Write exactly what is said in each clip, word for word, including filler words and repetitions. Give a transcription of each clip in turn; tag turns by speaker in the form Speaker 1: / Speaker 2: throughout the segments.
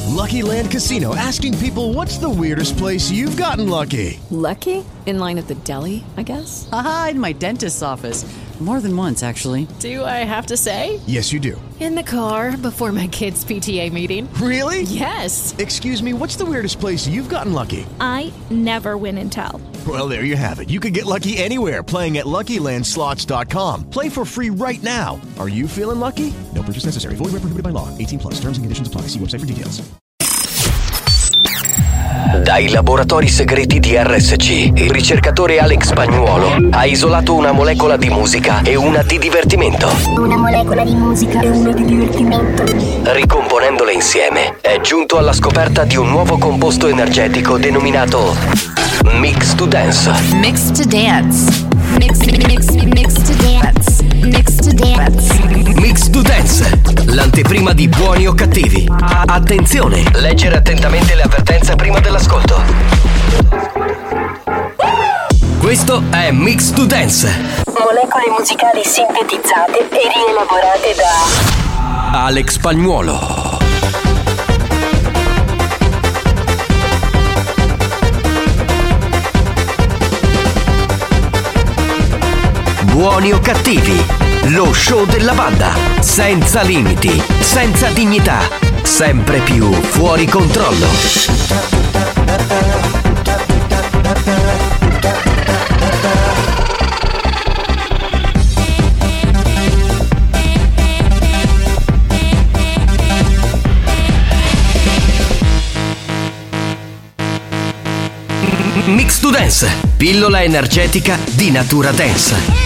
Speaker 1: Lucky Land Casino, asking people, what's the weirdest place you've gotten lucky?
Speaker 2: Lucky? In line at the deli, I guess?
Speaker 3: Aha, in my dentist's office. More than once, actually.
Speaker 2: Do I have to say?
Speaker 1: Yes, you do.
Speaker 2: In the car before my kids' P T A meeting.
Speaker 1: Really?
Speaker 2: Yes.
Speaker 1: Excuse me, what's the weirdest place you've gotten lucky?
Speaker 4: I never win and tell.
Speaker 1: Well, there you have it. You can get lucky anywhere, playing at Lucky Land Slots dot com. Play for free right now. Are you feeling lucky? No purchase necessary. Void where prohibited by law. eighteen plus. Terms and conditions apply. See website for details.
Speaker 5: Dai laboratori segreti di R S C, il ricercatore Alex Spagnuolo ha isolato una molecola di musica e una di divertimento.
Speaker 6: Una molecola di musica e una di divertimento.
Speaker 5: Ricomponendole insieme, è giunto alla scoperta di un nuovo composto energetico denominato Mix to Dance.
Speaker 7: Mix to Dance. Mix, mix, mix to Dance. Mix to Dance.
Speaker 5: Mix to Dance, l'anteprima di Buoni o Cattivi. Attenzione, leggere attentamente le avvertenze prima dell'ascolto. Questo è Mix to Dance.
Speaker 6: Molecole musicali sintetizzate e rielaborate da
Speaker 5: Alex Spagnuolo. Buoni o Cattivi, lo show della banda, senza limiti, senza dignità, sempre più fuori controllo. Mix to Dance, pillola energetica di natura dance.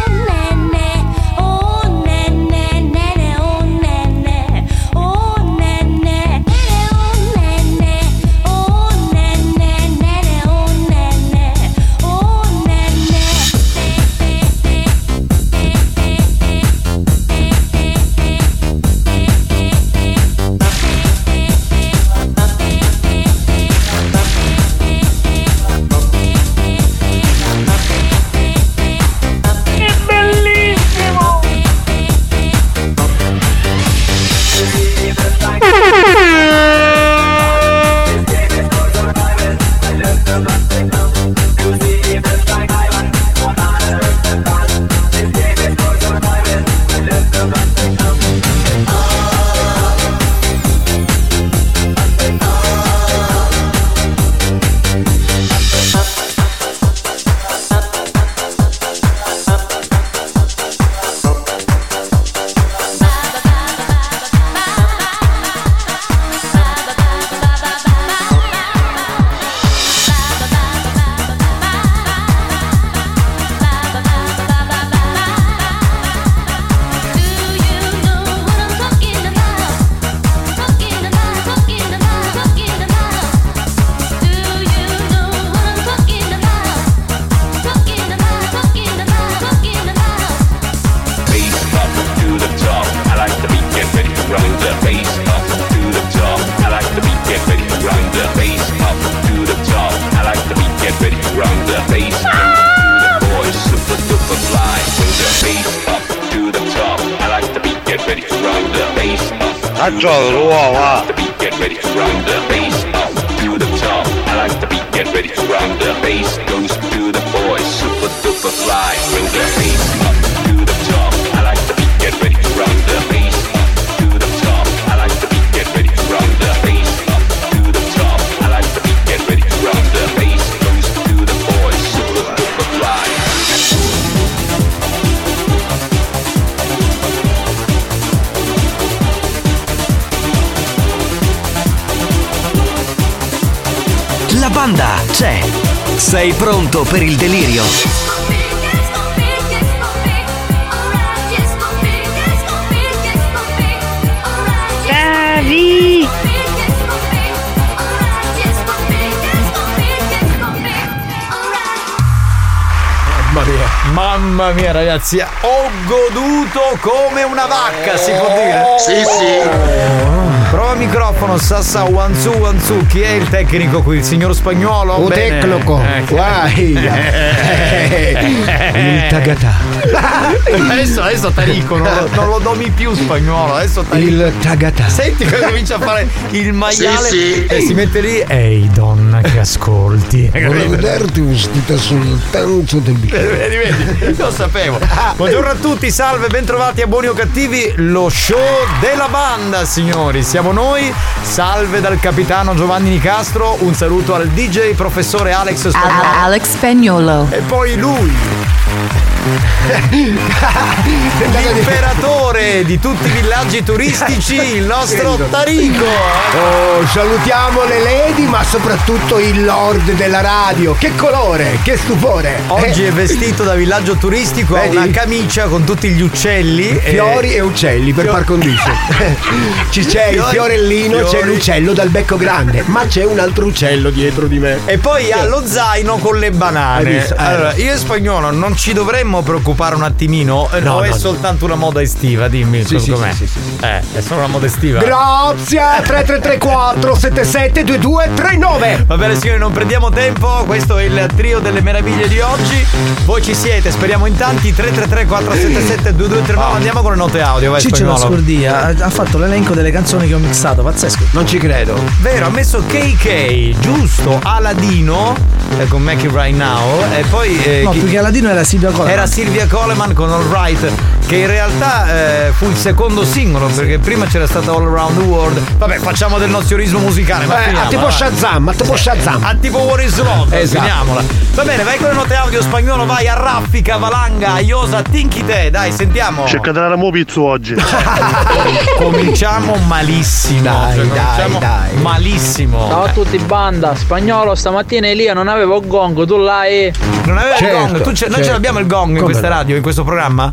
Speaker 5: Sei pronto per il delirio?
Speaker 4: Bravi!
Speaker 8: Mamma mia, mamma mia ragazzi, ho goduto come una vacca, si può dire?
Speaker 9: Sì, sì.
Speaker 8: Proprio prova microfono, Sassa one two one two. Chi è il tecnico qui? Il signor Spagnuolo?
Speaker 9: Un
Speaker 8: Bene.
Speaker 9: tecnico.
Speaker 8: Eh,
Speaker 9: Guai. Il tagatà.
Speaker 8: Adesso, adesso Tarico, non lo, non lo domi più Spagnuolo. Adesso Tarico.
Speaker 9: Il tagatà.
Speaker 8: Senti che comincia a fare il maiale
Speaker 10: Sì, sì.
Speaker 8: e si mette lì. Ehi donna che ascolti.
Speaker 9: Vorrei vederti vestita soltanto del bicchiere.
Speaker 8: Vedi, vedi, lo sapevo. Buongiorno a tutti, salve, bentrovati a Buoni o Cattivi, lo show della banda, signori. Siamo noi, salve dal capitano Giovanni Nicastro, un saluto al D J professore Alex Spagnuolo.
Speaker 3: Alex Spagnuolo.
Speaker 8: E poi lui, l'imperatore di tutti i villaggi turistici, il nostro Tarico.
Speaker 9: Oh, salutiamo le lady, ma soprattutto il lord della radio. Che colore, che stupore.
Speaker 8: Oggi
Speaker 9: Eh,
Speaker 8: è vestito da villaggio turistico, ha
Speaker 9: Vedi?
Speaker 8: una camicia con tutti gli uccelli,
Speaker 9: fiori e uccelli per
Speaker 8: Fio-
Speaker 9: par condicio. Ci c'è il
Speaker 8: Fiori-
Speaker 9: fiorellino, c'è
Speaker 8: fiori.
Speaker 9: l'uccello dal becco grande, ma c'è un altro uccello dietro di me.
Speaker 8: e poi ha lo zaino con le
Speaker 9: Hai
Speaker 8: banane.
Speaker 9: visto? Eh.
Speaker 8: Allora, io e Spagnolo non ci dovremmo preoccupare un attimino, eh,
Speaker 9: No,
Speaker 8: o è
Speaker 9: no, no.
Speaker 8: soltanto una moda estiva? Dimmi,
Speaker 9: Sì, sì,
Speaker 8: com'è?
Speaker 9: sì, sì, sì.
Speaker 8: Eh, è solo una moda estiva.
Speaker 9: Grazie. tre tre tre quattro sette sette due due tre nove.
Speaker 8: Va bene signori, non prendiamo tempo, questo è il trio delle meraviglie di oggi. Voi ci siete, speriamo in tanti. Tre tre tre quattro sette sette due due tre nove. Andiamo con le note audio, vai
Speaker 11: Ciccio la
Speaker 8: Spagnolo.
Speaker 11: scordia ha, ha fatto l'elenco delle canzoni che ho mixato, pazzesco.
Speaker 9: Non ci credo.
Speaker 8: Vero, ha messo K K, giusto, Aladino eh, con Make It Right Now. E poi eh,
Speaker 11: No,
Speaker 8: chi-
Speaker 11: più che Aladino era Silvia Coleman.
Speaker 8: era Silvia Coleman con All Right, che in realtà eh, fu il secondo singolo, perché prima c'era stata All Around the World. Vabbè, facciamo del nozionismo musicale, ma
Speaker 9: Eh,
Speaker 8: finiamola,
Speaker 9: a tipo
Speaker 8: vai.
Speaker 9: Shazam, a tipo Shazam.
Speaker 8: A tipo What is Love,
Speaker 9: Esatto.
Speaker 8: finiamola. Va bene, vai con le note audio. Spagnolo, vai a raffica, valanga, iosa, tinchi te, dai, sentiamo.
Speaker 10: Cerca di dare mo pizzo oggi.
Speaker 8: Cominciamo malissimo.
Speaker 9: Dai,
Speaker 8: cioè,
Speaker 9: dai,
Speaker 8: cominciamo
Speaker 9: dai.
Speaker 8: malissimo.
Speaker 12: Ciao a tutti banda, Spagnolo, stamattina Elia non avevo il gong, tu l'hai.
Speaker 8: Non aveva
Speaker 9: Certo,
Speaker 8: il gong, tu ce- noi
Speaker 9: certo.
Speaker 8: ce l'abbiamo il gong in
Speaker 9: Come
Speaker 8: questa
Speaker 9: no?
Speaker 8: radio, in questo programma?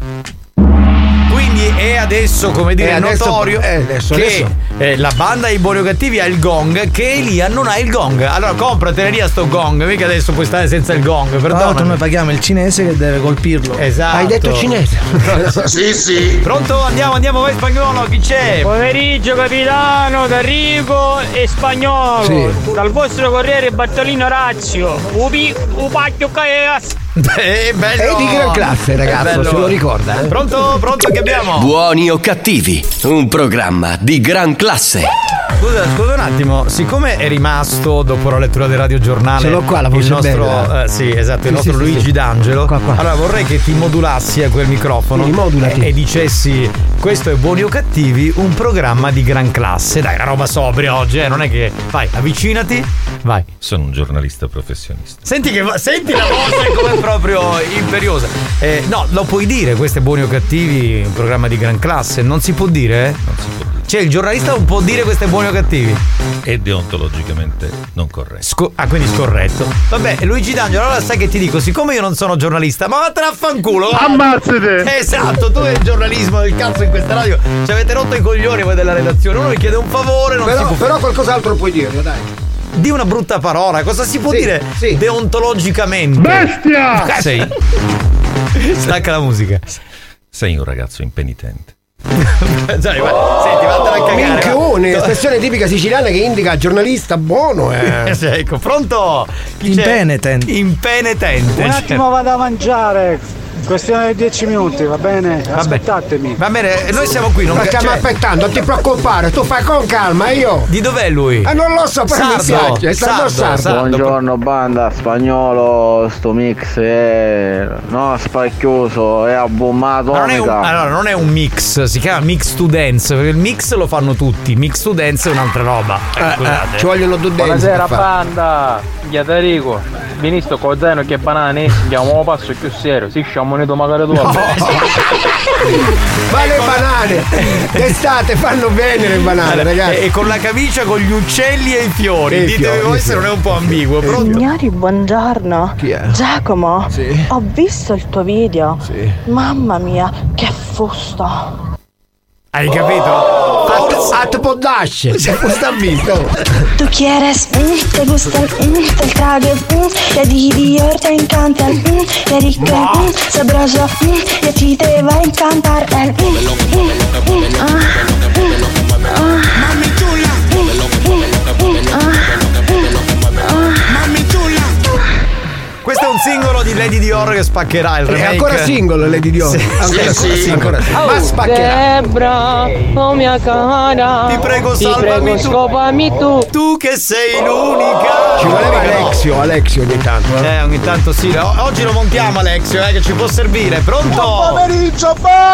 Speaker 8: Quindi è adesso, come dire,
Speaker 9: E adesso-
Speaker 8: notorio
Speaker 9: eh, adesso,
Speaker 8: che
Speaker 9: adesso.
Speaker 8: eh, la banda dei Buoni o Cattivi ha il gong, che Elia non ha il gong. Allora compratene Elia sto gong, mica adesso puoi stare senza il gong,
Speaker 11: Tra l'altro
Speaker 8: perdona.
Speaker 11: noi paghiamo il cinese che deve colpirlo.
Speaker 8: Esatto.
Speaker 9: Hai detto cinese.
Speaker 10: Sì, sì.
Speaker 8: Pronto? Andiamo, andiamo, vai Spagnolo, chi c'è?
Speaker 12: Pomeriggio capitano, D'Arrigo e Spagnolo.
Speaker 9: Sì.
Speaker 12: Dal vostro corriere Bartolino Orazio. Upi, upacchio caes.
Speaker 8: Eh, bello.
Speaker 9: È di gran classe, ragazzo,
Speaker 8: È bello.
Speaker 9: se lo ricorda. eh.
Speaker 8: Pronto? Pronto che abbiamo?
Speaker 5: Buoni o cattivi, un programma di gran classe.
Speaker 8: Scusa, scusa un attimo, siccome è rimasto dopo la lettura del radiogiornale
Speaker 9: Ce l'ho qua, la voce
Speaker 8: il nostro,
Speaker 9: bella.
Speaker 8: eh, sì, esatto, il
Speaker 9: Sì,
Speaker 8: nostro
Speaker 9: sì, sì,
Speaker 8: Luigi
Speaker 9: sì.
Speaker 8: D'Angelo.
Speaker 9: Qua, qua.
Speaker 8: Allora vorrei che ti modulassi a quel microfono
Speaker 9: Sì, modulati.
Speaker 8: e, e dicessi: questo è Buoni o Cattivi, un programma di gran classe. Dai, una roba sobria oggi, eh, non è che. Vai, avvicinati, vai.
Speaker 13: Sono un giornalista professionista.
Speaker 8: Senti che senti la voce come proprio imperiosa. Eh, no, lo puoi dire, questo è Buoni o Cattivi, un programma di gran classe. Non si può dire?
Speaker 13: Non si può dire.
Speaker 8: Cioè il giornalista non può dire questo è Buoni o Cattivi?
Speaker 13: È deontologicamente non corretto.
Speaker 8: Sco- ah, quindi scorretto. Vabbè, Luigi D'Angelo, allora sai che ti dico, siccome io non sono giornalista, ma vattene a fanculo. va.
Speaker 10: Ammazzate!
Speaker 8: Esatto, tu e il giornalismo del cazzo in questa radio. Ci avete rotto i coglioni voi della redazione. Uno mi chiede un favore, non si
Speaker 9: Però,
Speaker 8: può
Speaker 9: però qualcos'altro puoi dirlo, dai.
Speaker 8: di una brutta parola, cosa si può
Speaker 9: Sì,
Speaker 8: dire
Speaker 9: sì.
Speaker 8: deontologicamente?
Speaker 10: Bestia!
Speaker 13: Sei,
Speaker 8: Stacca la musica.
Speaker 13: sei un ragazzo impenitente.
Speaker 8: Dai, vai. Senti, vattene a cagare.
Speaker 9: Minchione,
Speaker 8: va.
Speaker 9: espressione tipica siciliana che indica giornalista buono, eh.
Speaker 8: Sì, ecco, pronto? Chi c'è?
Speaker 11: Impenitente.
Speaker 8: Impenitente.
Speaker 12: Un attimo vado a mangiare. Questione di dieci minuti, va bene? Aspettatemi.
Speaker 8: Va bene, noi siamo qui, non
Speaker 9: Ma stiamo
Speaker 8: cioè,
Speaker 9: aspettando, non ti preoccupare, tu fai con calma, io.
Speaker 8: Di dov'è lui?
Speaker 9: Ah, non lo so, però mi
Speaker 8: Sardo,
Speaker 9: piace, è sardo,
Speaker 8: sardo,
Speaker 9: sardo.
Speaker 8: sardo.
Speaker 12: Buongiorno banda, Spagnolo, sto mix è no spacchioso, è a bomba
Speaker 8: Ma non è un,
Speaker 12: atomica.
Speaker 8: allora, non è un mix, si chiama mix to dance, perché il mix lo fanno tutti, mix to dance è un'altra roba. Eh,
Speaker 9: Eh,
Speaker 8: scusate.
Speaker 9: eh, ci vogliono due denti.
Speaker 12: Buonasera
Speaker 9: per fare.
Speaker 12: banda, Iatarico, visto con zaino che banane, andiamo a passo più serio, si sciamonito magari tu.
Speaker 9: Ma le banane d'estate fanno bene le banane,
Speaker 8: Allora,
Speaker 9: ragazzi.
Speaker 8: e, e con la camicia con gli uccelli e i fiori.
Speaker 9: E i
Speaker 8: Ditemi
Speaker 9: fiori,
Speaker 8: voi
Speaker 9: i
Speaker 8: se non è
Speaker 9: fiori.
Speaker 8: un po' ambiguo. Pronto?
Speaker 14: Signori, buongiorno.
Speaker 9: Chi è?
Speaker 14: Giacomo,
Speaker 9: Sì.
Speaker 14: ho visto il tuo video.
Speaker 9: Sì.
Speaker 14: Mamma mia, che fusto.
Speaker 8: Hai capito?
Speaker 9: At, at poddash, se sta visto.
Speaker 14: Tu quieres, mm, te gusta el, mm, el trago, mm, te divierte, encanta el, mm, te rico, mm, sabroso, mm, y a ti te va a encantar el, mm, mm, mm, ah, mm, ah.
Speaker 15: Mami chula,
Speaker 8: Lady Dior che spaccherà il remake.
Speaker 9: È ancora single Lady Dior.
Speaker 8: Sì,
Speaker 9: ancora,
Speaker 8: sì, sì.
Speaker 9: ancora single.
Speaker 15: Oh,
Speaker 9: Ma spaccherà.
Speaker 15: Debra, oh mia cara,
Speaker 8: Ti prego,
Speaker 15: ti
Speaker 8: salvami
Speaker 15: prego,
Speaker 8: tu.
Speaker 15: scopami tu.
Speaker 8: Tu che sei l'unica.
Speaker 9: Ci voleva Alexio, Alexio ogni tanto. Eh,
Speaker 8: eh ogni tanto sì. O- oggi lo montiamo Alexio, eh, che ci può servire. Pronto?
Speaker 10: Buon pomeriggio,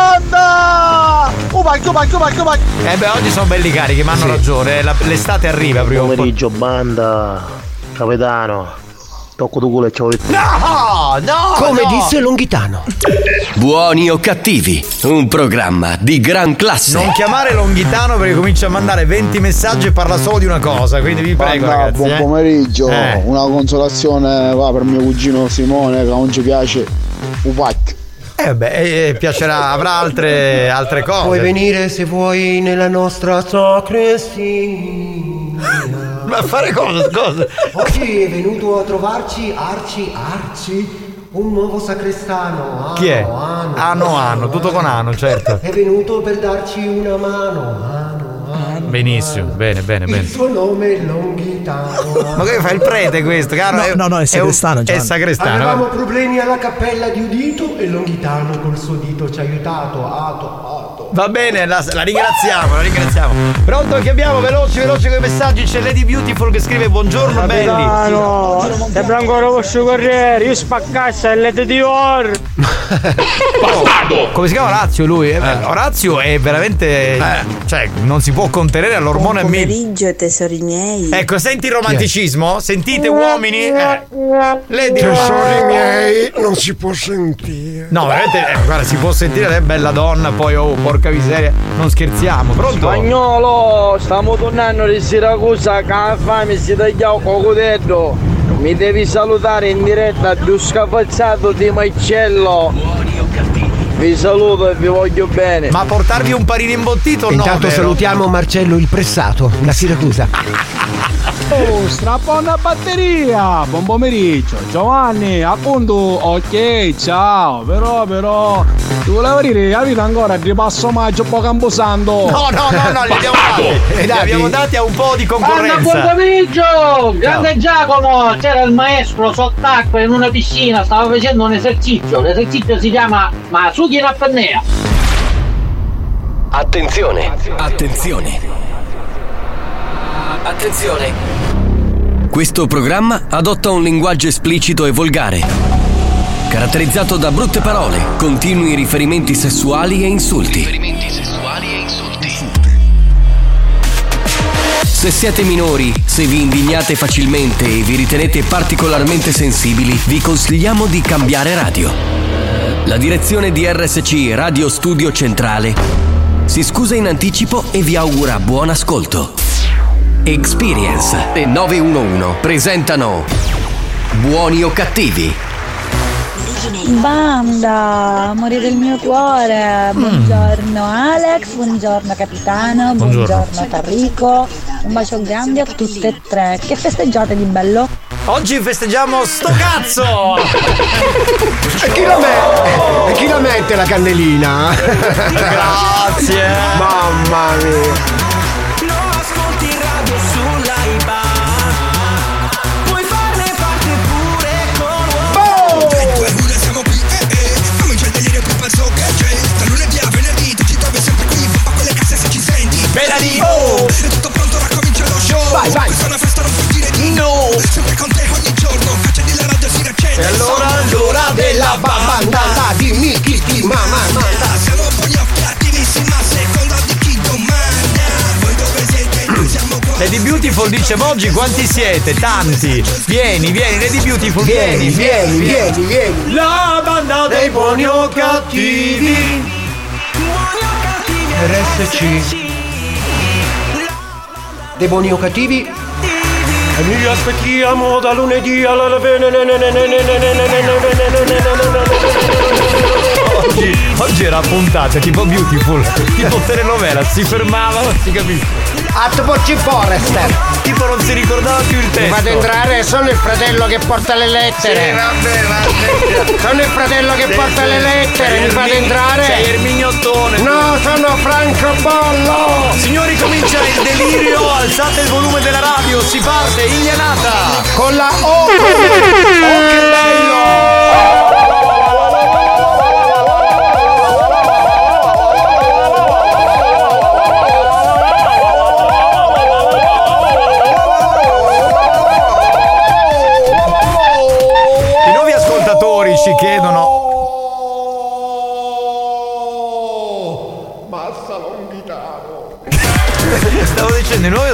Speaker 10: banda! Ubacchio, ubacchio, ubacchio, ubacchio.
Speaker 8: Eh beh, oggi sono belli carichi, ma hanno
Speaker 10: Sì.
Speaker 8: ragione. La- l'estate arriva prima o poi.
Speaker 10: Pomeriggio, banda. Capitano. Tocco tu culo e ciao.
Speaker 8: No, no.
Speaker 9: Come
Speaker 8: no.
Speaker 9: disse Longhitano.
Speaker 5: Buoni o cattivi, un programma di gran classe.
Speaker 8: Non chiamare Longhitano perché comincia a mandare venti messaggi e parla solo di una cosa, quindi vi prego
Speaker 16: Banda,
Speaker 8: ragazzi.
Speaker 16: buon
Speaker 8: eh.
Speaker 16: pomeriggio,
Speaker 8: Eh.
Speaker 16: una consolazione va per mio cugino Simone che non ci piace Ubacchio.
Speaker 8: Eh beh, eh, piacerà, avrà altre, altre cose.
Speaker 9: Puoi venire se vuoi nella nostra sacrestia.
Speaker 8: Ma fare cosa? Cosa?
Speaker 9: Oggi è venuto a trovarci Arci Arci, un nuovo sacrestano. Ano,
Speaker 8: Chi è?
Speaker 9: Ano.
Speaker 8: Ano, ano, tutto con ano, certo.
Speaker 9: È venuto per darci una mano. Ano, ano.
Speaker 8: Benissimo, bene, bene, bene.
Speaker 9: Il suo nome è Longhitano.
Speaker 8: Ma che fa il prete questo, caro?
Speaker 11: No, no, no, è sacrestano,
Speaker 8: È, un- è
Speaker 11: Giovanni.
Speaker 8: sacrestano.
Speaker 9: Avevamo problemi alla cappella di Udito e Longhitano col suo dito ci ha aiutato. Ato, ato.
Speaker 8: Va bene, la, la ringraziamo, la ringraziamo. Pronto, che abbiamo? Veloci, veloci con i messaggi. C'è Lady Beautiful che scrive buongiorno belli.
Speaker 15: Capitano, sembra ancora vostro corriere, io spaccassa e Lady Dior.
Speaker 8: Bastardo! Come si chiama Orazio lui? Eh, Orazio è veramente. Cioè, non si può contenere all'ormone a mille.
Speaker 17: Pomeriggio, tesori miei.
Speaker 8: Ecco, senti il romanticismo? Sentite uomini? Eh. Lady
Speaker 9: Tesori miei, non si può sentire.
Speaker 8: No, veramente, eh, guarda, si può sentire, lei è bella donna, poi oh, porca miseria, non scherziamo. Pronto?
Speaker 15: Spagnolo, stiamo tornando di Siracusa, che la fame si taglia il cocotello. Mi devi salutare in diretta, più scapazzato di Marcello. Vi saluto e vi voglio bene.
Speaker 8: Ma portarvi un panino imbottito o no?
Speaker 9: Intanto
Speaker 8: vero?
Speaker 9: salutiamo Marcello il Pressato da Siracusa.
Speaker 18: Oh, strappona batteria! Buon pomeriggio! Giovanni, appunto, ok, ciao! Però, però, ti volevo dire, capito ancora, il ripasso maggio po' Camposanto!
Speaker 8: No, no, no, no, li abbiamo dati! Li abbiamo dati a un po' di
Speaker 19: Buon
Speaker 8: concorrenza!
Speaker 19: pomeriggio! Grande Giacomo! C'era il maestro sott'acqua in una piscina, stava facendo un esercizio. L'esercizio si chiama Masuki in apnea.
Speaker 5: Attenzione, attenzione. Attenzione. Questo programma adotta un linguaggio esplicito e volgare, caratterizzato da brutte parole, continui riferimenti sessuali e insulti. Riferimenti sessuali e insulti. Se siete minori, se vi indignate facilmente e vi ritenete particolarmente sensibili, vi consigliamo di cambiare radio. La direzione di R S C Radio Studio Centrale si scusa in anticipo e vi augura buon ascolto. Experience e nove uno uno presentano Buoni o cattivi?
Speaker 17: Banda, amore del mio cuore. Buongiorno Alex, buongiorno capitano, buongiorno, buongiorno Tarrico. Un bacio grande a tutte e tre. Che festeggiate di bello?
Speaker 8: Oggi festeggiamo sto cazzo!
Speaker 9: E chi la mette? E chi la mette la cannellina?
Speaker 8: Grazie!
Speaker 9: Mamma mia!
Speaker 8: Oh!
Speaker 10: È tutto pronto, ora comincia lo show.
Speaker 9: Vai, vai.
Speaker 10: Questa è una festa, non puoi dire di no. Sempre con te ogni giorno, accendi la radio, si riaccende.
Speaker 8: E allora l'ora della banda,
Speaker 9: dimmi chi ti mamma manda.
Speaker 10: Siamo buoni o cattivissimi, a seconda di chi domanda. Voi dove siete? Noi siamo qua.
Speaker 8: Lady Beautiful dice oggi quanti siete? Tanti! Vieni, vieni, Lady Beautiful, vieni,
Speaker 9: Vieni, vieni, vieni, vieni.
Speaker 8: La banda dei buoni o cattivi.
Speaker 9: R S C dei buoni o cattivi. E noi aspettiamo da lunedì alla
Speaker 8: Oggi, oggi era puntata tipo Beautiful, tipo telenovela, si fermava, non si capisce.
Speaker 9: Atpocci Forrester.
Speaker 8: Tipo non si ricordava più il testo.
Speaker 9: Mi fate entrare, sono il fratello che porta le lettere.
Speaker 8: Sì, vabbè, vabbè.
Speaker 9: Sono il fratello che
Speaker 8: Sei-
Speaker 9: porta
Speaker 8: sei-
Speaker 9: le lettere,
Speaker 8: sei
Speaker 9: mi fate
Speaker 8: Ermi-
Speaker 9: entrare?
Speaker 8: Sei Ermignottone.
Speaker 9: No, sono Francobollo.
Speaker 8: Signori, comincia il delirio, alzate il volume della radio, si parte, Ilianata.
Speaker 9: Con la O. Oh,
Speaker 8: che bello!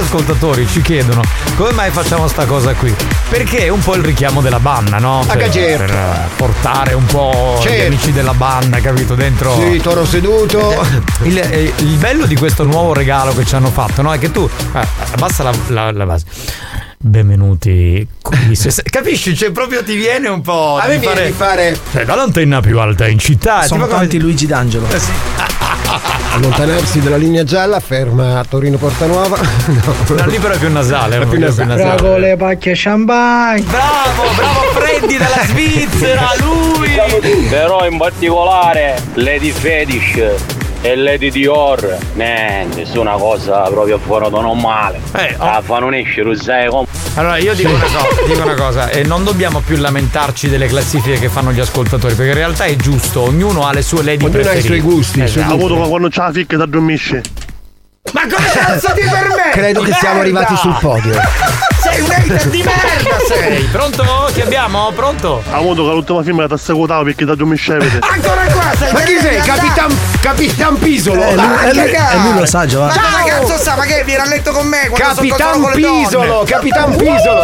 Speaker 8: ascoltatori ci chiedono come mai facciamo sta cosa qui. Perché è un po' il richiamo della banda, no?
Speaker 9: Ah,
Speaker 8: Per,
Speaker 9: certo.
Speaker 8: per portare un po'
Speaker 9: Certo.
Speaker 8: gli amici della banda, capito? Dentro.
Speaker 9: Sì, toro seduto.
Speaker 8: Il, eh, il bello di questo nuovo regalo che ci hanno fatto, no? È che tu eh, abbassa la, la, la base. Benvenuti qui. Capisci? Cioè, proprio ti viene un po'.
Speaker 9: A me viene di fare.
Speaker 8: Cioè, dall'antenna più alta in città.
Speaker 11: Sono
Speaker 8: tipo
Speaker 11: tanti Luigi D'Angelo.
Speaker 8: Eh, sì.
Speaker 9: Allontanarsi dalla linea gialla, ferma a Torino Porta Nuova. No,
Speaker 8: no lì però è più nasale.
Speaker 9: È più nasale.
Speaker 11: Bravo le pacche champagne.
Speaker 8: Bravo, bravo Freddy dalla Svizzera, lui.
Speaker 12: Però in particolare Lady Fetish e Lady Dior, niente, su una cosa proprio fuori da normale.
Speaker 8: Eh, oh.
Speaker 12: La fanno esce, lo sai come.
Speaker 8: Allora io dico una cosa, dico una cosa, e non dobbiamo più lamentarci delle classifiche che fanno gli ascoltatori, perché in realtà è giusto, ognuno ha le sue lady
Speaker 9: ognuno
Speaker 8: preferite.
Speaker 9: ha i suoi gusti.
Speaker 8: Esatto.
Speaker 9: Ha
Speaker 20: avuto quando c'ha la ficca da dormisce.
Speaker 8: Ma come cazzo ti permetti?
Speaker 9: Credo che siamo arrivati sul podio.
Speaker 8: Sei un hater di merda sei. Pronto? Chi abbiamo? Pronto?
Speaker 20: Ha avuto che l'ultima firma ti assecutava perché da dormisce.
Speaker 8: Ancora qua sei.
Speaker 9: Ma chi sei? Capitan, Capitan Pisolo.
Speaker 11: Eh, lui, eh, lui, eh, lui lo sa Giovanni.
Speaker 8: Ma come cazzo sa? Ma che viene a letto con me?
Speaker 9: Capitan Pisolo. Capitan Pisolo.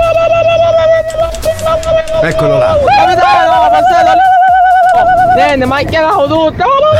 Speaker 9: Eccolo là.
Speaker 19: Capitano, passato lì. Niente, ma hai chiamato tutto.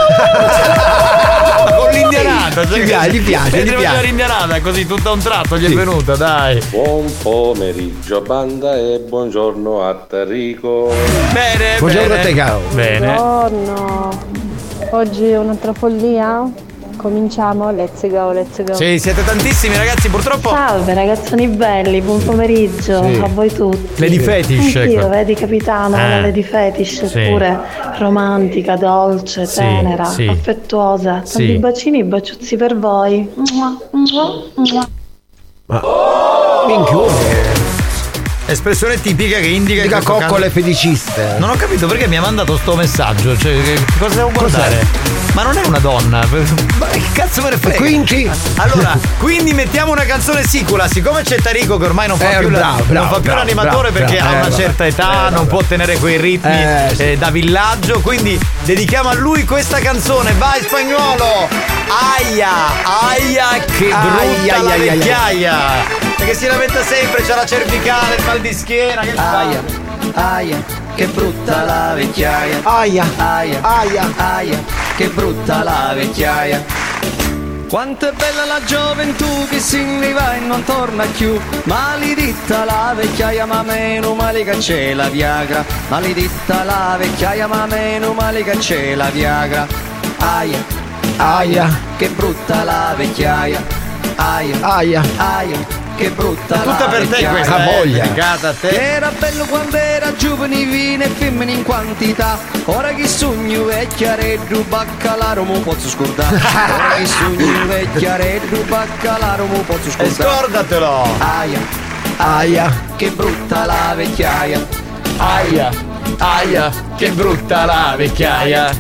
Speaker 8: Con l'indianata, cioè,
Speaker 9: Gli piace, gli piace, gli piace.
Speaker 8: l'indianata così tutto a un tratto gli
Speaker 9: Sì.
Speaker 8: è venuta, dai.
Speaker 21: Buon pomeriggio banda e buongiorno a Tarico.
Speaker 8: Bene,
Speaker 9: Buongiorno
Speaker 8: bene.
Speaker 9: a te, caro.
Speaker 8: Bene.
Speaker 22: Buongiorno. Oggi è un'altra follia? Cominciamo, let's go, let's go.
Speaker 8: Sì, siete tantissimi ragazzi, purtroppo.
Speaker 22: Salve ragazzoni belli, buon pomeriggio
Speaker 8: Sì.
Speaker 22: a voi tutti.
Speaker 8: Lady Fetish,
Speaker 22: Anch'io,
Speaker 8: ecco.
Speaker 22: vedi capitano,
Speaker 8: Eh.
Speaker 22: la Lady Fetish,
Speaker 8: Sì.
Speaker 22: pure romantica, dolce,
Speaker 8: Sì,
Speaker 22: tenera,
Speaker 8: sì.
Speaker 22: affettuosa. Tanti
Speaker 8: Sì.
Speaker 22: bacini, baciuzzi per voi. Mua, mua, mua.
Speaker 9: Minchione.
Speaker 8: Espressione tipica che indica
Speaker 9: Dica
Speaker 8: in questo
Speaker 9: coccole
Speaker 8: caso-
Speaker 9: feticiste.
Speaker 8: Non ho capito perché mi ha mandato sto messaggio. Cioè, che cosa devo guardare? Ma non è una donna. Ma che cazzo me ne frega?
Speaker 9: Quindi?
Speaker 8: Allora, quindi mettiamo una canzone sicula. Siccome c'è Tarico che ormai non fa
Speaker 9: Eh,
Speaker 8: più, la-
Speaker 9: bravo,
Speaker 8: non
Speaker 9: bravo,
Speaker 8: fa più
Speaker 9: bravo,
Speaker 8: l'animatore
Speaker 9: bravo,
Speaker 8: perché
Speaker 9: bravo,
Speaker 8: ha una
Speaker 9: eh,
Speaker 8: certa età,
Speaker 9: eh,
Speaker 8: non può tenere quei ritmi
Speaker 9: Eh, sì.
Speaker 8: eh, da villaggio. Quindi dedichiamo a lui questa canzone. Vai spagnolo! Aia, aia, che brutta
Speaker 9: Aia,
Speaker 8: la
Speaker 9: aia, aia,
Speaker 8: vecchiaia! Perché si lamenta sempre, c'ha la cervicale, il mal di schiena, che
Speaker 23: Aia, aia, che brutta la vecchiaia.
Speaker 9: Aia,
Speaker 23: aia,
Speaker 9: aia,
Speaker 23: aia, che brutta la vecchiaia. Quanto è bella la gioventù che se ne va e non torna più. Maledetta la vecchiaia, ma meno male che c'è la Viagra. Maledetta la vecchiaia, ma meno male che c'è la Viagra. Aia,
Speaker 9: aia,
Speaker 23: che brutta la vecchiaia. Aia,
Speaker 9: aia,
Speaker 23: aia, che brutta
Speaker 8: tutta
Speaker 23: la
Speaker 8: per te
Speaker 23: vecchiaia.
Speaker 8: questa,
Speaker 9: Ha
Speaker 8: eh,
Speaker 9: voglia.
Speaker 8: dedicata a te.
Speaker 23: Era bello quando era giovane, vino e femmine in quantità. Ora che sogno vecchiareddu, baccalaro mo posso scordare. Ora che sogno vecchiareddu, baccalaro mo posso
Speaker 8: E
Speaker 23: scordare.
Speaker 8: scordatelo!
Speaker 23: Aia,
Speaker 9: aia,
Speaker 23: che brutta la vecchiaia.
Speaker 8: Aia, aia, che brutta la vecchiaia.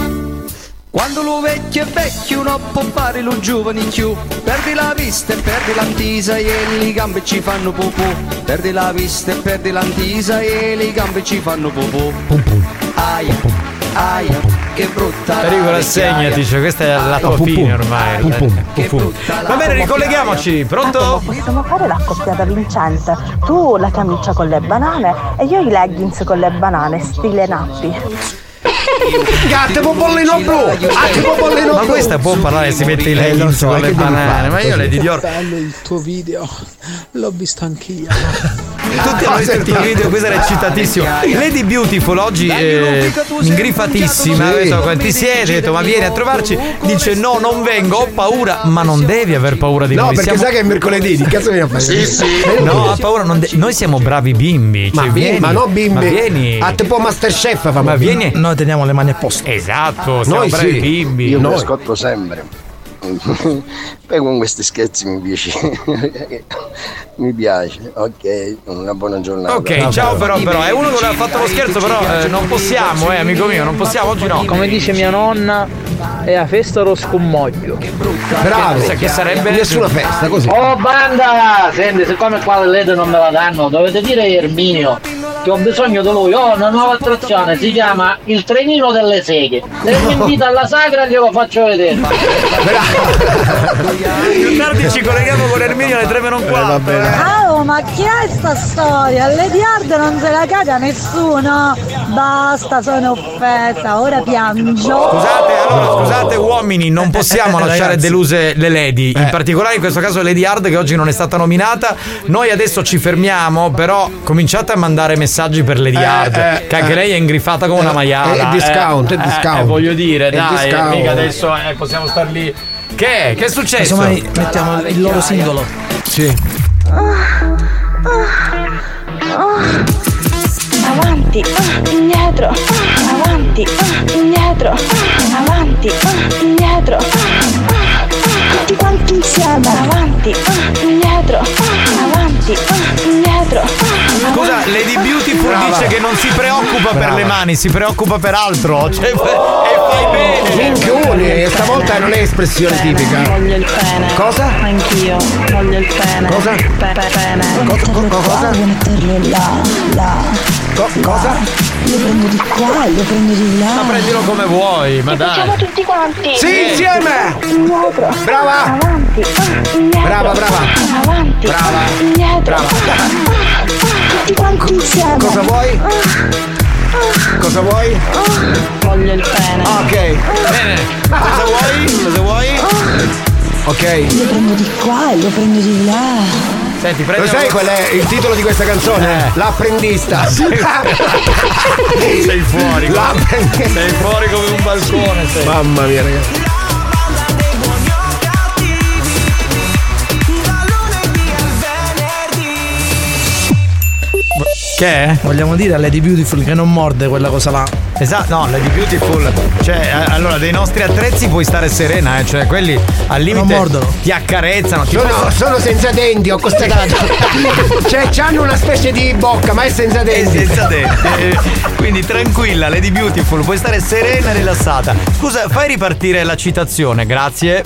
Speaker 23: Quando lo vecchio è vecchio non può fare lo giovane più. Perdi la vista e perdi l'antisa e le gambe ci fanno popò. Perdi la vista e perdi l'antisa e le gambe ci fanno popò. Aia, aia, che brutta la
Speaker 8: Tarico,
Speaker 23: vecchiaia.
Speaker 8: rassegnati, cioè questa è la tua
Speaker 9: No, pum,
Speaker 8: fine
Speaker 9: pum.
Speaker 8: ormai.
Speaker 9: Pum, pum.
Speaker 8: Pum, pum. Va bene, ricolleghiamoci, pronto?
Speaker 17: Possiamo fare la coppiata vincente. Tu la camicia con le banane e io i leggings con le banane, stile nappi.
Speaker 9: Gatte popollino blu! Gatte popollino
Speaker 8: Ma
Speaker 9: blu!
Speaker 8: questa può parlare, si mette i
Speaker 9: Eh, lo
Speaker 8: leggings
Speaker 9: so,
Speaker 8: con
Speaker 9: che
Speaker 8: le
Speaker 9: devi
Speaker 8: banane,
Speaker 9: fare,
Speaker 8: ma io
Speaker 9: così.
Speaker 8: le di Dior.
Speaker 11: Bello il tuo video, l'ho visto anch'io.
Speaker 8: Tutti hanno visto il tuo video, questo era eccitatissimo. Lady Beautiful oggi eh, ingrifatissima, ha detto quanti siete, ha detto ma vieni a trovarci, dice no non vengo, ho paura, ma non devi aver paura di
Speaker 9: No,
Speaker 8: noi.
Speaker 9: perché
Speaker 8: siamo-
Speaker 9: sai che è mercoledì, di cazzo vieni a fare?
Speaker 8: Sì, sì. No, ha paura, non de- noi siamo bravi bimbi.
Speaker 9: Ma
Speaker 8: cioè,
Speaker 9: vieni,
Speaker 8: vieni,
Speaker 9: ma no bimbi.
Speaker 8: Ma vieni.
Speaker 9: A te può Masterchef fa
Speaker 8: Ma vieni.
Speaker 11: Noi teniamo le mani a posto.
Speaker 8: Esatto, siamo
Speaker 9: Noi
Speaker 8: bravi
Speaker 9: sì.
Speaker 8: bimbi.
Speaker 24: Io mi
Speaker 8: Noi.
Speaker 24: ascolto sempre. Poi con questi scherzi mi piace. Mi piace, ok, una buona giornata.
Speaker 8: Ok, ciao però, però, è uno che aveva fatto lo scherzo, però eh, non possiamo, eh, amico mio, non possiamo, oggi no.
Speaker 19: Come dice mia nonna, è a festa lo scommoglio.
Speaker 9: Bravo,
Speaker 8: Che sarebbe
Speaker 9: nessuna festa, così.
Speaker 19: Oh banda! Senti, siccome qua le L E D non me la danno, dovete dire Erminio. che ho bisogno di lui. Ho una nuova attrazione, si chiama il trenino delle seghe. Se mi invita alla sagra glielo faccio vedere.
Speaker 8: Più tardi ci colleghiamo con Erminio alle tre meno un quarto.
Speaker 17: Ah, oh, ma chi è sta storia? Lady Hard non se la caga nessuno. Basta, sono offesa, ora piango.
Speaker 8: Scusate, allora, scusate uomini, non possiamo
Speaker 11: eh,
Speaker 8: lasciare
Speaker 11: ragazzi.
Speaker 8: deluse le lady. In
Speaker 11: Eh.
Speaker 8: particolare in questo caso Lady Hard, che oggi non è stata nominata. Noi adesso ci fermiamo, però cominciate a mandare messaggi per Lady
Speaker 9: Eh,
Speaker 8: Hard,
Speaker 9: eh,
Speaker 8: che anche
Speaker 9: eh.
Speaker 8: lei è ingrifata come una maiala.
Speaker 9: È discount,
Speaker 8: eh,
Speaker 9: è discount.
Speaker 8: eh, voglio dire,
Speaker 9: È
Speaker 8: dai,
Speaker 9: discount.
Speaker 8: mica adesso eh, possiamo star lì. Che? Che è successo?
Speaker 11: Casomai mettiamo il loro singolo.
Speaker 9: Sì.
Speaker 14: Avanti, ah, indietro, ah, avanti, ah, indietro, ah, avanti, ah, indietro, ah, ah, tutti quanti insieme, avanti, ah, indietro, ah, avanti, ah, indietro. ah,
Speaker 8: Scusa,
Speaker 14: avanti,
Speaker 8: Lady
Speaker 14: ah,
Speaker 8: Beautiful
Speaker 14: indietro.
Speaker 8: dice che non si preoccupa per
Speaker 9: Brava.
Speaker 8: le mani, si preoccupa per altro. Cioè, e fai bene.
Speaker 9: Minchioni, stavolta non è espressione tipica.
Speaker 22: Voglio il pene.
Speaker 9: Cosa?
Speaker 22: Anch'io. Voglio il pene.
Speaker 9: Cosa?
Speaker 22: Pe- pe- pene.
Speaker 9: Co- co- co- cosa?
Speaker 17: Devo metterlo là, là.
Speaker 9: Co- cosa?
Speaker 17: Lo prendo di qua, lo prendo di là.
Speaker 8: Ma prendilo come vuoi, ma dai.
Speaker 14: Facciamo tutti quanti.
Speaker 9: Sì, insieme!
Speaker 14: Indietro.
Speaker 9: Brava!
Speaker 14: Avanti, ah, indietro.
Speaker 9: Brava, brava.
Speaker 14: Avanti,
Speaker 9: Brava.
Speaker 14: ah, indietro.
Speaker 9: Brava.
Speaker 14: Ah, tutti quanti insieme.
Speaker 9: Cosa vuoi?
Speaker 14: Ah,
Speaker 9: Cosa vuoi?
Speaker 22: Voglio il pene.
Speaker 9: Ok,
Speaker 8: Bene. Cosa vuoi? Cosa vuoi?
Speaker 9: ok.
Speaker 17: Lo prendo di qua e lo prendo di là.
Speaker 8: Senti,
Speaker 9: Lo
Speaker 8: prendi.
Speaker 9: sai qual è il titolo di questa canzone?
Speaker 8: Eh.
Speaker 9: L'apprendista.
Speaker 8: Sei fuori.
Speaker 9: L'apprendista.
Speaker 8: Sei fuori come un balcone. Sei.
Speaker 9: Mamma mia, ragazzi.
Speaker 8: Che è?
Speaker 11: Vogliamo dire a Lady Beautiful che non morde quella cosa là.
Speaker 8: Esatto, no, Lady Beautiful. Cioè, eh, allora, dei nostri attrezzi puoi stare serena, eh. Cioè, quelli al limite
Speaker 11: Non mordono.
Speaker 8: ti accarezzano. Ti
Speaker 9: Sono,
Speaker 8: possono-
Speaker 9: sono senza denti, ho constatato. Cioè, c'hanno una specie di bocca, ma è senza
Speaker 8: E
Speaker 9: denti.
Speaker 8: senza denti. Eh, Quindi tranquilla, Lady Beautiful, puoi stare serena e rilassata. Scusa, fai ripartire la citazione, grazie.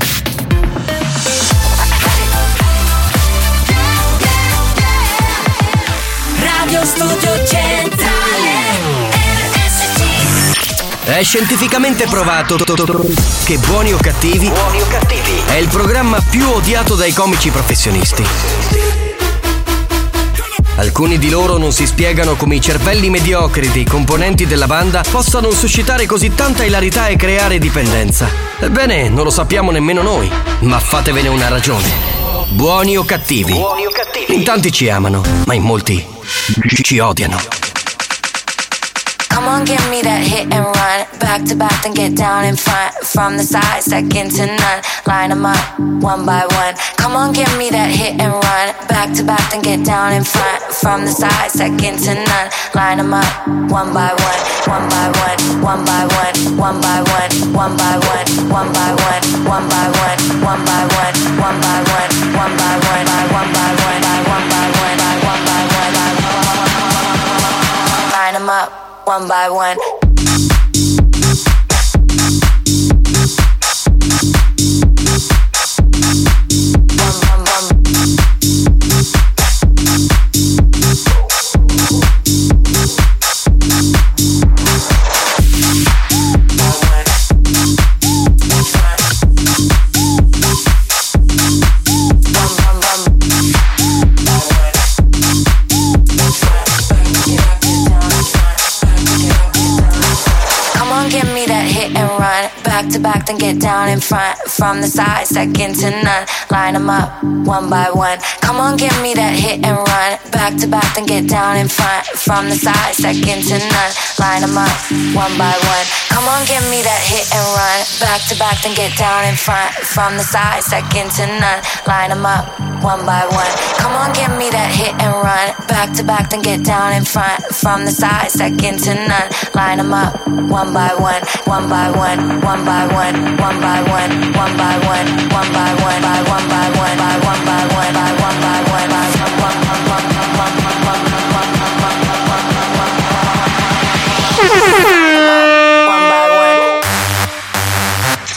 Speaker 10: Radio Studio Centrale R S C.
Speaker 5: È scientificamente provato che Buoni o Cattivi è il programma più odiato dai comici professionisti. Alcuni di loro non si spiegano come i cervelli mediocri dei componenti della banda possano suscitare così tanta ilarità e creare dipendenza. Ebbene, non lo sappiamo nemmeno noi, ma fatevene una ragione. Buoni o cattivi? In tanti ci amano, ma in molti ci odiano.
Speaker 1: Come on, give me that hit and run. Back to back, then get down in front. From the side, second to none. Line them up, one by one. Come on, give me that hit and run. Back to back, then get down in front. From the side, second to none. Line them up, one by one. One by one, one by one. One by one, one by one. One by one, one by one. One by one, one by one. One by one, by one by one. By one by one, by one by one. By one. Line them up. One by one. Back to back, then get down in front. From the side, second to none. Line them up, one by one. Come on, give me that hit and run. Back to back, then get down in front. From the side, second to none. Line them up, one by one. Come on, give me that hit and run. Back to back, then get down in front. From the side, second to none. Line them up, one by one. Come on, give me that hit and run. Back to back, then get down in front. From the side, second to none. Line them up, one by one. One by one, one by one, one by one, one by one, one by one, by one by one, by one by one, by one by one, by one one one one one one one one by one.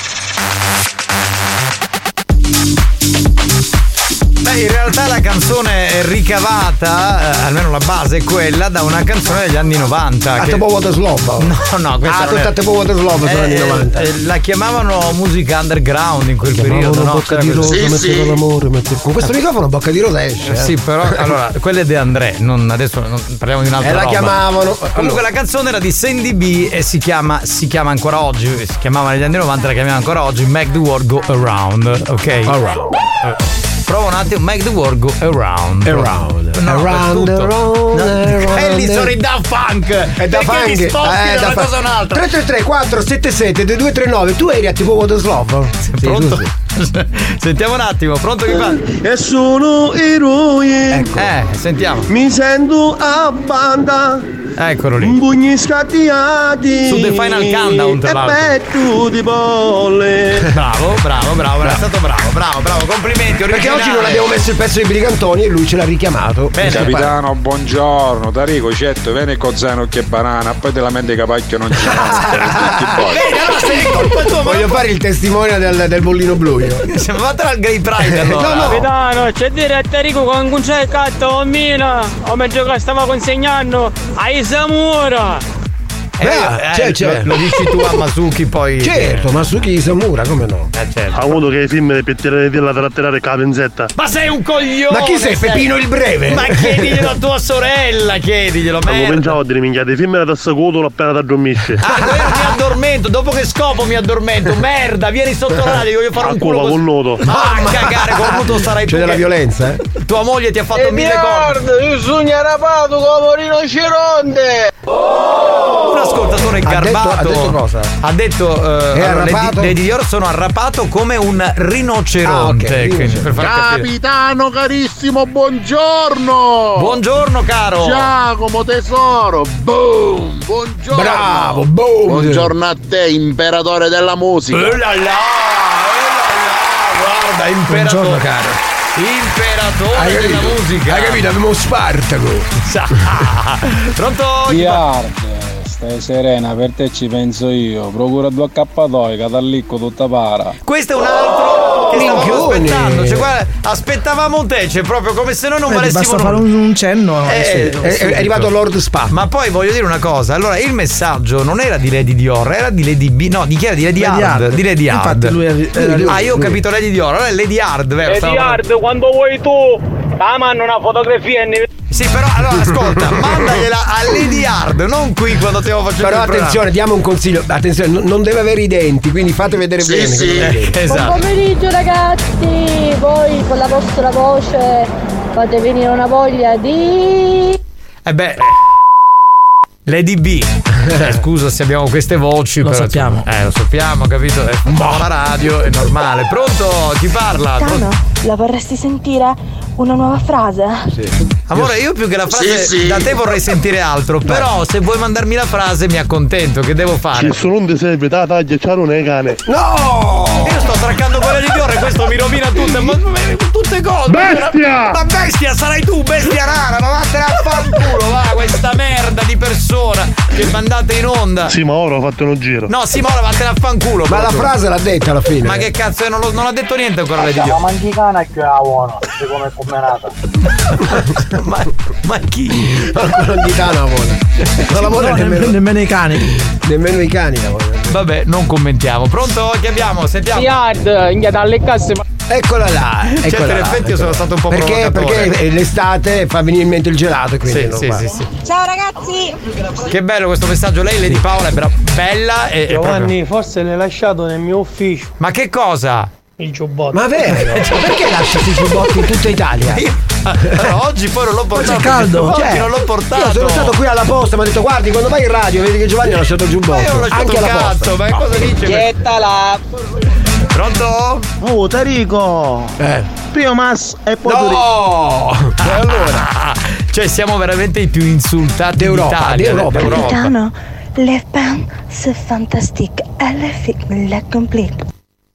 Speaker 8: Beh, in realtà la canzone canzone ricavata, eh, almeno la base è quella, da una canzone degli anni novanta.
Speaker 9: A Tipo Water Slop?
Speaker 8: No, no, questa
Speaker 9: Ah,
Speaker 8: non
Speaker 9: tutta
Speaker 8: è...
Speaker 9: Tipo Water Slop sono
Speaker 8: Eh,
Speaker 9: anni novanta.
Speaker 8: eh, la chiamavano musica underground in quel periodo, no?
Speaker 9: Bocca di rosa, metteva l'amore, metteva- Con questo microfono Bocca di rosa esce. eh.
Speaker 8: Sì, però allora, quella è De André, non, adesso non, parliamo di un'altra
Speaker 9: E la
Speaker 8: roba.
Speaker 9: chiamavano-
Speaker 8: Comunque
Speaker 9: allora.
Speaker 8: la canzone era di Sandy B e si chiama si chiama ancora oggi, si chiamava negli anni novanta, la chiamiamo ancora oggi Make the World Go Around, ok?
Speaker 9: Around.
Speaker 8: Prova un attimo, Make the World Go Around.
Speaker 9: Around.
Speaker 8: No,
Speaker 9: Around,
Speaker 8: per tutto.
Speaker 9: around,
Speaker 8: No,
Speaker 9: around.
Speaker 8: quelli sono i Daft Punk.
Speaker 9: È da
Speaker 8: Perché ti sposti
Speaker 9: Eh,
Speaker 8: da
Speaker 9: da
Speaker 8: una
Speaker 9: funk.
Speaker 8: cosa a un'altra?
Speaker 9: tre tre tre quattro sette sette due tre nove. Tu eri a Tipo Water Slop?
Speaker 8: Pronto? Sentiamo un attimo, pronto chi parla?
Speaker 20: E sono eroe.
Speaker 8: Eh, sentiamo.
Speaker 20: Mi sento a banda.
Speaker 8: Eccolo lì.
Speaker 20: Pugni scattiati.
Speaker 8: Su The Final Countdown, tra
Speaker 20: E
Speaker 8: l'altro.
Speaker 20: petto di bolle.
Speaker 8: Bravo, bravo, bravo, è stato bravo, bravo, bravo, complimenti.
Speaker 9: Perché
Speaker 8: originale.
Speaker 9: oggi non abbiamo messo il pezzo di Brigantoni e lui ce l'ha richiamato.
Speaker 2: Capitano, buongiorno, Tarico, certo, vieni con zaino che banana, poi te la mente capacchio non c'è.
Speaker 8: Bene, allora sei in colpa tua, ma
Speaker 9: Voglio fare il testimone del, del bollino blu io.
Speaker 8: siamo fatti al Grey Pride allora.
Speaker 9: No, no.
Speaker 4: Capitano, c'è dire a Tarico con un c'è il catto o mina, o mentre che stava consegnando ai Samura.
Speaker 8: Eh,
Speaker 9: Beh,
Speaker 8: eh,
Speaker 9: c'è, c'è.
Speaker 8: Lo, lo dici tu a Masuki poi.
Speaker 9: Certo, Masuki Isamura, come no?
Speaker 8: Eh, certo.
Speaker 20: Ha avuto che i film per tirare via la trattenere con la penzetta.
Speaker 8: Ma sei un coglione!
Speaker 9: Ma chi sei, Peppino il Breve?
Speaker 8: Ma chiediglielo a tua sorella, chiediglielo,
Speaker 20: Ma
Speaker 8: merda.
Speaker 20: pensavo di minchiate, i film era da sacuto appena da dormisce.
Speaker 8: Ah, io mi addormento, dopo che scopo mi addormento. Merda, vieni sotto la radio, voglio fare
Speaker 20: A
Speaker 8: un culo
Speaker 20: colpa
Speaker 8: così.
Speaker 20: con nudo.
Speaker 8: Ah, cagare, con nudo sarai tu.
Speaker 9: C'è della
Speaker 8: che-
Speaker 9: violenza, eh?
Speaker 8: Tua moglie ti ha fatto mille cose.
Speaker 15: io sogno rapato come rinoceronte.
Speaker 8: Un ascoltatore
Speaker 9: Ha detto-
Speaker 8: garbato
Speaker 9: ha detto cosa?
Speaker 8: ha detto eh,
Speaker 9: È
Speaker 8: allora,
Speaker 9: arrabbato?
Speaker 8: Lady, Lady Dior sono arrabbato come un rinoceronte.
Speaker 9: Ah, ok,
Speaker 8: quindi, per far capire.
Speaker 6: Capitano carissimo, buongiorno!
Speaker 8: Buongiorno caro.
Speaker 6: Giacomo tesoro, boom! Buongiorno!
Speaker 9: Bravo, boom!
Speaker 6: Buongiorno a te, imperatore della musica!
Speaker 8: Eh là là, eh là là, guarda, imperatore.
Speaker 9: Buongiorno, caro.
Speaker 8: Imperatore
Speaker 9: Hai
Speaker 8: della
Speaker 9: capito?
Speaker 8: musica.
Speaker 9: Hai capito? Avevo Spartaco.
Speaker 8: Pronto?
Speaker 18: Yard, stai serena, per te ci penso io. Procura due accappatoi, catallicco tutta para.
Speaker 8: Questo è un altro che stavamo
Speaker 9: minchione.
Speaker 8: aspettando. Cioè, guarda, aspettavamo te, cioè proprio come se noi non
Speaker 11: Vedi,
Speaker 8: valessimo
Speaker 11: basta fare
Speaker 8: nulla.
Speaker 11: un, un cenno.
Speaker 8: Eh,
Speaker 11: eh,
Speaker 9: È, è arrivato Lord Spa.
Speaker 8: Ma poi voglio dire una cosa, allora il messaggio non era di Lady Dior, era di Lady B, no, di chi era? Di Lady,
Speaker 11: Lady
Speaker 8: Hard,
Speaker 11: Hard.
Speaker 8: di Lady Hard.
Speaker 11: Infatti lui è- era lui,
Speaker 8: Ah, io ho
Speaker 11: lui.
Speaker 8: capito Lady Dior, allora è Lady Hard, vero?
Speaker 4: E
Speaker 8: Stavo
Speaker 4: di
Speaker 8: parlando-
Speaker 4: hard, quando vuoi tu, ah, mando una fotografia e ne...
Speaker 8: Sì, però allora ascolta, mandagliela a Lady Hard, non qui quando stiamo facendo
Speaker 9: Però
Speaker 8: il programma.
Speaker 9: attenzione, diamo un consiglio. Attenzione, non- non deve avere i denti, quindi fate vedere
Speaker 6: Sì,
Speaker 9: bene.
Speaker 6: sì.
Speaker 9: che non ha i denti.
Speaker 8: Eh,
Speaker 22: Buon
Speaker 8: esatto.
Speaker 22: pomeriggio ragazzi, voi con la vostra voce fate venire una voglia di...
Speaker 8: Eh beh, Lady B. Eh, scusa se abbiamo queste voci.
Speaker 11: Lo
Speaker 8: però,
Speaker 11: sappiamo.
Speaker 8: insomma, Eh, lo sappiamo, capito? È la radio, è normale. Pronto? Chi parla?
Speaker 14: Tano, la vorresti sentire una nuova frase?
Speaker 8: Amore, io più che la frase
Speaker 6: Sì, sì.
Speaker 8: da te vorrei sentire altro. Però se vuoi mandarmi la frase mi accontento. Che devo fare?
Speaker 20: Ci sono un serve, ta taglia, c'era un cane.
Speaker 9: No!
Speaker 8: Io sto traccando quella di Dior e questo mi rovina tutto. Ma ma- tutte cose.
Speaker 20: Bestia!
Speaker 8: Ma bestia sarai tu, bestia rara. Ma vattene a fanculo, va, questa merda di persona che mandate in onda.
Speaker 20: Sì, ma ora ho fatto un giro.
Speaker 8: No, Simona, vattene a fanculo.
Speaker 9: Ma la
Speaker 8: proprio.
Speaker 9: frase l'ha detta alla fine.
Speaker 8: Ma che cazzo, io non, lo- non ha detto niente ancora Lady Dior.
Speaker 19: manchicana che la buona, come è combinata.
Speaker 8: ma, ma chi?
Speaker 9: Ancora di Tana vuole. Non lavora
Speaker 11: No,
Speaker 9: nemmeno,
Speaker 11: nemmeno, nemmeno i cani.
Speaker 9: nemmeno i cani lavora.
Speaker 8: Vabbè, non commentiamo. Pronto? Chi abbiamo? Sentiamo.
Speaker 4: Yard, inghia alle casse, ma...
Speaker 9: Eccola là, eccola
Speaker 8: Certo, in
Speaker 9: là,
Speaker 8: effetti io
Speaker 9: eccola
Speaker 8: sono
Speaker 9: là.
Speaker 8: stato un po'
Speaker 9: perché,
Speaker 8: provocatore.
Speaker 9: perché l'estate fa venire in mente il gelato e quindi
Speaker 8: Sì,
Speaker 9: non
Speaker 8: sì,
Speaker 9: va.
Speaker 8: sì, sì.
Speaker 14: Ciao ragazzi!
Speaker 8: Che bello questo messaggio. Lei, Lady Paola, è bra- bella e. e
Speaker 19: Giovanni,
Speaker 8: proprio-
Speaker 19: forse l'hai lasciato nel mio ufficio.
Speaker 8: Ma che cosa?
Speaker 19: Il giubbotto.
Speaker 9: Ma vero? Cioè, perché lascia questi giubbotti in tutta Italia?
Speaker 8: Io- allora, oggi poi non l'ho portato.
Speaker 11: c'è caldo.
Speaker 8: Oggi
Speaker 9: Cioè,
Speaker 8: non l'ho portato.
Speaker 9: Io sono stato qui alla posta, mi ha detto guardi quando vai in radio vedi che Giovanni ha lasciato il giubbotto.
Speaker 8: Ma io ho lasciato
Speaker 9: Anche
Speaker 8: un
Speaker 9: alla
Speaker 8: cazzo,
Speaker 9: posta.
Speaker 8: ma cosa dice?
Speaker 19: Gettala!
Speaker 8: Pronto?
Speaker 19: Oh, Tarico!
Speaker 9: Eh.
Speaker 19: Pio Mas e poi
Speaker 9: No!
Speaker 8: E allora? Cioè, siamo veramente i più insultati
Speaker 9: D'Europa,
Speaker 8: d'Italia,
Speaker 9: d'Europa.
Speaker 8: d'Europa.
Speaker 14: Capitano, le pan c'est fantastique, elle fait la complique.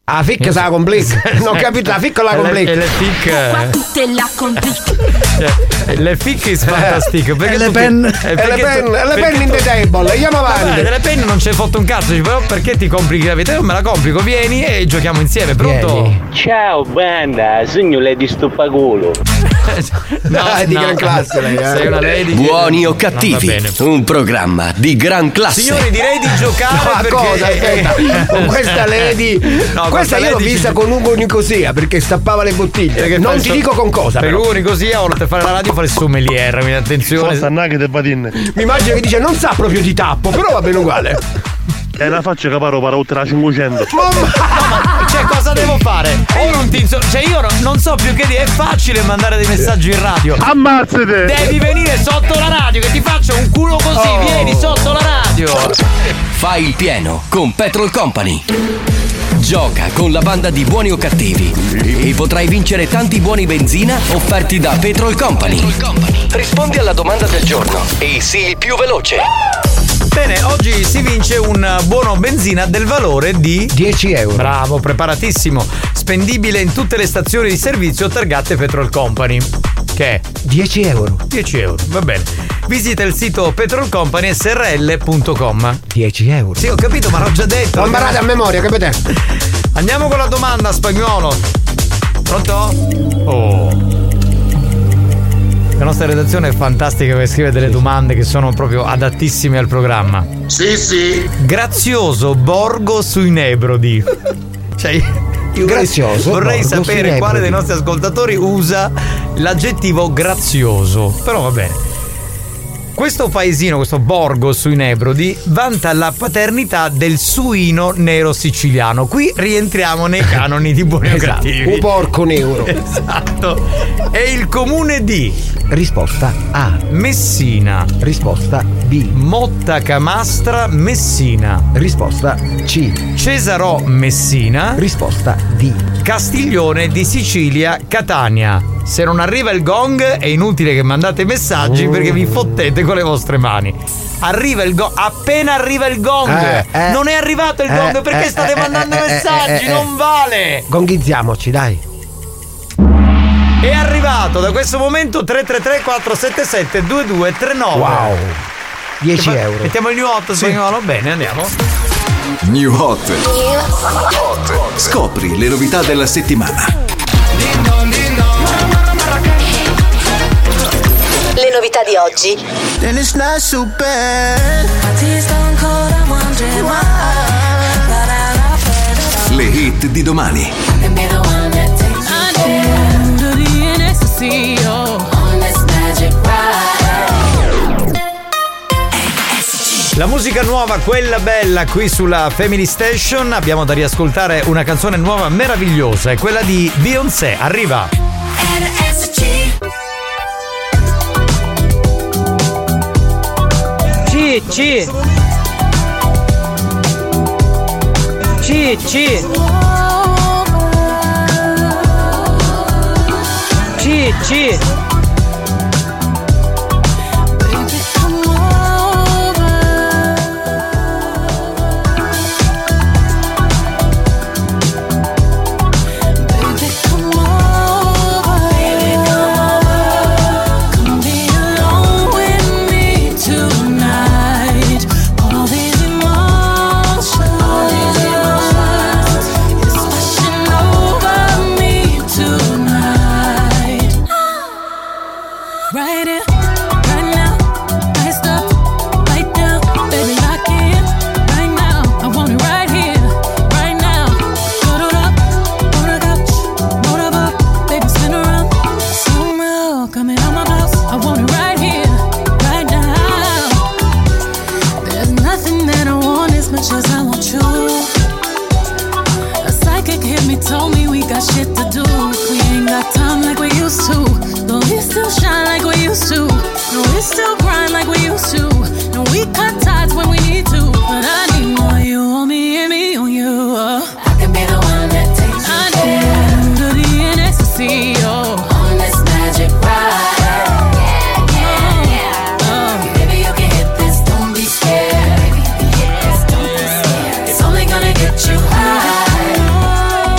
Speaker 9: Ah, ficca sa complica. Non capito, la ficca la complica.
Speaker 8: E le ficca.
Speaker 1: Te la complica.
Speaker 8: Le ficche is fantastic. Perché
Speaker 9: le
Speaker 8: tu-
Speaker 9: pen-
Speaker 8: eh,
Speaker 9: e
Speaker 8: perché
Speaker 9: le pen-
Speaker 8: tu-
Speaker 9: e le
Speaker 8: perché
Speaker 9: pen in
Speaker 8: tu-
Speaker 9: the table, andiamo avanti.
Speaker 8: Vabbè, delle penne non c'è fatto un cazzo, dici, però perché ti complichi la vita? Io me la complico, vieni e giochiamo insieme, pronto?
Speaker 12: Ciao banda, sogno lady stuppaculo.
Speaker 8: No,
Speaker 9: è di gran classe lei, eh.
Speaker 8: Sei una lady.
Speaker 5: Buoni o
Speaker 8: Non va
Speaker 5: cattivi,
Speaker 8: bene.
Speaker 5: un programma di gran classe.
Speaker 8: Signori, direi di giocare
Speaker 9: No,
Speaker 8: perché
Speaker 9: cosa? Aspetta, con questa lady.
Speaker 8: No,
Speaker 9: questa io l'ho
Speaker 8: lady
Speaker 9: vista
Speaker 8: ci-
Speaker 9: con Ugo Nicosia perché stappava le bottiglie.
Speaker 8: Perché
Speaker 9: non
Speaker 8: fai
Speaker 9: ti
Speaker 8: so-
Speaker 9: dico con cosa.
Speaker 8: Per
Speaker 9: Però.
Speaker 8: Ugo Nicosia, oltre a fare la radio, fare il sommelier, quindi attenzione.
Speaker 20: Forza annaghe te badinne.
Speaker 9: Mi immagino che dice non sa proprio di tappo, però va bene uguale.
Speaker 20: E la faccio caparo para oltre la cinquecento.
Speaker 8: Cioè, cosa devo fare? O non ti inso- Cioè, io no- non so più che dire. È facile mandare dei messaggi in radio.
Speaker 20: Ammazzate!
Speaker 8: Devi venire sotto la radio, che ti faccio un culo così.
Speaker 9: Oh.
Speaker 8: Vieni sotto la radio.
Speaker 5: Fai il pieno con Petrol Company. Gioca con la banda di Buoni o Cattivi e potrai vincere tanti buoni benzina offerti da Petrol Company. Rispondi alla domanda del giorno e sii il più veloce.
Speaker 8: Bene, oggi si vince un buono benzina del valore di
Speaker 9: dieci euro.
Speaker 8: Bravo, preparatissimo. Spendibile in tutte le stazioni di servizio targate Petrol Company. Che è?
Speaker 9: dieci euro.
Speaker 8: dieci euro, va bene. Visita il sito petrol company s r l punto com.
Speaker 9: dieci euro.
Speaker 8: Sì, ho capito, ma l'ho già detto.
Speaker 9: Lo imparate a memoria, capite?
Speaker 8: Andiamo con la domanda, Spagnuolo. Pronto? Oh. La nostra redazione è fantastica per scrivere delle domande che sono proprio adattissime al programma.
Speaker 6: Sì, sì.
Speaker 8: Grazioso Borgo sui Nebrodi. Cioè, io
Speaker 9: Grazioso
Speaker 8: vorrei
Speaker 9: Borgo sui
Speaker 8: sapere
Speaker 9: Nebrodi.
Speaker 8: quale dei nostri ascoltatori usa l'aggettivo grazioso. Però va bene. Questo paesino, questo borgo sui Nebrodi, vanta la paternità del suino nero siciliano. Qui rientriamo nei canoni di Buoni o
Speaker 9: Esatto,
Speaker 8: Cattivi.
Speaker 9: un porco nero.
Speaker 8: Esatto. È il comune di
Speaker 9: Risposta A.
Speaker 8: Messina.
Speaker 9: Risposta B.
Speaker 8: Motta Camastra, Messina.
Speaker 9: Risposta C.
Speaker 8: Cesarò, Messina.
Speaker 9: Risposta D.
Speaker 8: Castiglione di Sicilia, Catania. Se non arriva il gong è inutile che mandate messaggi
Speaker 9: Oh.
Speaker 8: perché vi fottete con le vostre mani. Arriva il gong, appena arriva il gong.
Speaker 9: Eh, eh.
Speaker 8: Non è arrivato il gong,
Speaker 9: Eh,
Speaker 8: perché
Speaker 9: eh,
Speaker 8: state
Speaker 9: eh,
Speaker 8: mandando
Speaker 9: eh, eh,
Speaker 8: messaggi?
Speaker 9: eh, eh,
Speaker 8: Non vale.
Speaker 9: Gonghizziamoci, dai.
Speaker 8: È arrivato da questo momento tre tre tre quattro sette sette due due tre nove.
Speaker 9: Wow. dieci
Speaker 8: Che fa-
Speaker 9: euro.
Speaker 8: Mettiamo il new hot spagnolo, bene, andiamo.
Speaker 3: New Hot. Scopri le novità della settimana.
Speaker 1: Le novità di oggi.
Speaker 3: Le hit di domani.
Speaker 8: La musica nuova, quella bella, qui sulla Family Station. Abbiamo da riascoltare una canzone nuova meravigliosa, è quella di Beyoncé. Arriva.
Speaker 4: C, C. C, C. C, C.
Speaker 7: Told me we got shit to do. We ain't got time like we used to. No, we still shine like we used to. No, we still grind like we used to. No, we cut ties when we need to. But I need more you on me and me on you. Uh, I can be the one that takes you I there. Nudity and ecstasy, oh. On this magic ride. Yeah, yeah, yeah. Oh. Baby, you can hit this, don't be scared. Baby, you can hit this, don't be scared. It's only gonna get you high.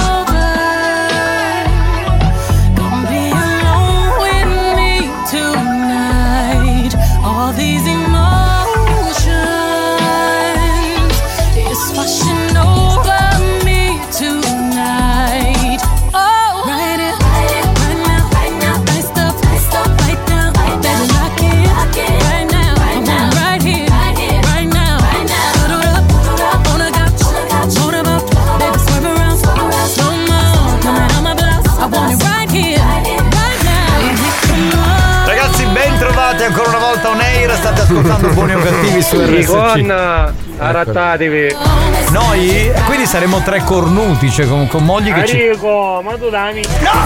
Speaker 8: Bentornati ancora una volta on air, state ascoltando Buoni o Cattivi su R S C.
Speaker 13: Con arrattatevi.
Speaker 8: Noi? Quindi saremo tre cornuti, cioè con, con mogli che ci...
Speaker 13: Enrico, ma tu dammi.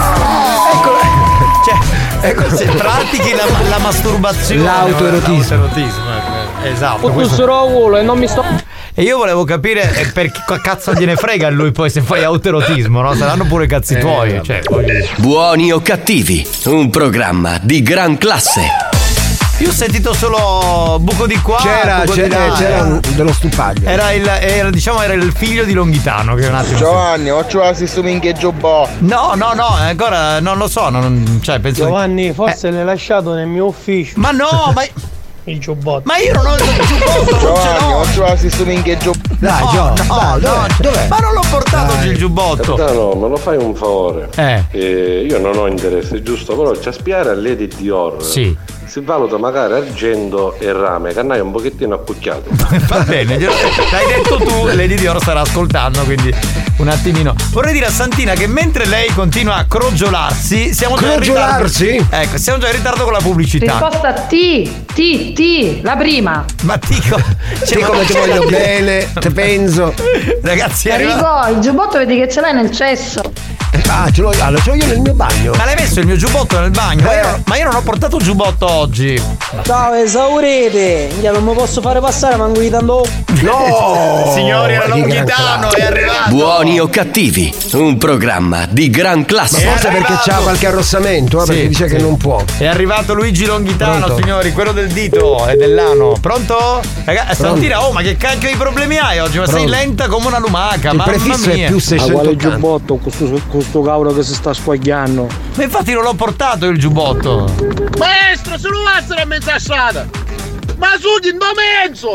Speaker 8: Ecco, cioè, ecco, se pratichi la, la masturbazione.
Speaker 9: L'autoerotismo.
Speaker 8: L'autoerotismo, esatto.
Speaker 4: Questo culo e non mi sto...
Speaker 8: E io volevo capire eh, per che cazzo gliene frega a lui poi se fai autoerotismo, no? Saranno pure i cazzi
Speaker 9: Eh,
Speaker 8: tuoi. Cioè, voglio-
Speaker 5: Buoni o cattivi, un programma di gran classe.
Speaker 8: Io ho sentito solo buco di qua.
Speaker 9: C'era,
Speaker 8: buco di
Speaker 9: c'era,
Speaker 8: là.
Speaker 9: c'era un- dello stupaglio.
Speaker 8: Era il, era, diciamo, era il figlio di Longhitano che un attimo.
Speaker 6: Giovanni, occhio a questo minchieggio boh.
Speaker 8: No, no, no, ancora non lo so, non, cioè penso.
Speaker 4: Giovanni, forse l'hai lasciato nel mio ufficio.
Speaker 8: Ma no, ma.
Speaker 4: Il giubbotto.
Speaker 8: Ma io non ho il giubbotto, non ce
Speaker 6: Giovanni,
Speaker 8: l'ho.
Speaker 6: occhio a questo minchieggio.
Speaker 9: Dai,
Speaker 8: No,
Speaker 9: Gio,
Speaker 8: no,
Speaker 9: dai,
Speaker 8: no,
Speaker 9: dov'è?
Speaker 8: ma non l'ho portato oggi il giubbotto.
Speaker 16: Capitano, me lo fai un favore?
Speaker 8: Eh.
Speaker 16: Eh, io non ho interesse, giusto, però c'è spiare a Lady Dior.
Speaker 8: Sì.
Speaker 16: Si valuta magari argento e rame, cannai un pochettino accucchiato.
Speaker 8: Va bene, glielo- l'hai detto tu, Lady Dior starà ascoltando, quindi un attimino. Vorrei dire a Santina che mentre lei continua a crogiolarsi, siamo già in ritardo.
Speaker 9: Crogiolarsi?
Speaker 8: Ecco, siamo già in ritardo con la pubblicità.
Speaker 22: Risposta T, T, T, la prima.
Speaker 8: Ma dico,
Speaker 9: Sì, come ti voglio bene, te penso.
Speaker 8: Ragazzi, è arrivato-
Speaker 22: Enrico, il giubbotto vedi che ce l'hai nel cesso.
Speaker 9: Ah, ce l'ho, allora, ce l'ho io nel mio bagno.
Speaker 8: Ma l'hai messo il mio giubbotto nel bagno? Ma io, ma io non ho portato il giubbotto oggi.
Speaker 4: Ciao, esaurite. Io non mi posso fare passare, manco gli tanto.
Speaker 9: No!
Speaker 8: Signori, era Longhitano, è arrivato.
Speaker 5: Buoni o cattivi, un programma di gran
Speaker 9: Ma
Speaker 5: classe.
Speaker 9: forse perché c'ha qualche arrossamento, eh, perché
Speaker 8: Sì,
Speaker 9: dice
Speaker 8: sì.
Speaker 9: che non può.
Speaker 8: È arrivato Luigi Longhitano,
Speaker 9: Pronto?
Speaker 8: signori, quello del dito e dell'ano. Pronto? Ragazzi, Santina, oh, ma che cacchio di problemi hai oggi? Ma sei
Speaker 9: Pronto?
Speaker 8: lenta come una lumaca,
Speaker 9: Il
Speaker 8: mamma
Speaker 9: prefisso
Speaker 8: mia.
Speaker 9: è più
Speaker 4: Ma quale
Speaker 9: seicentottanta.
Speaker 4: giubbotto? Questo, questo cavolo che si sta squagliando.
Speaker 8: Ma infatti non l'ho portato il giubbotto.
Speaker 6: Maestro, se lo alzano a mezza strada. Ma su di in mezzo.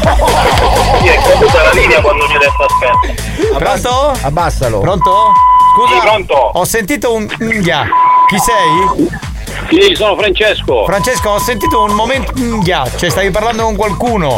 Speaker 12: Sì, è caduta la linea quando mi hai detto aspetta.
Speaker 8: Pronto?
Speaker 9: Abbassalo.
Speaker 8: Pronto? Scusa.
Speaker 12: Sì, pronto.
Speaker 8: Ho sentito un minghia. Chi sei?
Speaker 12: Sì, sono Francesco.
Speaker 8: Francesco, ho sentito un momento minghia. Cioè, stavi parlando con qualcuno.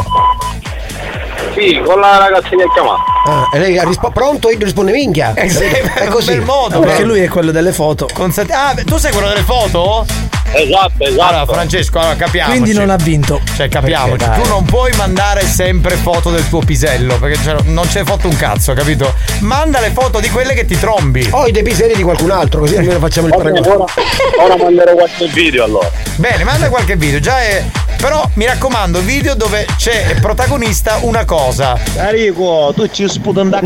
Speaker 12: Sì, con la ragazza che ha chiamato.
Speaker 9: Ah, e lei ha rispo- pronto? Io risponde minchia.
Speaker 8: Eh, sì,
Speaker 9: È così.
Speaker 8: Per modo.
Speaker 9: Perché
Speaker 8: però.
Speaker 9: lui
Speaker 11: è quello delle foto.
Speaker 8: Con Sat- ah, beh, tu sei quello delle foto?
Speaker 12: Esatto, esatto.
Speaker 8: Allora, Francesco, allora capiamoci.
Speaker 11: Quindi non ha vinto.
Speaker 8: Cioè, capiamoci,
Speaker 9: Perché, dai.
Speaker 8: tu non puoi mandare sempre foto del tuo pisello, perché cioè, non c'è foto un cazzo, capito? Manda le foto di quelle che ti trombi.
Speaker 9: Ho i dei piselli di qualcun altro, così almeno facciamo il paragone.
Speaker 12: Ora, ora manderò qualche video allora.
Speaker 8: Bene, manda qualche video, già è. Però mi raccomando, video dove c'è protagonista una cosa.
Speaker 4: Enrico, tu ci sputi da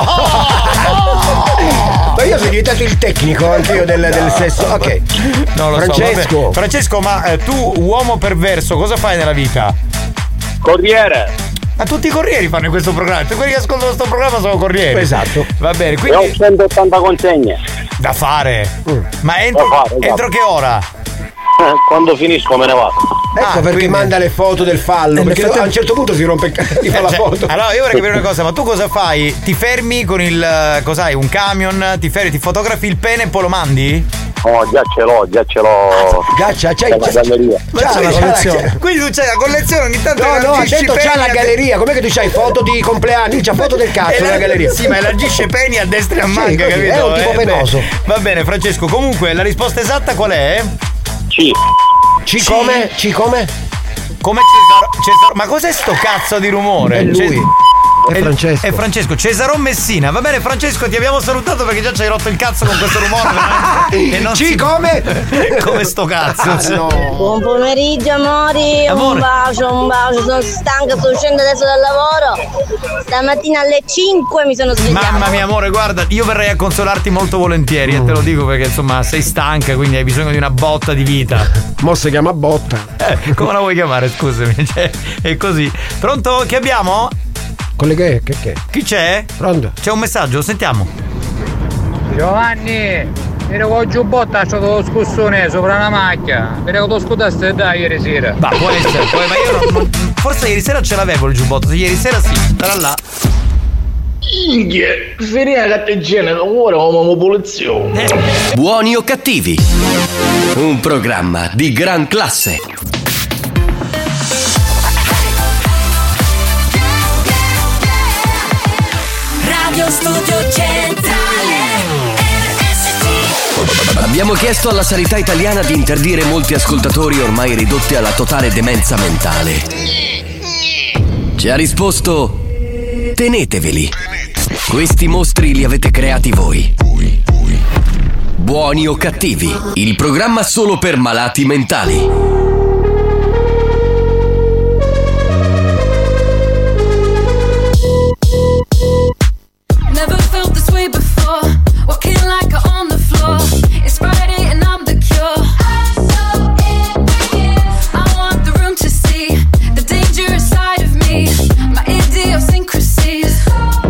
Speaker 9: Ma io sono diventato il tecnico anche io del, del sesso. Ok.
Speaker 8: Non lo so.
Speaker 9: Francesco.
Speaker 8: vabbè. Francesco, ma eh, tu, uomo perverso, cosa fai nella vita?
Speaker 12: Corriere.
Speaker 8: Ma tutti i corrieri fanno in questo programma. Tutti quelli che ascoltano questo programma sono corrieri.
Speaker 9: Esatto.
Speaker 8: Va bene,
Speaker 12: E ho
Speaker 8: quindi.
Speaker 12: centottanta consegne.
Speaker 8: Da fare. Ma entro,
Speaker 12: Da fare, esatto.
Speaker 8: entro che ora?
Speaker 12: Eh, Quando finisco me ne vado.
Speaker 9: Ecco
Speaker 8: Ah,
Speaker 9: perché
Speaker 8: quindi-
Speaker 9: manda le foto del fallo.
Speaker 11: Eh,
Speaker 9: Perché
Speaker 11: nel frattempo-
Speaker 9: a un certo punto si rompe il cazzo di fa
Speaker 8: Eh,
Speaker 9: la
Speaker 8: cioè,
Speaker 9: foto.
Speaker 8: allora io vorrei capire una cosa, ma tu cosa fai? Ti fermi con il. eh, Cos'hai? Un camion? Ti fermi, ti fotografi il pene e poi lo mandi?
Speaker 12: Oh, già ce l'ho, già ce l'ho.
Speaker 9: Gaccia, c'hai
Speaker 12: C'è la galleria.
Speaker 9: C'ha
Speaker 8: C'hai
Speaker 9: la
Speaker 8: la
Speaker 9: collezione.
Speaker 8: Quindi tu c'hai la collezione, ogni tanto
Speaker 9: No, no, ha
Speaker 8: elargisci
Speaker 9: detto c'ha
Speaker 8: peni
Speaker 9: la
Speaker 8: a de-
Speaker 9: galleria. Com'è che tu c'hai foto di compleanni? C'ha foto del cazzo
Speaker 8: Elar-
Speaker 9: nella galleria.
Speaker 8: Sì, ma elargisce peni a destra e a
Speaker 9: Sì,
Speaker 8: manca,
Speaker 9: così,
Speaker 8: capito?
Speaker 9: è un tipo
Speaker 8: Eh,
Speaker 9: penoso.
Speaker 8: beh. Va bene, Francesco, comunque la risposta esatta qual è?
Speaker 12: Sì.
Speaker 9: Ci come? Ci come?
Speaker 8: Come Cesaro, Cesaro- ma cos'è sto cazzo di rumore?
Speaker 9: È lui.
Speaker 8: Ces-
Speaker 9: È Francesco.
Speaker 8: È Francesco, Cesaro Messina. Va bene, Francesco, ti abbiamo salutato perché già ci hai rotto il cazzo con questo rumore. veramente. E non
Speaker 9: Ci
Speaker 8: si-
Speaker 9: come?
Speaker 8: Come sto cazzo?
Speaker 9: Ah, no.
Speaker 22: Buon pomeriggio amori,
Speaker 8: Amore.
Speaker 22: un bacio, un bacio, sono stanca, sto uscendo adesso dal lavoro. Stamattina alle cinque mi sono svegliata.
Speaker 8: Mamma mia amore, guarda, io verrei a consolarti molto volentieri e te lo dico perché insomma sei stanca, quindi hai bisogno di una botta di vita.
Speaker 9: Mo si chiama botta.
Speaker 8: Eh, come la vuoi chiamare, scusami? Cioè, è così. Pronto? Chi abbiamo?
Speaker 9: Con le che? Che che?
Speaker 8: Chi c'è?
Speaker 9: Pronto?
Speaker 8: C'è un messaggio, sentiamo.
Speaker 4: Giovanni, ero con il giubbotto, ho stato lo scussone sopra una macchina. Ero con lo scudaste da ieri sera.
Speaker 8: Ma può essere, poi, ma io non, non- forse ieri sera ce l'avevo il giubbotto, se ieri sera sì, sarà là.
Speaker 4: Inghia, finire la catteggina, ora come pulizio.
Speaker 5: Buoni o cattivi, un programma di gran classe.
Speaker 1: Radio Studio Centrale R S C.
Speaker 5: Abbiamo chiesto alla sanità italiana di interdire molti ascoltatori ormai ridotti alla totale demenza mentale. Ci ha risposto: teneteveli. Questi mostri li avete creati voi. Buoni o cattivi, il programma solo per malati mentali.
Speaker 7: Never felt this way before. Walking like I'm on the floor. It's Friday and I'm the cure. I'm so in with you. I want the room to see the dangerous side of me. My idiosyncrasies.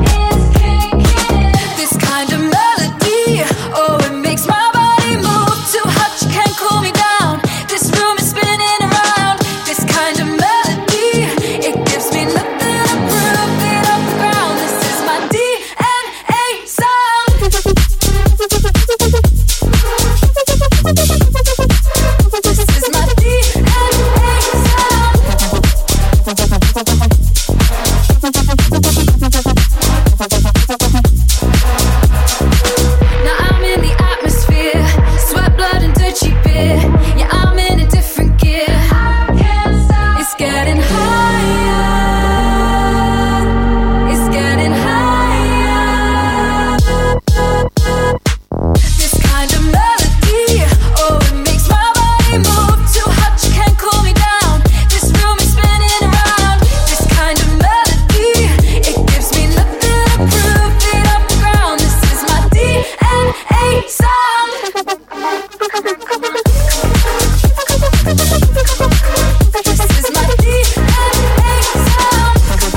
Speaker 7: This kind of melody, oh, it makes my body move. Too hot, you can't cool me down. This room is spinning around. This kind of melody, it gives me nothing to prove. It off the ground. This is my D N A sound. This is my D N A sound. Now I'm in the atmosphere, sweat, blood, and dirty beer. Yeah, I'm in a different gear. It's getting higher. It's getting higher. This kind of melody, oh, it makes my body move. Too hot, you can't cool me down. This room is spinning around. This kind of melody, it gives me nothing to prove. It off the ground. This is my D N A sound. This is my D N A sound.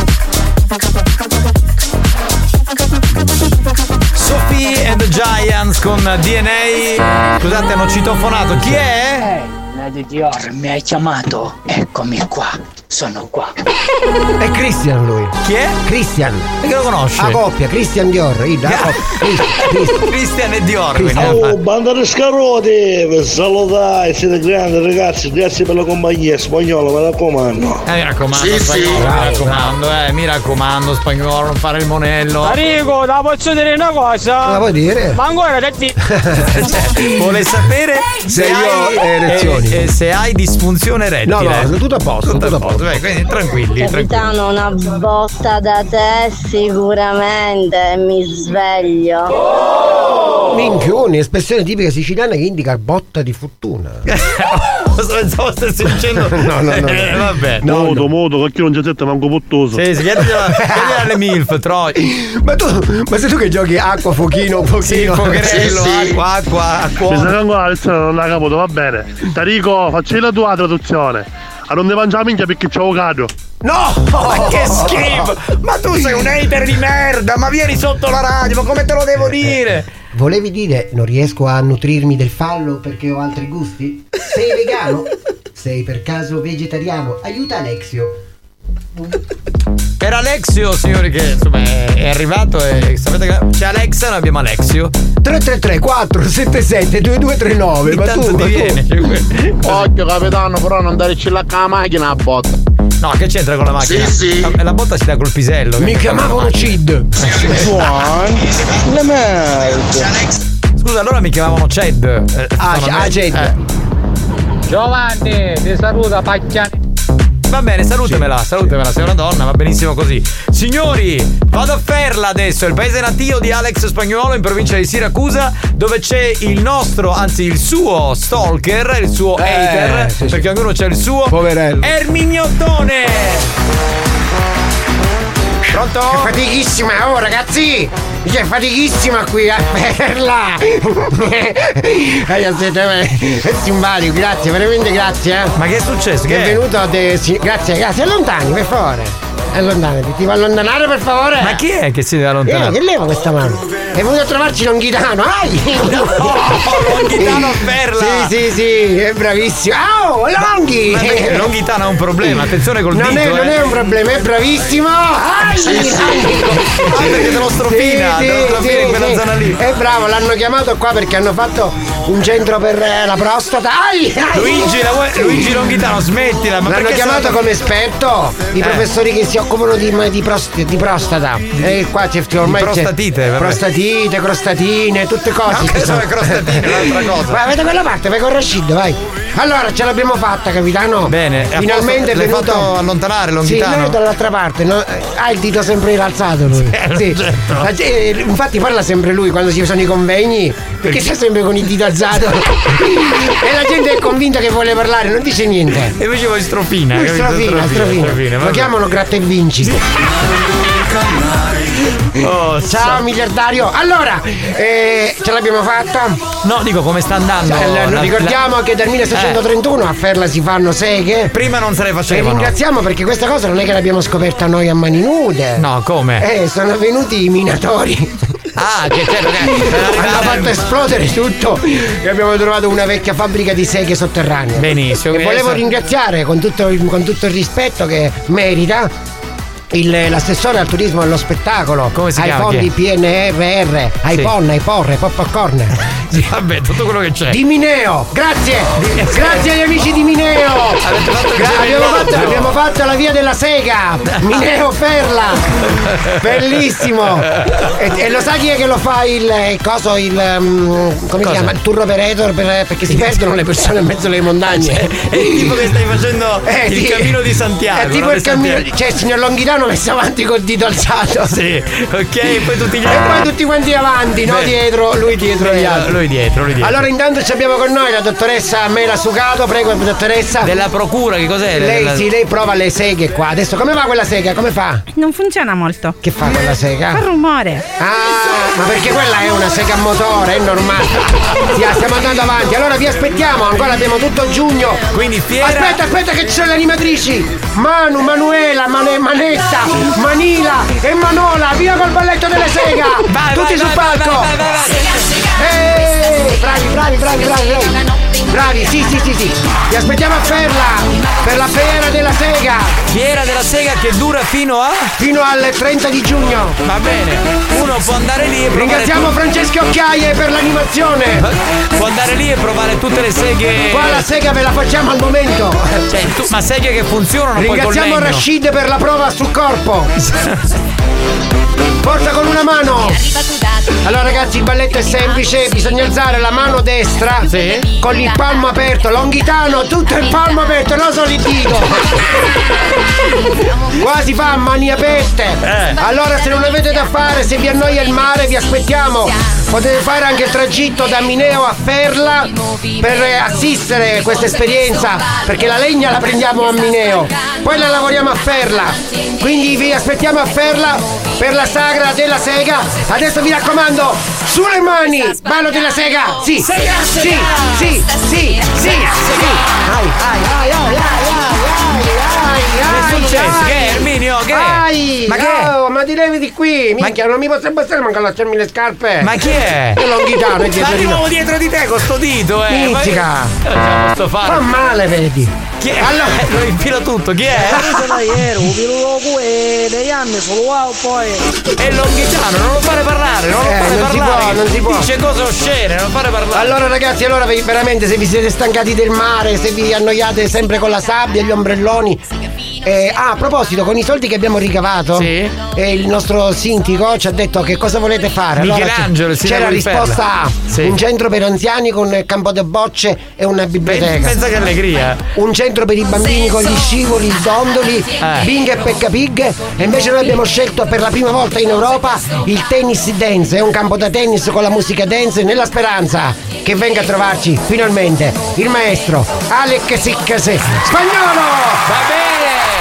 Speaker 8: Sophie and the Giants con D N A. Scusate, hanno citofonato. Chi è?
Speaker 17: Lady Dior, mi hai chiamato? Eccomi qua, sono qua.
Speaker 9: È Christian lui.
Speaker 8: Chi è?
Speaker 9: Christian.
Speaker 8: E che lo conosce?
Speaker 9: La coppia, Christian Dior. Ida, la coppia.
Speaker 8: Christian e Dior.
Speaker 6: Oh, banda di scaroti, per salutare, siete grandi ragazzi, grazie per la compagnia, spagnolo, mi raccomando.
Speaker 8: Eh, mi raccomando,
Speaker 6: Sì,
Speaker 8: spagnolo,
Speaker 6: sì.
Speaker 8: mi raccomando, eh, mi raccomando, spagnolo, non fare il monello.
Speaker 4: Enrico, la posso dire una cosa?
Speaker 9: La vuoi dire?
Speaker 4: Ma ancora da te.
Speaker 8: Cioè, vuole sapere se,
Speaker 9: Se io
Speaker 8: hai
Speaker 9: ho erezioni.
Speaker 8: eh, eh, se hai disfunzione erettile.
Speaker 9: No, no, tutto a posto,
Speaker 8: tutto,
Speaker 9: tutto
Speaker 8: a
Speaker 9: a
Speaker 8: posto.
Speaker 9: posto.
Speaker 8: Beh, quindi tranquilli, tranquilli.
Speaker 22: Capitano, una botta da te sicuramente mi sveglio.
Speaker 9: Minchioni, espressione tipica siciliana che indica botta di fortuna.
Speaker 8: Pensavo stessi dicendo.
Speaker 9: No, no, no.
Speaker 8: Eh, vabbè.
Speaker 20: Modo, modo, che non c'è gente manco pottoso.
Speaker 8: Sì, sì, chiedigliela chiedigliela alle MILF, Troy.
Speaker 9: Ma tu, ma sei tu che giochi acqua, fuochino, pochino?
Speaker 8: Sì, focherello, acqua, acqua, acqua.
Speaker 20: Mi sa che ancora la lezione non ha caputo, va bene. Tarico, facci la tua traduzione. A non ne mangiare minchia perché c'ho avvocato.
Speaker 8: No, ma che schifo! Ma tu sei un hater di merda, ma vieni sotto la radio, ma come te lo devo dire?
Speaker 9: Volevi dire non riesco a nutrirmi del fallo perché ho altri gusti? Sei vegano? Sei per caso vegetariano? Aiuta Alexio.
Speaker 8: Per Alexio, signori, che insomma è, è arrivato e sapete che c'è Alexa, noi abbiamo Alexio.
Speaker 9: tre tre tre quattro sette sette due due tre nove. Ma tu,
Speaker 8: ti
Speaker 9: ma
Speaker 8: viene?
Speaker 9: tu.
Speaker 6: Occhio capitano, però non darci la macchina a botta.
Speaker 8: No, che c'entra con la macchina?
Speaker 6: Sì, sì.
Speaker 8: La, la botta si dà col pisello.
Speaker 9: Mi chiamavano Cid.
Speaker 6: Le merda.
Speaker 8: Scusa, allora mi chiamavano Ced. Eh,
Speaker 9: Ah,
Speaker 8: sono
Speaker 9: ah,
Speaker 8: me-
Speaker 9: Ced.
Speaker 8: eh.
Speaker 13: Giovanni, ti saluta Pacchiani.
Speaker 8: Va bene, salutemela, salutemela, sei una donna, va benissimo così. Signori, vado a Ferla adesso, il paese natio di Alex Spagnuolo in provincia di Siracusa, dove c'è il nostro, anzi il suo stalker, il suo
Speaker 9: Eh,
Speaker 8: hater,
Speaker 9: sì, sì.
Speaker 8: perché ognuno c'ha il suo.
Speaker 9: Poverello.
Speaker 8: Ermignottone! Pronto?
Speaker 9: È fatichissima, oh ragazzi! È fatichissima qui a Perla! È simpatico, grazie, veramente grazie. Eh.
Speaker 8: Ma che è successo?
Speaker 9: Che
Speaker 8: Che
Speaker 9: è venuto a de- sì, grazie, grazie, allontani per favore. Allontanati, ti va a allontanare per favore?
Speaker 8: Ma chi è che si deve
Speaker 9: Eh,
Speaker 8: allontanare?
Speaker 9: che leva questa mano? È venuto a trovarci Longhitano, ai!
Speaker 8: Longhitano a Perla!
Speaker 9: Sì, sì, sì, è bravissimo. Oh, Longhi!
Speaker 8: Ma perché Longhitano è un problema, attenzione col
Speaker 9: non
Speaker 8: dito.
Speaker 9: è, non
Speaker 8: eh.
Speaker 9: è un problema, è bravissimo! Ai!
Speaker 8: Sì, sì. Ah, perché te lo strofina, te lo strofina in quella zona lì.
Speaker 9: È bravo, l'hanno chiamato qua perché hanno fatto un centro per eh, la prostata. Ai, ai.
Speaker 8: Luigi, la vuoi- Luigi Longhitano, smettila. Ma
Speaker 9: L'hanno
Speaker 8: perché
Speaker 9: chiamato
Speaker 8: sei-
Speaker 9: come esperto i
Speaker 8: Eh.
Speaker 9: professori che si occupano di, di, prost- di prostata. E qua c'è ormai
Speaker 8: Di prostatite,
Speaker 9: c'è
Speaker 8: vabbè.
Speaker 9: prostatite, crostatine, tutte cose.
Speaker 8: No, che sono le crostatine, è un'altra cosa.
Speaker 9: Vai, vai da quella parte, vai con Rashid, vai. Allora, ce l'abbiamo fatta, capitano.
Speaker 8: Bene, a
Speaker 9: finalmente è
Speaker 8: posto, l'hai
Speaker 9: venuto.
Speaker 8: fatto allontanare,
Speaker 9: Sì,
Speaker 8: Longhitano?
Speaker 9: lui è dall'altra parte, no? Ha il dito sempre rialzato lui. Sì. La ge- eh, infatti parla sempre lui quando ci sono i convegni, perché sta sempre con il dito alzato. E la gente è convinta che vuole parlare, non dice niente.
Speaker 8: E invece voi strofina,
Speaker 9: Lui
Speaker 8: capito?
Speaker 9: strofina, strofina.
Speaker 8: strofina,
Speaker 9: Lo
Speaker 8: vabbè.
Speaker 9: chiamano gratta e vinci.
Speaker 8: Oh,
Speaker 9: Ciao miliardario. Allora, eh, ce l'abbiamo fatta?
Speaker 8: No, dico come sta andando.
Speaker 9: Eh,
Speaker 8: la-
Speaker 9: ricordiamo che dal milleseicentotrentuno a Ferla si fanno seghe.
Speaker 8: Prima non se le
Speaker 9: E
Speaker 8: facevano.
Speaker 9: ringraziamo perché questa cosa non è che l'abbiamo scoperta noi a mani nude.
Speaker 8: No, come?
Speaker 9: Eh, sono venuti i minatori.
Speaker 8: Ah, che certo che
Speaker 9: hanno fatto esplodere tutto e abbiamo trovato una vecchia fabbrica di seghe sotterranee.
Speaker 8: Benissimo.
Speaker 9: E
Speaker 8: quindi
Speaker 9: volevo
Speaker 8: adesso-
Speaker 9: ringraziare con tutto, il- con tutto il rispetto che merita il- l'assessore al turismo e allo spettacolo.
Speaker 8: Come si
Speaker 9: ai
Speaker 8: chiama?
Speaker 9: fondi
Speaker 8: Chi
Speaker 9: P N R R, ai
Speaker 8: Sì.
Speaker 9: PON, ai PORRE, Popcorn.
Speaker 8: Sì, vabbè, tutto quello che c'è.
Speaker 9: Di Mineo, grazie! Grazie agli amici di Mineo!
Speaker 8: Avete fatto il
Speaker 9: Gra- abbiamo,
Speaker 8: gemellaggio.
Speaker 9: fatto, abbiamo fatto la via della sega! Mineo Ferla! Bellissimo! E, e lo sai chi è che lo fa il, il coso, il um, come si
Speaker 8: Cosa?
Speaker 9: chiama? Il tour operator per- perché si perdono le persone in mezzo alle montagne.
Speaker 8: È il tipo che stai facendo
Speaker 9: Eh,
Speaker 8: il
Speaker 9: sì.
Speaker 8: cammino di Santiago.
Speaker 9: È tipo
Speaker 8: no?
Speaker 9: il
Speaker 8: Di
Speaker 9: cammino.
Speaker 8: Santiago.
Speaker 9: Cioè il signor Longhitano messo avanti col dito alzato.
Speaker 8: Sì, ok, e poi tutti gli
Speaker 9: E
Speaker 8: altri.
Speaker 9: poi tutti quanti avanti, no
Speaker 8: Beh.
Speaker 9: dietro, lui dietro gli
Speaker 8: Eh,
Speaker 9: altri.
Speaker 8: Lui dietro, lui dietro.
Speaker 9: Allora intanto ci abbiamo con noi la dottoressa Mela Sucato, prego dottoressa.
Speaker 8: Della procura, che cos'è?
Speaker 9: Lei
Speaker 8: Della-
Speaker 9: sì, lei prova le seghe qua. Adesso come va quella sega? Come fa?
Speaker 10: Non funziona molto.
Speaker 9: Che fa quella sega?
Speaker 10: Fa rumore.
Speaker 9: Ah, ma perché quella è una sega a motore, è normale. Sì, stiamo andando avanti. Allora vi aspettiamo, ancora abbiamo tutto giugno.
Speaker 8: Quindi fiera.
Speaker 9: Aspetta, aspetta che ci sono le animatrici. Manu, Manuela, Mane- Manetta, Manila e Manola. Via col balletto delle sega.
Speaker 8: Vai,
Speaker 9: Tutti
Speaker 8: vai,
Speaker 9: sul
Speaker 8: vai,
Speaker 9: palco.
Speaker 8: vai, vai, vai, vai.
Speaker 9: Ehi, bravi, bravi, bravi, bravi, bravi. Bravi, sì, sì, sì, sì. Vi aspettiamo a Ferla per la fiera della sega.
Speaker 8: Fiera della sega che dura fino a?
Speaker 9: Fino al trenta di giugno.
Speaker 8: Va bene. Uno può andare lì e provare.
Speaker 9: Ringraziamo
Speaker 8: tu-
Speaker 9: Francesco Occhiaie per l'animazione.
Speaker 8: Può andare lì e provare tutte le seghe.
Speaker 9: Qua la sega ve la facciamo al momento.
Speaker 8: Cioè, tu- ma seghe che funzionano poi col
Speaker 9: Ringraziamo
Speaker 8: legno.
Speaker 9: Rashid per la prova sul corpo. Forza con una mano. Allora ragazzi, il balletto è semplice, bisogna alzare la mano destra
Speaker 8: Sì.
Speaker 9: con il palmo aperto. Longhitano, tutto il palmo aperto, non solo il dito. Qua si fa a mani aperte.
Speaker 8: Eh.
Speaker 9: Allora se non avete da fare, se vi annoia il mare, vi aspettiamo. Potete fare anche il tragitto da Mineo a Ferla per eh, assistere questa esperienza, perché la legna la prendiamo a Mineo, poi la lavoriamo a Ferla. Quindi vi aspettiamo a Ferla per la sagra della sega. Adesso vi raccomando, sulle mani, ballo della sega. Sì, sì, sì, sì, sì, sì. Ai, ai, ai, ai, ai, ai, ai,
Speaker 8: Che è successo?
Speaker 9: ai.
Speaker 8: Che è, Erminio? Che è?
Speaker 9: Ai,
Speaker 8: Ma che è?
Speaker 9: oh, ma ti levi di qui, minchia, non mi posso bastare manco a lasciarmi le scarpe.
Speaker 8: Ma chi è?
Speaker 9: Che Longhitano è
Speaker 8: Ma
Speaker 9: dietro di
Speaker 8: arrivavo
Speaker 9: noi.
Speaker 8: dietro di te con sto dito, eh.
Speaker 9: Mizzica.
Speaker 8: Ma- Non ce la posso fare.
Speaker 9: Fa male, vedi.
Speaker 8: Chi è?
Speaker 9: Allora-
Speaker 8: Eh, lo infilo tutto, chi è? È Longhitano, non lo fare parlare, non lo
Speaker 9: Eh,
Speaker 8: fare
Speaker 9: non si
Speaker 8: parlare.
Speaker 9: può, non si può.
Speaker 8: Dice cose oscene, non fare parlare.
Speaker 9: Allora ragazzi, allora vi- veramente se vi siete stancati del mare, se vi annoiate sempre con la sabbia, gli ombrelloni. Eh, ah, a proposito, con i soldi che abbiamo ricavato,
Speaker 8: Sì.
Speaker 9: eh, il nostro sindaco ci ha detto che cosa volete fare.
Speaker 8: Michelangelo, il
Speaker 9: c'è,
Speaker 8: sindaco
Speaker 9: c'è la
Speaker 8: di
Speaker 9: risposta
Speaker 8: Ferla.
Speaker 9: A,
Speaker 8: Sì.
Speaker 9: un centro per anziani con campo de bocce e una biblioteca.
Speaker 8: Pensa che allegria.
Speaker 9: Un centro per i bambini con gli scivoli, i dondoli,
Speaker 8: Eh.
Speaker 9: Bing e Pecca Pig. E invece noi abbiamo scelto per la prima volta in Europa il tennis dance. È un campo da tennis con la musica dance, nella speranza che venga a trovarci finalmente il maestro Alec Siccase Spagnolo.
Speaker 8: Va bene.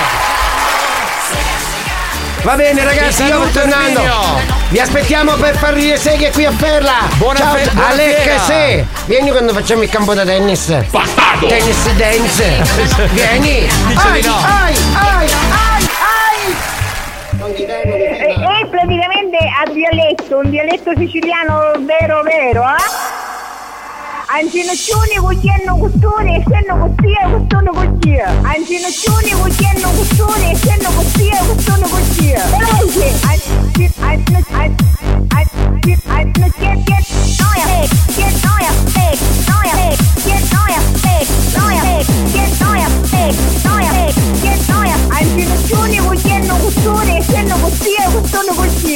Speaker 9: Va bene ragazzi,
Speaker 8: Ti
Speaker 9: io
Speaker 8: saluto,
Speaker 9: sto tornando.
Speaker 8: Erminio.
Speaker 9: Vi aspettiamo per fare le seghe qui a Ferla.
Speaker 8: Buona
Speaker 9: Ciao,
Speaker 8: fe- buona
Speaker 9: Alec
Speaker 8: fiera.
Speaker 9: Se. Vieni quando facciamo il campo da tennis.
Speaker 8: Bastardo.
Speaker 9: Tennis dance. Vieni.
Speaker 8: Dice
Speaker 9: ai,
Speaker 8: di no.
Speaker 9: ai, ai, ai, ai.
Speaker 21: È praticamente a dialetto, un dialetto siciliano vero vero, eh? Ancinoccioni cucchiano custone e senno costia custone costia. Ancinoccioni cucchiano custone e senno costia custone costia. Veloce! Anci, anci, anci, anci, anci, get, get, noia, get, noia,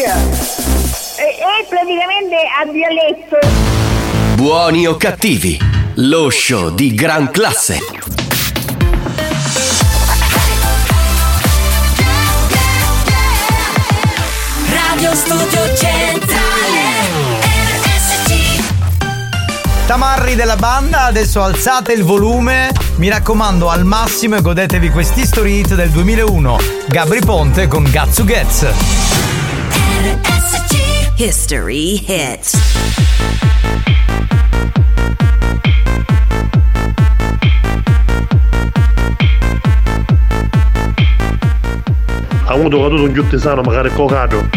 Speaker 21: cuccia. E, e praticamente a dialetto.
Speaker 5: Buoni o cattivi, lo show di gran classe.
Speaker 1: Radio Studio Centrale R S C.
Speaker 8: Tamarri della banda, adesso alzate il volume, mi raccomando al massimo e godetevi questi history hit del duemilauno. Gabri Ponte con Gatsu Gets.
Speaker 1: R S C History Hits.
Speaker 20: Ha avuto caduto un giuttesano, magari cocato.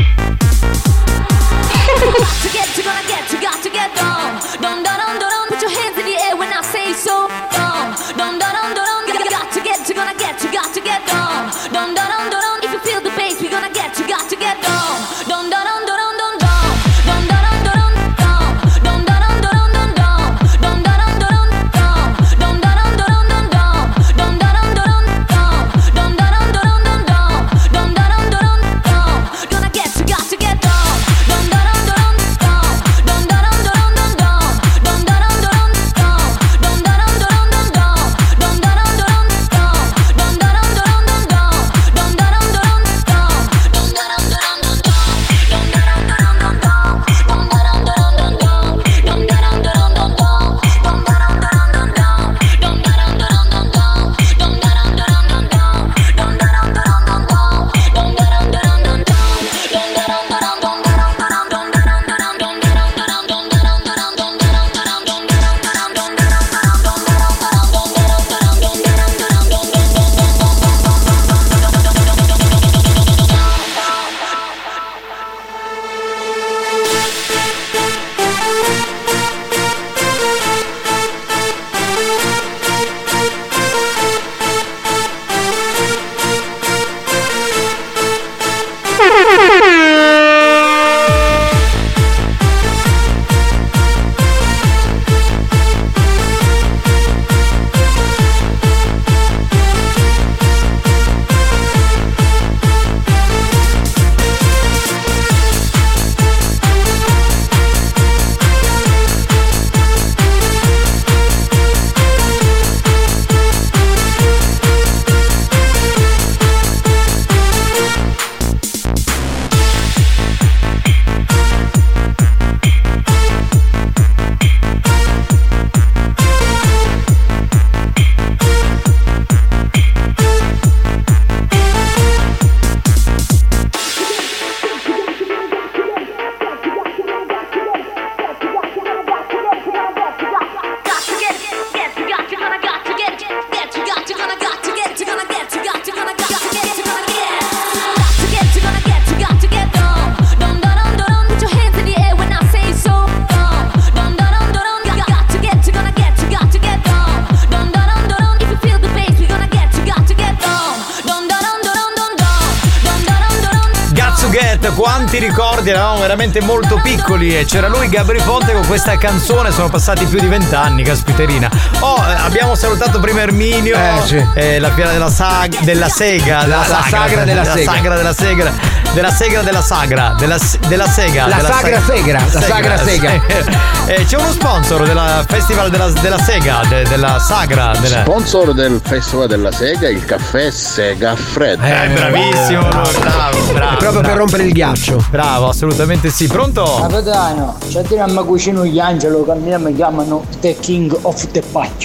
Speaker 8: Quanti ricordi, eravamo veramente molto piccoli e c'era lui, Gabri Ponte, con questa canzone. Sono passati più di vent'anni, caspiterina. Oh, eh, abbiamo salutato prima Erminio,
Speaker 9: eh, sì.
Speaker 8: eh, la fiera della, sag- della sega, della
Speaker 9: la,
Speaker 8: sagra,
Speaker 9: la sagra della,
Speaker 8: della
Speaker 9: sega.
Speaker 8: sagra della segra, della segra della sagra, della, della sega,
Speaker 9: la
Speaker 8: della
Speaker 9: sagra
Speaker 8: seg-
Speaker 9: segra, la sagra sega.
Speaker 8: Eh, c'è uno sponsor del festival della, della sega, de- della sagra. Della...
Speaker 2: Sponsor del festival della sega, il caffè Sega Fred.
Speaker 8: Eh, bravissimo, bravo, bravo.
Speaker 9: È proprio
Speaker 8: bravo.
Speaker 9: per rompere il ghiaccio.
Speaker 8: Bravo, assolutamente sì. Pronto?
Speaker 17: Capitano, c'è di una cucina gli angelo che a me mi chiamano The King of the Paccio.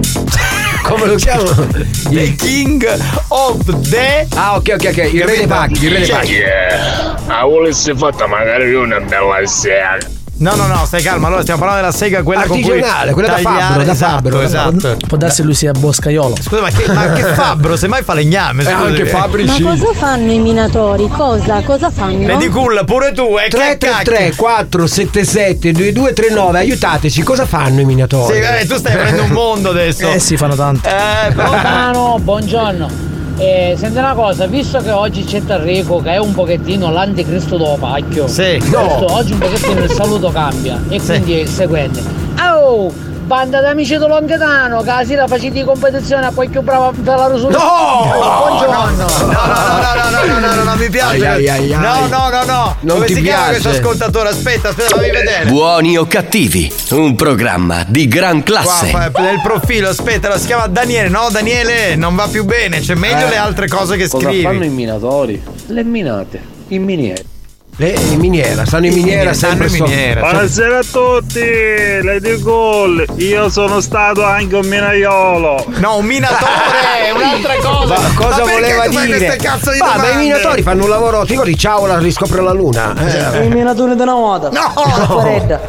Speaker 9: Come lo chiamano?
Speaker 8: The King of the...
Speaker 9: Ah, ok, ok, ok. Il re dei pacchi, il re dei pacchi.
Speaker 2: Yeah. Ah, volessi fatta magari una bella sega.
Speaker 8: No, no, no, stai calmo. Allora stiamo parlando della sega, quella
Speaker 9: artigianale,
Speaker 8: con cui
Speaker 9: quella da fabbro, da
Speaker 8: esatto,
Speaker 9: fabbro.
Speaker 8: Esatto.
Speaker 11: Può darsi lui sia boscaiolo.
Speaker 8: Scusa, ma che, ma che fabbro? Semmai fa legname.
Speaker 9: Eh, anche Fabrici.
Speaker 22: Ma cosa fanno i minatori? Cosa? Cosa fanno?
Speaker 8: Vedi culla, pure tu, eh,
Speaker 9: tre tre tre quattro sette sette due due tre nove, aiutateci, cosa fanno i minatori?
Speaker 8: Sì, eh, tu stai aprendo un mondo adesso.
Speaker 11: Eh sì, fanno tanto.
Speaker 8: Eh,
Speaker 19: Capitano, buongiorno. Eh, senti una cosa, visto che oggi c'è Tarrico che è un pochettino l'anticristo dello pacchio.
Speaker 8: Sì.
Speaker 19: No. Oggi un pochettino il saluto cambia. E
Speaker 8: sì.
Speaker 19: quindi è il seguente. Oh!
Speaker 17: banda d'amici di Longhitano, che la sera facevi competizione a poi più brava per la risoluzione.
Speaker 8: No!
Speaker 17: Buongiorno!
Speaker 8: No, no, no, no, no, no, no, non mi piace.
Speaker 9: Ai, ai, ai,
Speaker 8: no,
Speaker 9: ai.
Speaker 8: no, no, no.
Speaker 9: Non
Speaker 8: Come
Speaker 9: ti
Speaker 8: si chiama
Speaker 9: piace?
Speaker 8: questo ascoltatore? Aspetta, aspetta, fammi vedere.
Speaker 5: Buoni o cattivi, un programma di gran classe.
Speaker 8: Qua, fa- nel profilo, aspetta, lo si chiama Daniele. No, Daniele, non va più bene. C'è meglio
Speaker 9: Eh.
Speaker 8: le altre cose che
Speaker 10: Cosa
Speaker 8: scrivi.
Speaker 10: fanno i minatori? Le minate, in miniere.
Speaker 9: Le in miniera, stanno in miniera sempre
Speaker 8: stanno in miniera.
Speaker 15: Buonasera a tutti, Lady Goal. Io sono stato anche un minaiolo.
Speaker 8: No, un minatore, è un'altra cosa.
Speaker 9: Ma cosa
Speaker 8: Ma perché
Speaker 9: voleva
Speaker 8: tu fai
Speaker 9: dire?
Speaker 8: queste cazzo di
Speaker 9: Ma, ma
Speaker 8: domande?
Speaker 9: i minatori fanno un lavoro, ti ricordi? Ciao, la riscopre la luna. Eh.
Speaker 17: I minatori della moda.
Speaker 8: No!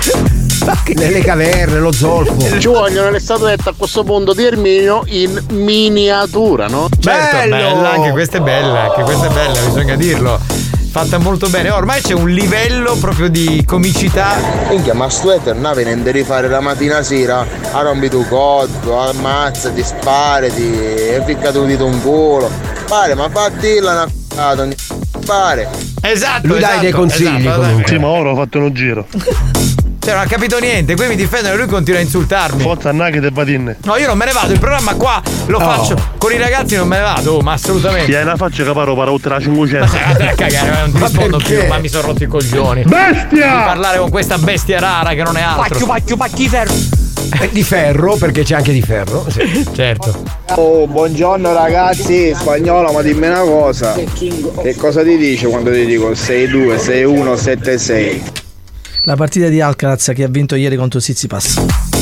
Speaker 9: Nelle caverne, lo zolfo.
Speaker 2: Ci vogliono le statuette a questo punto di Erminio in miniatura, no?
Speaker 8: Certo,
Speaker 9: Bello!
Speaker 8: bella, anche questa è bella, anche questa è bella, bisogna dirlo. Fatta molto bene. Ormai c'è un livello proprio di comicità.
Speaker 2: Minchia, ma sto eternave ne devi fare la mattina sera, a rompi tu cotto, ammazzati, sparati, e ficcati un dito un culo. Pare, ma fatti la una ogni pare.
Speaker 8: Esatto,
Speaker 9: Lui dai
Speaker 8: esatto,
Speaker 9: dei consigli
Speaker 8: esatto,
Speaker 9: comunque.
Speaker 20: Sì, ma ora ho fatto uno giro.
Speaker 8: Cioè, non ha capito niente, qui mi difendono e lui continua a insultarmi.
Speaker 20: Forza Nugget e Badinne.
Speaker 8: No, io non me ne vado, il programma qua lo
Speaker 20: Oh.
Speaker 8: faccio. Con i ragazzi non me ne vado, oh, ma assolutamente.
Speaker 20: Ti hai una faccia che paro para oltre la cinquecento.
Speaker 8: Ma stai a cagare, non ti
Speaker 20: Ma
Speaker 8: rispondo
Speaker 20: perché?
Speaker 8: più, ma mi sono rotto i coglioni.
Speaker 20: Bestia!
Speaker 8: Di parlare con questa bestia rara che non è altro.
Speaker 9: Pacchio, pacchio, pacchi ferro. Eh, di ferro, perché c'è anche di ferro. Sì.
Speaker 8: Certo.
Speaker 23: Oh, buongiorno ragazzi, spagnolo, ma dimmi una cosa. Che cosa ti dice quando ti dico sei due, sei uno, sette sei?
Speaker 11: La partita di Alcaraz che ha vinto ieri contro Tsitsipas.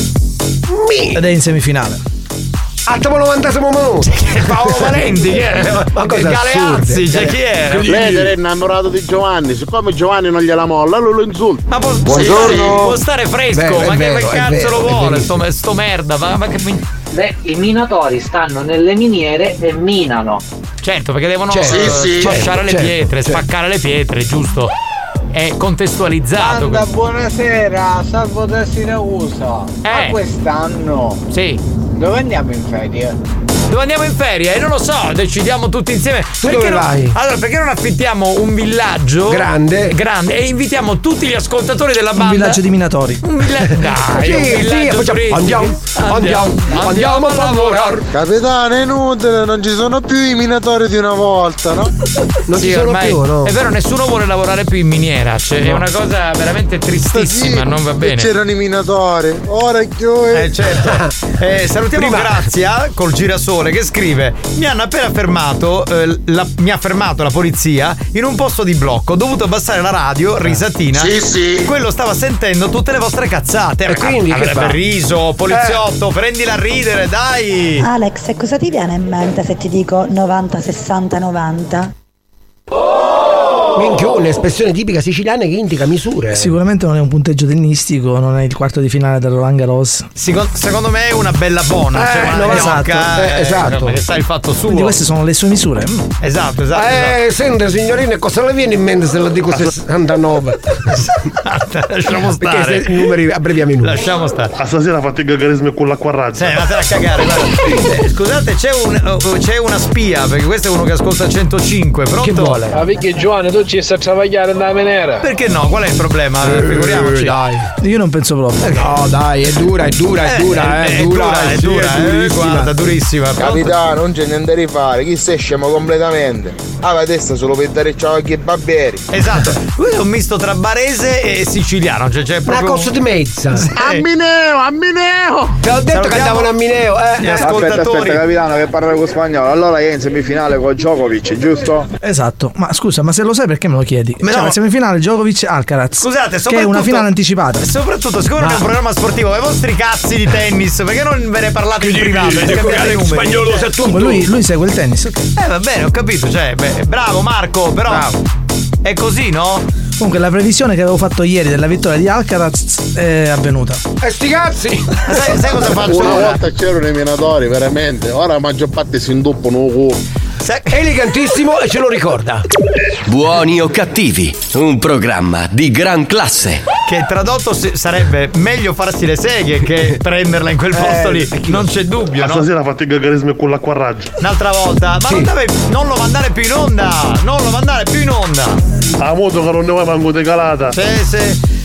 Speaker 11: Ed è in semifinale.
Speaker 9: Al novantesimo minuto.
Speaker 8: Paolo Valenti, chi è?
Speaker 9: Ma cosa
Speaker 8: Galeazzi,
Speaker 9: assurde.
Speaker 8: cioè chi è?
Speaker 2: Lei era innamorato di Giovanni, siccome Giovanni non gliela molla, lui lo insulta.
Speaker 8: Ma può,
Speaker 2: Buongiorno.
Speaker 8: sì, può stare fresco,
Speaker 2: Vero, è
Speaker 8: ma
Speaker 2: vero,
Speaker 8: che
Speaker 2: è
Speaker 8: cazzo
Speaker 2: vero,
Speaker 8: lo
Speaker 2: è
Speaker 8: vuole?
Speaker 2: verissimo.
Speaker 8: Sto, sto merda, ma, ma che mi-
Speaker 19: Beh, i minatori stanno nelle miniere e minano.
Speaker 8: Certo, perché devono
Speaker 19: Certo,
Speaker 8: eh,
Speaker 19: sì, sì.
Speaker 8: sfasciare le
Speaker 19: certo,
Speaker 8: pietre,
Speaker 19: certo.
Speaker 8: spaccare le pietre, giusto? È contestualizzato.
Speaker 17: Banda, buonasera, salvo da Siracusa.
Speaker 8: Eh.
Speaker 17: Ma quest'anno
Speaker 8: Sì.
Speaker 17: dove andiamo in ferie?
Speaker 8: Dove andiamo in ferie? Eh, non lo so, decidiamo tutti insieme.
Speaker 9: Tu dove
Speaker 8: non,
Speaker 9: vai?
Speaker 8: Allora, perché non affittiamo un villaggio
Speaker 9: Grande.
Speaker 8: grande e invitiamo tutti gli ascoltatori della banda?
Speaker 11: Un villaggio di minatori.
Speaker 8: Un villaggio. Dai,
Speaker 9: Sì,
Speaker 8: un
Speaker 9: sì,
Speaker 8: villaggio
Speaker 9: facciamo-
Speaker 8: turistico.
Speaker 9: andiamo, andiamo, andiamo a lavorare.
Speaker 2: Capitano, è inutile, non ci sono più i minatori di una volta, no?
Speaker 9: Non
Speaker 8: Sì,
Speaker 9: ci sono
Speaker 8: ormai-
Speaker 9: più, no?
Speaker 8: È vero, nessuno vuole lavorare più in miniera. Cioè, è
Speaker 2: No.
Speaker 8: una cosa veramente tristissima,
Speaker 2: Sì,
Speaker 8: non va bene.
Speaker 2: C'erano i minatori, ora è chiuso.
Speaker 8: Eh certo. Eh, salutiamo
Speaker 2: Prima-
Speaker 8: Grazia col girasole che scrive: mi hanno appena fermato, eh, la- mi ha fermato la polizia in un posto di blocco. Ho dovuto abbassare la radio, risatina.
Speaker 2: Sì, sì.
Speaker 8: Quello stava sentendo tutte le vostre cazzate.
Speaker 9: E quindi che
Speaker 8: avrebbe
Speaker 9: fa?
Speaker 8: riso, poliziotto, prendila a ridere, dai.
Speaker 24: Alex, e cosa ti viene in mente se ti dico novanta sessanta novanta?
Speaker 9: Minchia, un'espressione tipica siciliana che indica misure.
Speaker 11: Sicuramente non è un punteggio tennistico, non è il quarto di finale del Roland Garros.
Speaker 8: Secondo, secondo me è una bella buona.
Speaker 11: Eh,
Speaker 8: cioè una
Speaker 11: no, esatto,
Speaker 8: gnocca,
Speaker 11: eh, esatto.
Speaker 8: Che sa il fatto suo.
Speaker 11: Quindi queste sono le sue misure. Mm.
Speaker 8: Esatto, esatto.
Speaker 9: Eh, sente signorina, cosa le viene in mente se la dico sessantanove?
Speaker 8: Lasciamo stare.
Speaker 9: Perché se i numeri abbreviamo i numeri.
Speaker 8: Lasciamo stare.
Speaker 20: A stasera fate il gagarismo con l'acqua razza.
Speaker 8: Sì, andate a cagare, guarda. Eh, Scusate, c'è, un, oh, c'è una spia, perché questo è uno che ascolta centocinque. Pronto?
Speaker 9: Che vuole?
Speaker 13: Ma perché Giovanni tu ci stai a travagliare nella miniera?
Speaker 8: Perché no? Qual è il problema?
Speaker 9: Eh,
Speaker 8: Figuriamoci.
Speaker 9: dai.
Speaker 11: Io non penso proprio.
Speaker 9: No, dai, è dura, è dura, è dura,
Speaker 8: Eh,
Speaker 9: è dura,
Speaker 8: è
Speaker 9: sì,
Speaker 8: dura,
Speaker 9: è
Speaker 8: eh,
Speaker 9: durissima.
Speaker 8: guarda, durissima. Pronto?
Speaker 2: Capitano, non c'è niente da rifare, chi sei scemo completamente? Ah, la testa solo per dare ciao a chi babberi.
Speaker 8: Esatto, questo è un misto tra barese e siciliano. Cioè, c'è
Speaker 9: Una
Speaker 8: proprio
Speaker 9: cosa di mezza.
Speaker 8: Sì.
Speaker 2: A Mineo, a Mineo!
Speaker 9: Ti ho detto che
Speaker 8: Salutiamo
Speaker 9: andavano a Mineo, eh.
Speaker 8: gli
Speaker 23: Aspetta,
Speaker 8: ascoltatori.
Speaker 23: aspetta, capitano, che parla con spagnolo. Allora è in semifinale con Djokovic, giusto?
Speaker 11: Esatto, ma scusa, ma se lo sai perché me lo chiedi?
Speaker 8: Ma
Speaker 11: Cioè,
Speaker 8: no.
Speaker 11: la semifinale Djokovic Alcaraz.
Speaker 8: Scusate,
Speaker 11: che è
Speaker 8: soprattutto-
Speaker 11: una finale anticipata.
Speaker 8: E soprattutto, siccome non è un
Speaker 11: Ma-
Speaker 8: programma sportivo, ai vostri cazzi di tennis, perché non ve ne parlate in privato? E scambiate i numeri?
Speaker 11: Comunque lui, lui segue il tennis, ok.
Speaker 8: Eh va bene, ho capito, cioè, beh, bravo Marco, però è così, no?
Speaker 11: Comunque la previsione che avevo fatto ieri della vittoria di Alcaraz è avvenuta.
Speaker 9: E sti cazzi!
Speaker 8: Ma sai, sai cosa faccio
Speaker 2: Una
Speaker 8: ora?
Speaker 2: volta c'erano i minatori, veramente. Ora la maggior parte si indoppiano un culo.
Speaker 8: Sai-
Speaker 9: Elegantissimo e ce lo ricorda.
Speaker 5: Buoni o cattivi, un programma di gran classe.
Speaker 8: Che tradotto se- sarebbe meglio farsi le seghe che prenderla in quel posto
Speaker 9: Eh,
Speaker 8: lì. Non c'è dubbio,
Speaker 20: A
Speaker 8: no?
Speaker 20: stasera fate il gagarismo con l'acqua razza.
Speaker 8: Un'altra volta. Ma
Speaker 9: Sì.
Speaker 8: non, deve- non lo mandare più in onda! Non lo mandare più in onda!
Speaker 20: A moto che non ne vuoi manco di calata.
Speaker 8: Sì, sì.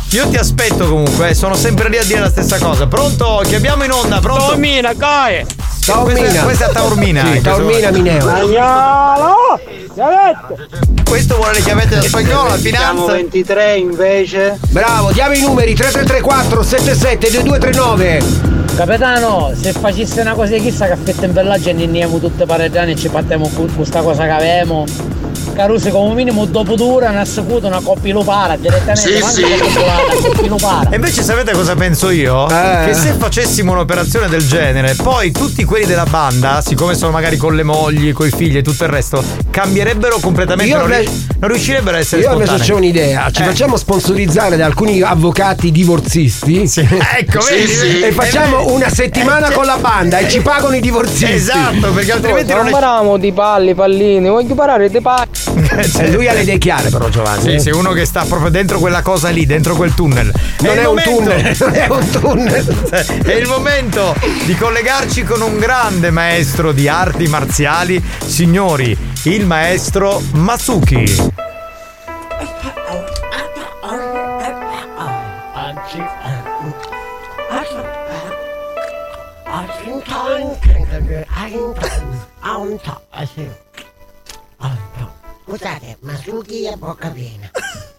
Speaker 8: Io ti aspetto comunque, sono sempre lì a dire la stessa cosa. Pronto? Chiamiamo in onda, pronto?
Speaker 4: Taormina, Cae!
Speaker 8: Questa,
Speaker 9: Taormina.
Speaker 8: questa è Taormina.
Speaker 9: Sì,
Speaker 8: eh,
Speaker 9: Taormina Mineo.
Speaker 4: Spagnolo! Chiavette!
Speaker 8: Questo vuole le chiavette da spagnolo, la
Speaker 17: Siamo
Speaker 8: finanza.
Speaker 17: ventitré invece.
Speaker 9: Bravo, diamo i numeri tre tre tre quattro sette sette due due tre nove.
Speaker 17: Capitano, se facesse una cosa chissà che fette in villaggio e ne andiamo tutte pareggiane e ci battiamo con questa cosa che avevamo. Carusi come minimo dopo dura una saputa una coppia lupara direttamente.
Speaker 8: Sì, sì.
Speaker 17: Lupara.
Speaker 8: E invece sapete cosa penso io?
Speaker 9: Eh.
Speaker 8: Che se facessimo un'operazione del genere, poi tutti quelli della banda, siccome sono magari con le mogli, coi figli e tutto il resto, cambierebbero completamente.
Speaker 9: Io
Speaker 8: Non,
Speaker 9: invece-
Speaker 8: ri- non riuscirebbero a essere
Speaker 9: Io invece
Speaker 8: spontanei.
Speaker 9: c'ho un'idea, ci
Speaker 8: Eh.
Speaker 9: facciamo sponsorizzare da alcuni avvocati divorzisti.
Speaker 8: Ecco,
Speaker 9: Sì,
Speaker 8: vedi?
Speaker 9: sì. E facciamo una settimana con la banda e ci pagano i divorzisti.
Speaker 8: Esatto, perché altrimenti non
Speaker 4: non
Speaker 8: è.
Speaker 4: parliamo di palli, pallini, voglio parlare di palli.
Speaker 9: E lui ha le idee chiare però Giovanni.
Speaker 8: Sì, sì, uno che sta proprio dentro quella cosa lì, dentro quel tunnel.
Speaker 9: Non
Speaker 8: il
Speaker 9: è un
Speaker 8: momento-
Speaker 9: tunnel, non è un tunnel.
Speaker 8: È il momento di collegarci con un grande maestro di arti marziali, signori, il maestro Masuki.
Speaker 3: Scusate, Masuki a bocca piena.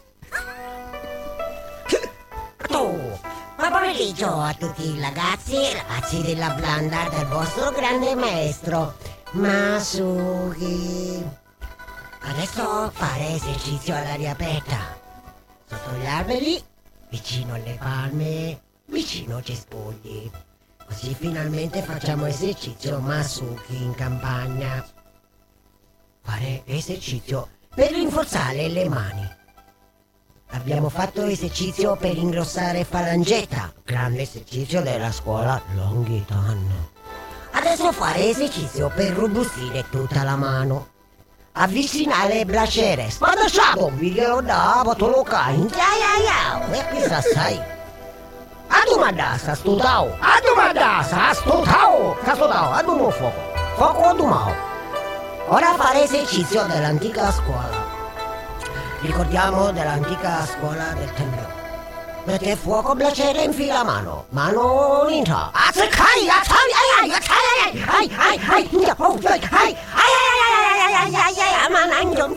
Speaker 3: Oh, ma pomeriggio a tutti i ragazzi e ragazzi della Blanda del vostro grande maestro Masuki. Adesso fare esercizio all'aria aperta. Sotto gli alberi, vicino alle palme, vicino ai cespugli. Così finalmente facciamo esercizio Masuki in campagna. Fare esercizio per rinforzare le mani. Abbiamo fatto esercizio per ingrossare falangetta, grande esercizio della scuola Longhitano. Adesso fare esercizio per robustire tutta la mano. Avvicinare il bracciere, spadacciato, video da botoloca, in e questa sai. Adumandasa stutao, adumandasa stutao, stutao, adumo fuoco, fuoco adumao. Ora fare esercizio dell'antica scuola. Ricordiamo dell'antica scuola del tempio. Mette fuoco, bracciere, infila mano. Mano linta. Azzeccai, azzai, ai, ai, azzai, ai, ai, ai, ai, oh, ai, ai, ai, ai, ai, ai, ai, ma non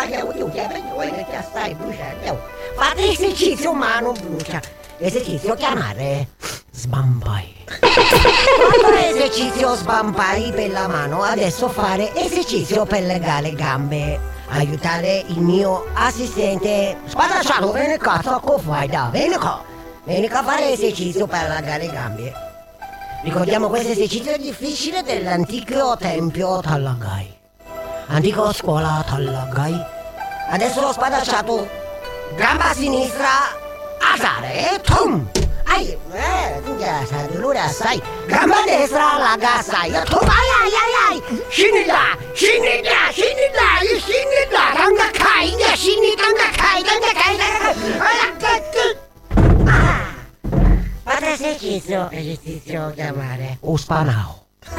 Speaker 3: stai bruciando. Fate esercizio, mano brucia. Esercizio chiamare sbambai. Fatto esercizio sbambai per la mano, adesso fare esercizio per legare le gambe. Aiutare il mio assistente spadacciato, vieni qua, tocco fai da, vieni qua. Vieni qua a fare esercizio per legare le gambe. Ricordiamo questo esercizio difficile dell'antico tempio Tallagai. Antico scuola Tallagai. Adesso lo spadacciato, gamba sinistra, alzare, tum! Ai, eh, tu già sai, dolore assai. Gamba destra, la gassai. Tu vai, ai, ai, ai. Scendi là, scendi là, scendi là, scendi là. Tanga kai, scendi, tanga kai, tanga kai. Ah, fate esercizio, esercizio chiamare. O spanao.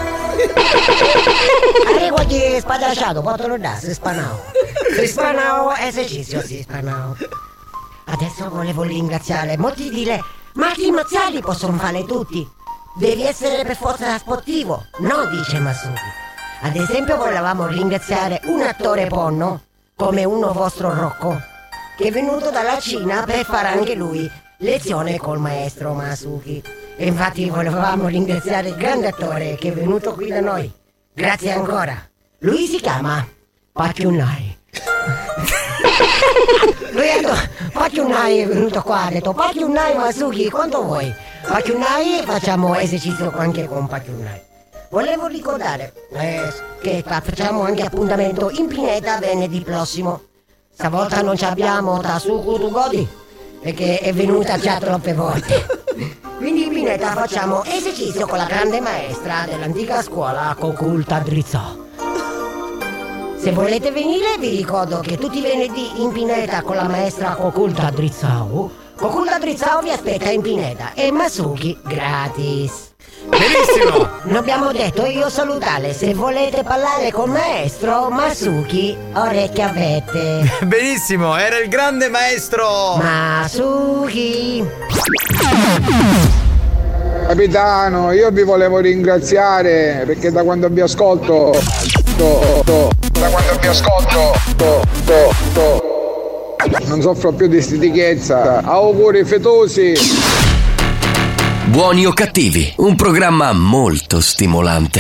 Speaker 3: Arrivo di spadacciato, potolo da, si spanao. Si spanao, esercizio, si spanao. Adesso volevo ringraziare molti dire. Ma arti marziali possono fare tutti. Devi essere per forza sportivo, no? Dice Masuki. Ad esempio volevamo ringraziare un attore porno, come uno vostro Rocco, che è venuto dalla Cina per fare anche lui lezione col maestro Masuki. E infatti volevamo ringraziare il grande attore che è venuto qui da noi. Grazie ancora. Lui si chiama Pacchiunai. Lui ha detto, Pacchiunai è venuto qua, ha detto Pacchiunai Masuki, quanto vuoi? Pacchiunai, facciamo esercizio anche con Pacchiunai. Volevo ricordare eh, che facciamo anche appuntamento in Pineta venerdì prossimo. Stavolta non ci abbiamo Tasuku Tugodi, perché è venuta già troppe volte. Quindi in Pineta facciamo esercizio con la grande maestra dell'antica scuola Kokulta Drizza. Se volete venire vi ricordo che tutti i venerdì in Pineta con la maestra Kokulta Drizzao, Kokulta Drizzao vi aspetta in Pineta e Masuki gratis.
Speaker 8: Benissimo.
Speaker 3: Non abbiamo detto io salutare, se volete parlare con maestro Masuki, orecchie avete.
Speaker 8: Benissimo, era il grande maestro
Speaker 3: Masuki.
Speaker 23: Capitano, io vi volevo ringraziare perché da quando vi ascolto to, to, da quando vi ascolto to, to, to, non soffro più di stitichezza. Auguri fetosi.
Speaker 5: Buoni o cattivi, un programma molto stimolante.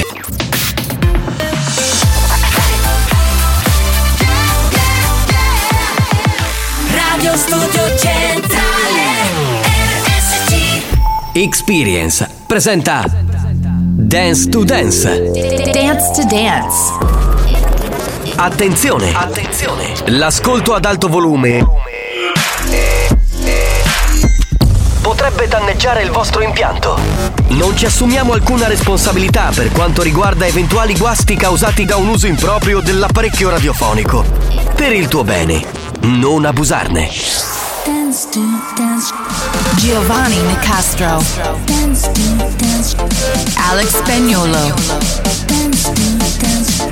Speaker 1: Radio Studio Centrale R S C.
Speaker 5: Experience presenta Dance to Dance.
Speaker 1: Dance to Dance.
Speaker 5: Attenzione, attenzione. L'ascolto ad alto volume potrebbe danneggiare il vostro impianto. Non ci assumiamo alcuna responsabilità per quanto riguarda eventuali guasti causati da un uso improprio dell'apparecchio radiofonico. Per il tuo bene, non abusarne.
Speaker 1: Dance to Dance. Giovanni Nicastro. Dance to Dance. Alex Spagnuolo. Dance to Dance.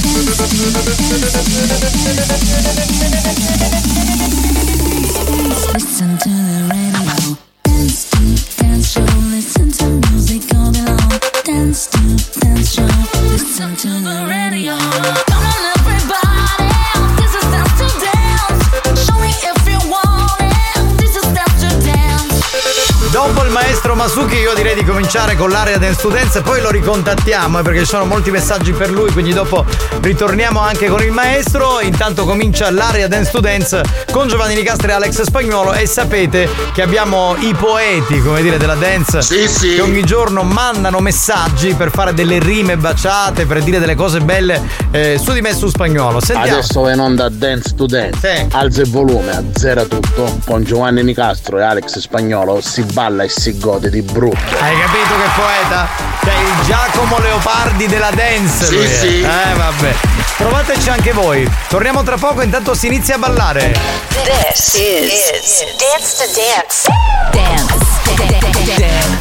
Speaker 1: Listen to the radio. Dance to Dance show. Listen to music all day long. Dance to Dance show. Listen to the radio. Come on everybody, this is Dance to Dance. Show me if you want it. This is Dance to Dance.
Speaker 8: Dopo il maestro Masuki io direi di cominciare con l'area Dance to Dance e poi lo ricontattiamo eh, perché ci sono molti messaggi per lui, quindi dopo ritorniamo anche con il maestro. Intanto comincia l'area Dance to Dance con Giovanni Nicastro e Alex Spagnuolo e sapete che abbiamo i poeti, come dire, della dance
Speaker 2: sì, sì.
Speaker 8: che ogni giorno mandano messaggi per fare delle rime baciate, per dire delle cose belle eh, su di me, su Spagnuolo. Sentiamo.
Speaker 23: Adesso va in onda Dance to Dance.
Speaker 8: Sì.
Speaker 23: Alza il volume, azzera tutto. Con Giovanni Nicastro e Alex Spagnuolo si balla e si gode di brutto.
Speaker 8: Hai capito che poeta? Sei il Giacomo Leopardi della dance.
Speaker 23: Sì,
Speaker 8: lui è.
Speaker 23: sì.
Speaker 8: Eh vabbè. Provateci anche voi. Torniamo tra poco, intanto si inizia a ballare.
Speaker 1: This is, is Dance to Dance. Dance. Dance.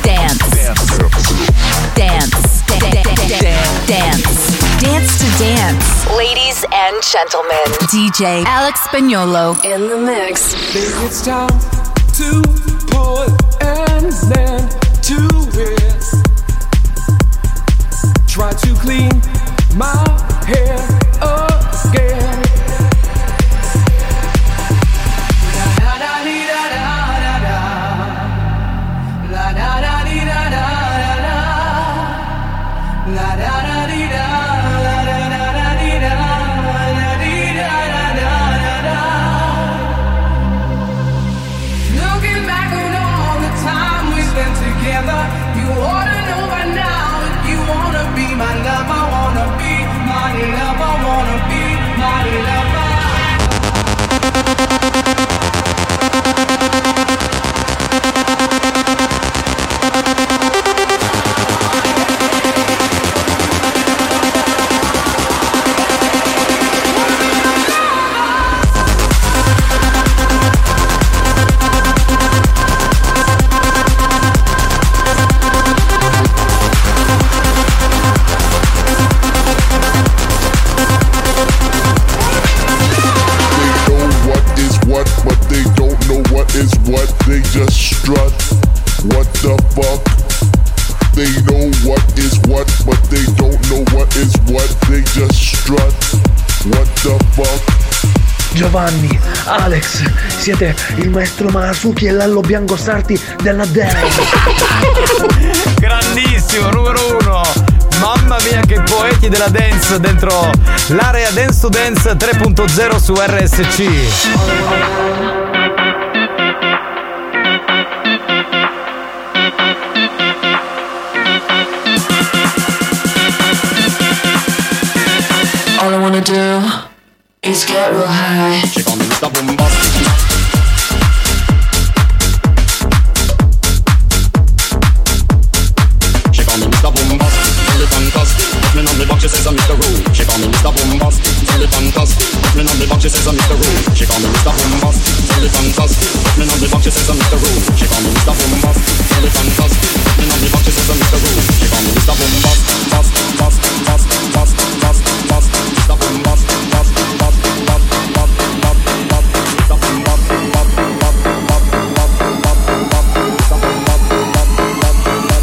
Speaker 1: Dance. Dance. Dance to Dance. Ladies and gentlemen, D J Alex Spagnuolo in the mix.
Speaker 7: It's time to put an end to it. Try to clean my hair again. La da di da da da da. La da da di da da da da. La da da di da la da da da di da la di da da da da. Looking back on all the time we spent together, you ought to know by now if you wanna be my lover, wanna be my lover, wanna be my lover.
Speaker 12: Is what they just strut. What the fuck? They know what is what, but they don't know what is what. They just strut. What the fuck?
Speaker 10: Giovanni, Alex, siete il maestro Masuki e l'Allo Bianco Sarti della dance.
Speaker 8: Grandissimo, numero uno. Mamma mia che poeti della dance dentro l'area Dance to Dance tre punto zero su R S C.
Speaker 1: All I wanna do is get real high.
Speaker 7: She call me Mister Bombastic. She call me Mister Bombastic, really fantastic. Put me on the box, she says I'm Mister Rude. She call me Mister Bombastic, really fantastic. Put me on the box, she says I'm Mister Rude. She call me Mister Bombastic, really fantastic. Put me on the box, she says I'm Mister Rude. She call me Mister Bombastic, really fantastic. Put me on the box, she says
Speaker 6: to make the groove. She call me Mister Boom Boss, Boss, Boss, Boss, Boss, Boss, Boss, Mister Boom Boss, Boss, Boss, Boss, Boss, Boss, Boss, Mister Boom Boss, Boss, Boss, Boss, Boss, Boss, Boss, Mister Boom Boss, Boss, Boss,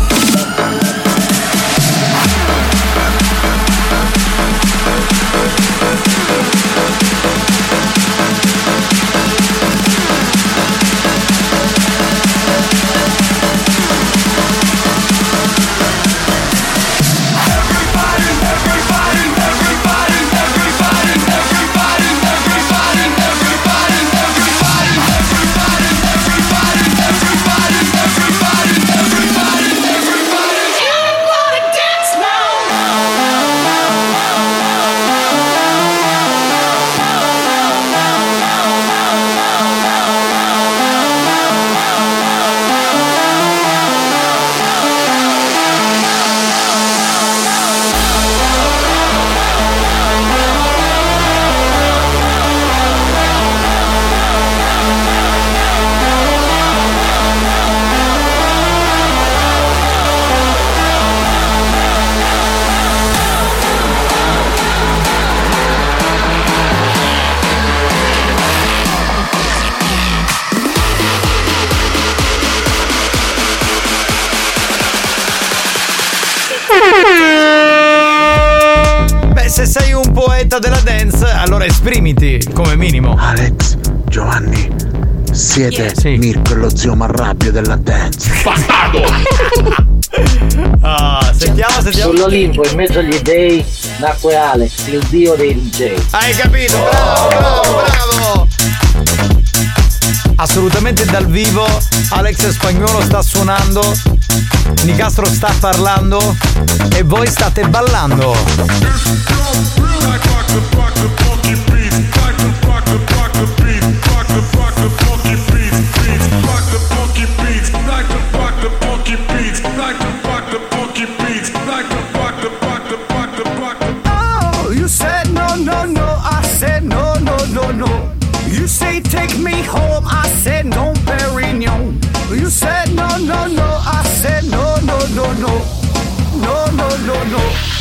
Speaker 8: Beh, se sei un poeta della dance, allora esprimiti, come minimo.
Speaker 10: Alex, Giovanni, siete
Speaker 8: Sì.
Speaker 10: Mirko e lo zio Marrabbio della dance.
Speaker 8: Bastardo! Ah, sentiamo, sentiamo.
Speaker 19: Sull'Olimpo, in mezzo agli dei, nacque Alex, il dio dei D J.
Speaker 8: Hai capito? Bravo, bravo, bravo! Assolutamente dal vivo, Alex Spagnuolo sta suonando, Nicastro sta parlando e voi state ballando.
Speaker 14: Oh, you said no, no, no. I said no, no, no, no. You say take me home. I said no, Perignon. You said no, no, no. I said no, no, no, no. No, no, no, no.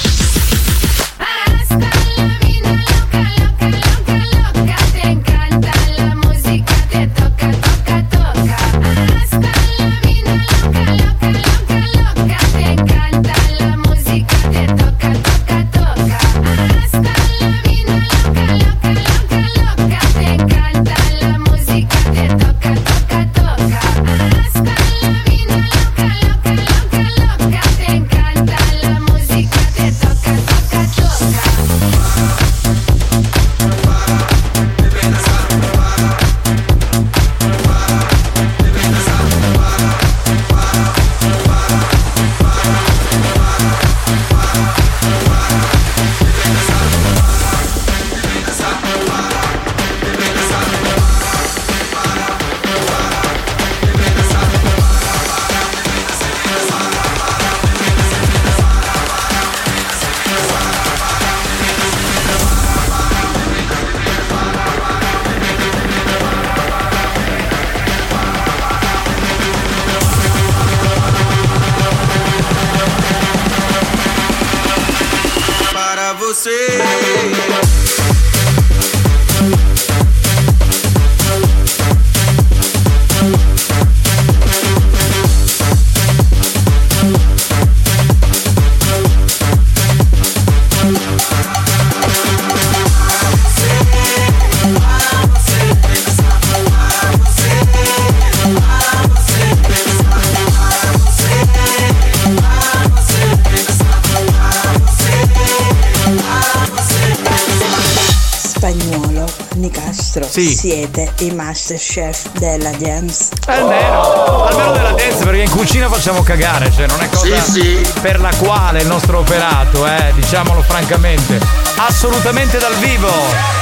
Speaker 8: Sì.
Speaker 16: Siete i masterchef della dance.
Speaker 8: Almeno, almeno della dance, perché in cucina facciamo cagare, cioè non è cosa
Speaker 16: Sì, sì.
Speaker 8: per la quale il nostro operato, eh, diciamolo francamente. Assolutamente dal vivo.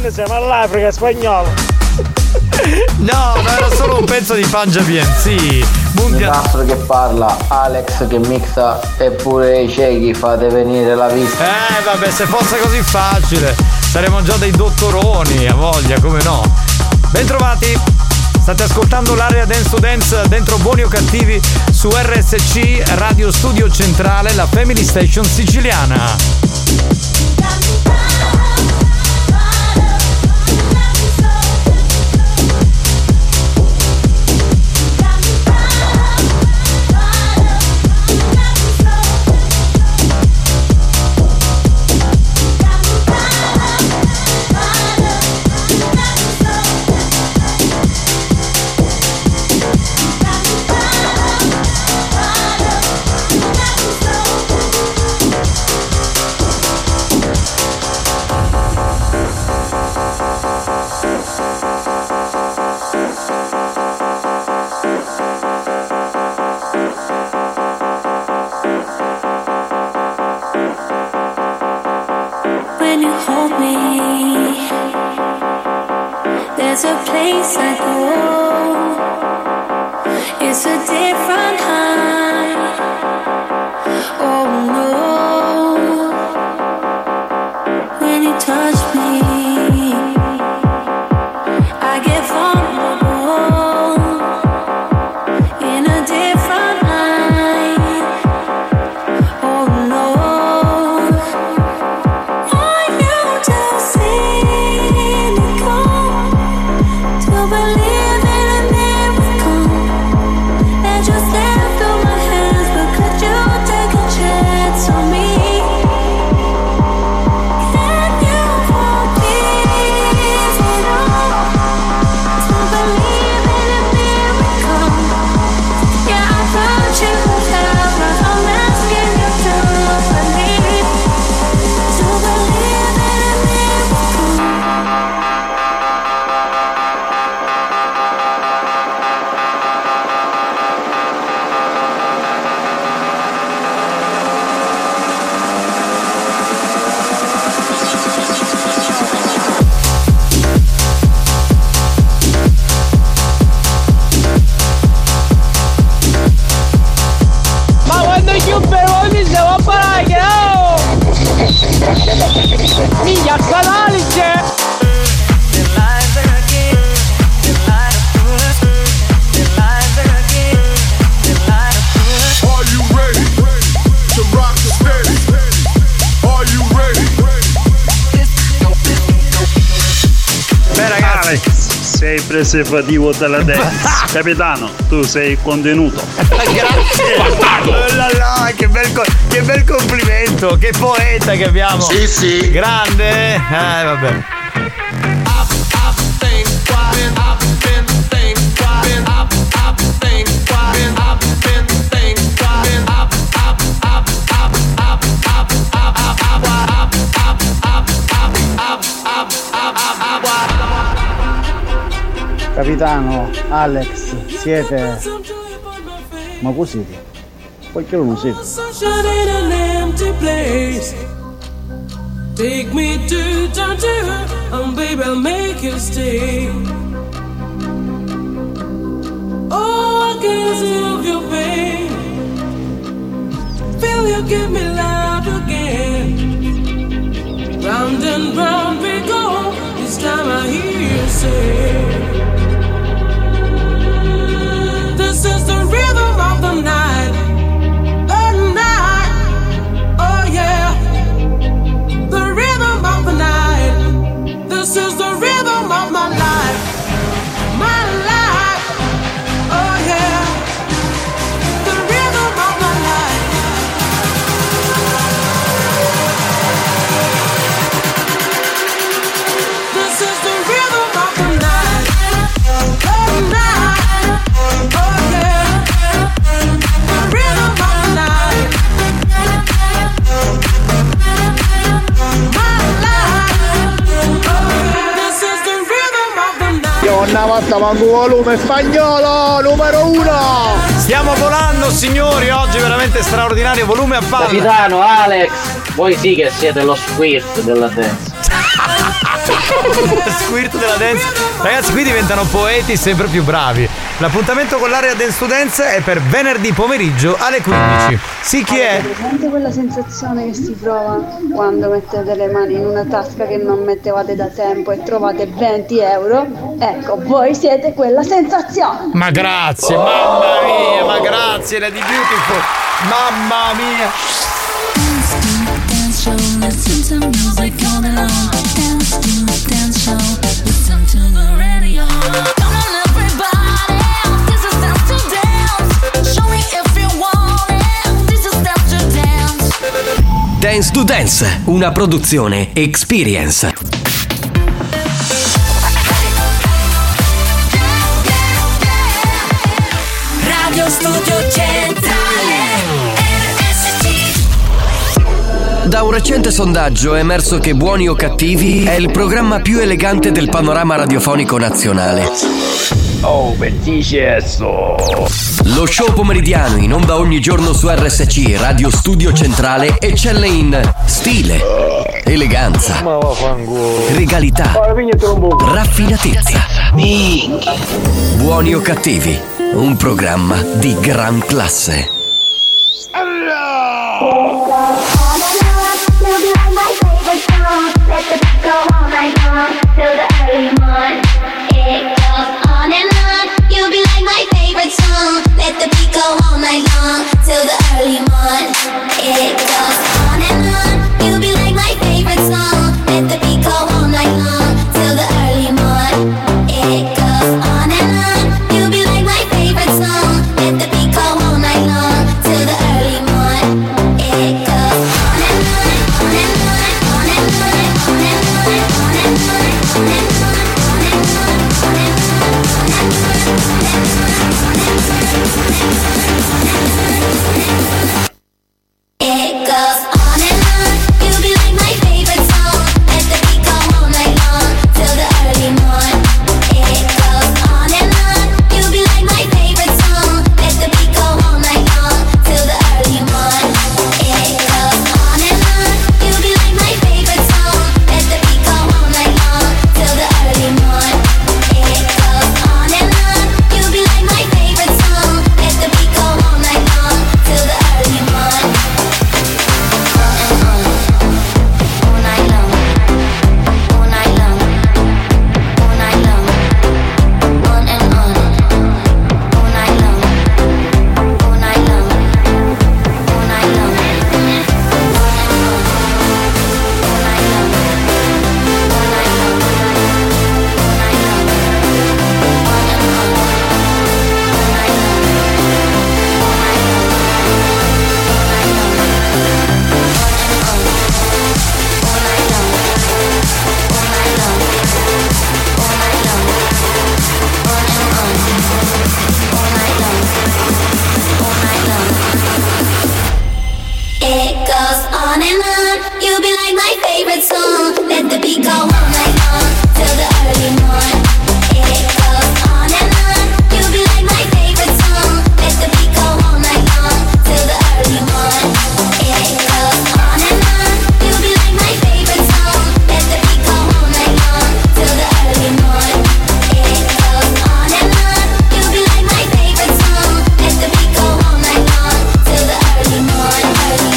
Speaker 4: noi siamo all'Africa spagnola.
Speaker 8: No, ma era solo un pezzo di Punja B M C.
Speaker 15: Castro che parla, Alex che mixa e pure i ciechi fate venire la vista.
Speaker 8: Eh vabbè, se fosse così facile saremmo già dei dottoroni, a voglia, come no. Bentrovati, state ascoltando l'area Dance to Dance dentro Buoni o Cattivi su R S C Radio Studio Centrale, la Family Station siciliana.
Speaker 7: There's a place I go. It's a different high. Oh no. When you touch me, I get vulnerable. In a different light. Oh no. Are you just cynical? To believe in a miracle that just slipped through my hands, but could you take a chance on me? Can you forgive it all? To believe in a miracle. Yeah, I thought you would have, but I'm asking you to believe. To believe in a miracle.
Speaker 4: Ma quando più però mi stiamo a parare, oh! Miglia canale c'è!
Speaker 12: Are you ready to rock steady? Are you ready?
Speaker 8: Beh ragazzi,
Speaker 18: Alex, sei preservativo della dance. Capitano, tu sei contenuto.
Speaker 8: grazie. Oh là là, che bel, co- che bel complimento, che poeta che abbiamo.
Speaker 2: Sì, sì.
Speaker 8: Grande. Eh vabbè.
Speaker 17: Capitano, Alex, siete... Ma così? Perché non siete?
Speaker 7: Sunshine in an empty place. Take me to down to her, and baby I'll make you stay. Oh, I can feel your pain. Feel you give me life again. Round and round we go. This time I hear you say, this is the rhythm of the night. The night. Oh yeah. The rhythm of the night. This is the rhythm of my life. My life. Oh yeah. The rhythm of my life. This is the rhythm of the night. The night. Oh yeah. The rhythm of the night. My life. Oh yeah. This is the rhythm of the night.
Speaker 9: Io una volta manco volume spagnolo numero uno.
Speaker 8: Stiamo volando signori, oggi veramente straordinario, volume a palla.
Speaker 19: Capitano, Alex, voi sì che siete lo squirt della dance.
Speaker 8: Squirt della dance. Ragazzi, qui diventano poeti sempre più bravi. L'appuntamento con l'area Dance to Dance è per venerdì pomeriggio alle quindici. Sì, chi è?
Speaker 13: Presente quella sensazione che si prova quando mettete le mani in una tasca che non mettevate da tempo e trovate venti euro? Ecco, voi siete quella sensazione.
Speaker 8: Ma grazie, mamma mia, ma grazie Lady Beautiful. Mamma mia.
Speaker 7: Dance show, listen to music all day long. Dance to dance show, listen to the radio. Come on everybody, this is dance to dance. Show me if you want it, this is dance to dance.
Speaker 5: Dance to Dance, una produzione Experience.
Speaker 7: Radio Studio Centrale.
Speaker 5: Da un recente sondaggio è emerso che Buoni o Cattivi è il programma più elegante del panorama radiofonico nazionale.
Speaker 21: Oh, bellissimo!
Speaker 5: Lo show pomeridiano in onda ogni giorno su R S C Radio Studio Centrale eccelle in stile, eleganza, regalità, raffinatezza. Buoni o Cattivi, un programma di gran classe.
Speaker 7: Let the beat go all night long till the early morning. It goes on and on. You'll be like my favorite song. Let the beat go all night long till the early morning. It goes on and on. You'll be like my favorite song. Let the beat go all night long till the early morning. It goes on and on. You'll be like my favorite song. Let the beat go all night long till the early morning. It goes on and on, on and on, on and on. It goes on and on. You'll be like my favorite song. Let the beat go all night long till the early morning. It goes on and on. You'll be like my favorite song. Let the beat go all night long till the early morning. It goes on and on. You'll be like my favorite song. Let the beat go all night long till the early morning. It goes on and on. You'll be like my favorite song. Let the beat go all night long till the early morning. It goes on and on. You'll be like my favorite song. Let the beat go all night long till the early morning. It goes on and on. You'll be like my favorite song. Let the beat go all night long till the early morning. It goes on and on. You'll be like my favorite song. Let the beat go all night long till the early morning. It goes on and on. You'll be like my favorite song. Let the beat go all night long till the early morning.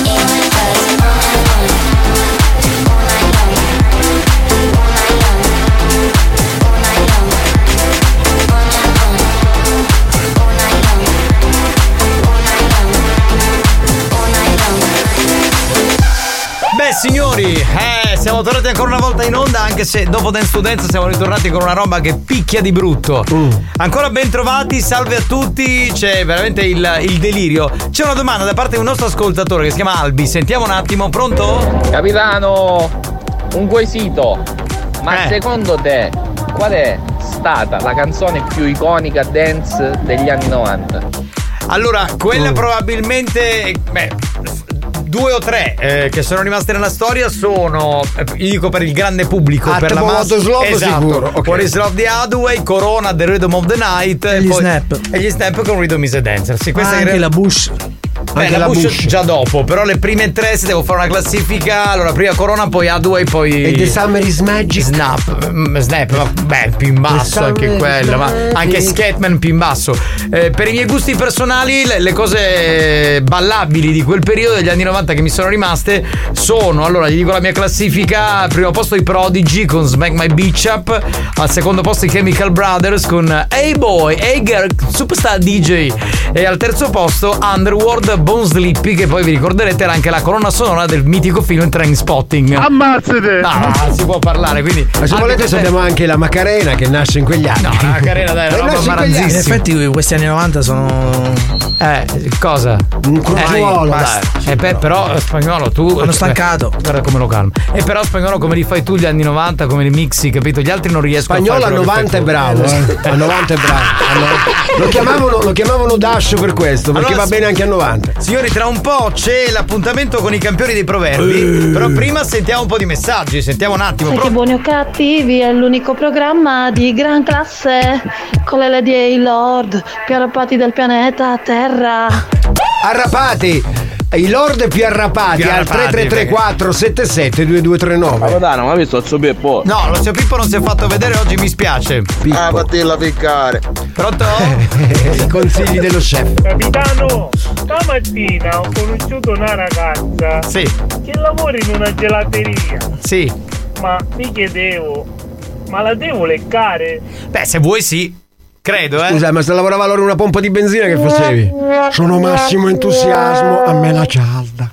Speaker 8: Beh signori, eh, siamo tornati ancora una volta in onda, anche se dopo Dance to Dance siamo ritornati con una roba che picchia di brutto. Mm. Ancora ben trovati, salve a tutti, c'è veramente il, il delirio. C'è una domanda da parte di un nostro ascoltatore che si chiama Albi, sentiamo un attimo, pronto?
Speaker 22: Capitano, un quesito, ma
Speaker 8: Eh.
Speaker 22: secondo te qual è stata la canzone più iconica dance degli anni novanta?
Speaker 8: Allora, quella probabilmente, beh, due o tre eh, che sono rimaste nella storia sono, eh, io dico per il grande pubblico,
Speaker 9: Ah,
Speaker 8: per la
Speaker 9: tipo
Speaker 8: massa,
Speaker 9: What is Love,
Speaker 8: esatto,
Speaker 9: sicuro, ok.
Speaker 8: What is Love the Hathaway, Corona, The Rhythm of the Night
Speaker 11: E gli
Speaker 8: poi-
Speaker 11: Snap.
Speaker 8: e gli Snap con Rhythm is a Dancer. Sì, questa
Speaker 11: Anche
Speaker 8: in
Speaker 11: la Bush.
Speaker 8: Beh, la, la Bush, Bush già dopo, però le prime tre se devo fare una classifica, allora prima Corona, poi Hathaway, poi
Speaker 9: e The Summer is Magic.
Speaker 8: Snap, Snap, ma beh, più in basso anche quello, ma anche Scatman più in basso. Eh, per i miei gusti personali, le, le cose ballabili di quel periodo degli anni novanta che mi sono rimaste sono, allora gli dico la mia classifica: al primo posto i Prodigy con Smack My Beach Up, al secondo posto i Chemical Brothers con Hey Boy, Hey Girl, Superstar D J, e al terzo posto Underworld, Bone Sleepy, che poi vi ricorderete era anche la colonna sonora del mitico film Trainspotting.
Speaker 21: Ammazzate!
Speaker 8: No, no, si può parlare, quindi
Speaker 9: ma se volete
Speaker 8: queste...
Speaker 9: abbiamo anche la Macarena che nasce in quegli anni.
Speaker 8: No, la Macarena dai, è una roba maranzissima.
Speaker 11: In effetti questi anni novanta sono
Speaker 8: eh cosa?
Speaker 9: Un cruciolo,
Speaker 8: eh, eh, beh, però Spagnolo tu
Speaker 11: hanno stancato.
Speaker 8: Guarda come lo calma. E però Spagnolo come li fai tu gli anni novanta, come li mixi, capito? Gli altri non riescono
Speaker 9: Spagnolo
Speaker 8: a fare.
Speaker 9: Spagnolo a novanta è bravo, eh. A novanta è bravo. Lo chiamavano, lo chiamavano Dash per questo, perché allora, va bene anche a novanta.
Speaker 8: Signori, tra un po' c'è l'appuntamento con i campioni dei proverbi, però prima sentiamo un po' di messaggi, sentiamo un attimo.
Speaker 3: Perché Pro... Buoni o Cattivi è l'unico programma di gran classe con le Lady e i Lord più arrapati del pianeta Terra.
Speaker 9: Arrapati! I Lord più arrapati, più arrapati al tre tre tre quattro sette sette due due tre nove.
Speaker 21: Capitano, ma visto lo zio Pippo?
Speaker 8: No, lo zio Pippo non si è fatto vedere oggi, mi spiace.
Speaker 2: Pippo. Ah, fatela piccare.
Speaker 8: Pronto?
Speaker 9: I consigli dello chef.
Speaker 20: Capitano, stamattina ho conosciuto una ragazza
Speaker 8: sì.
Speaker 20: che lavora in una gelateria.
Speaker 8: Sì.
Speaker 20: Ma mi chiedevo, ma la devo leccare?
Speaker 8: Beh, se vuoi sì. Credo, eh.
Speaker 9: Scusa, ma se lavorava allora in una pompa di benzina che facevi? Sono massimo entusiasmo, a me la cialda.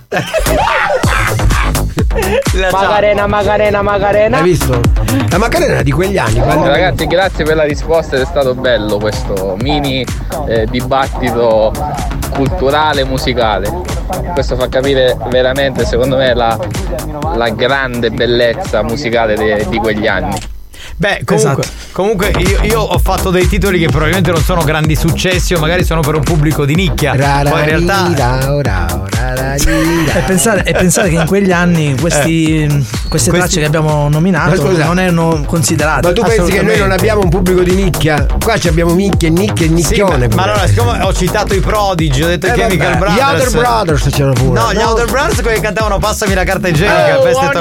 Speaker 17: La Macarena, Macarena, Macarena.
Speaker 9: Hai visto? La Macarena di quegli anni.
Speaker 22: Quando... Ragazzi, grazie per la risposta, è stato bello questo mini eh, dibattito culturale musicale. Questo fa capire veramente, secondo me, la, la grande bellezza musicale de, di quegli anni.
Speaker 8: Beh, comunque, esatto. comunque io, io ho fatto dei titoli che probabilmente non sono grandi successi o magari sono per un pubblico di nicchia. Poi in realtà
Speaker 11: e pensare, e pensare che in quegli anni questi, eh. queste tracce che abbiamo nominato non erano considerate.
Speaker 9: Ma tu pensi che noi non abbiamo un pubblico di nicchia? Qua ci abbiamo nicchia e nicchia e nicchione.
Speaker 8: Sì, ma, ma allora, siccome ho citato i Prodigy, ho detto eh, i Chemical Brothers.
Speaker 9: Gli Other Brothers c'erano pure.
Speaker 8: No, gli no. Other Brothers quelli che cantavano Passami la carta igienica.
Speaker 20: Oh,
Speaker 8: tor-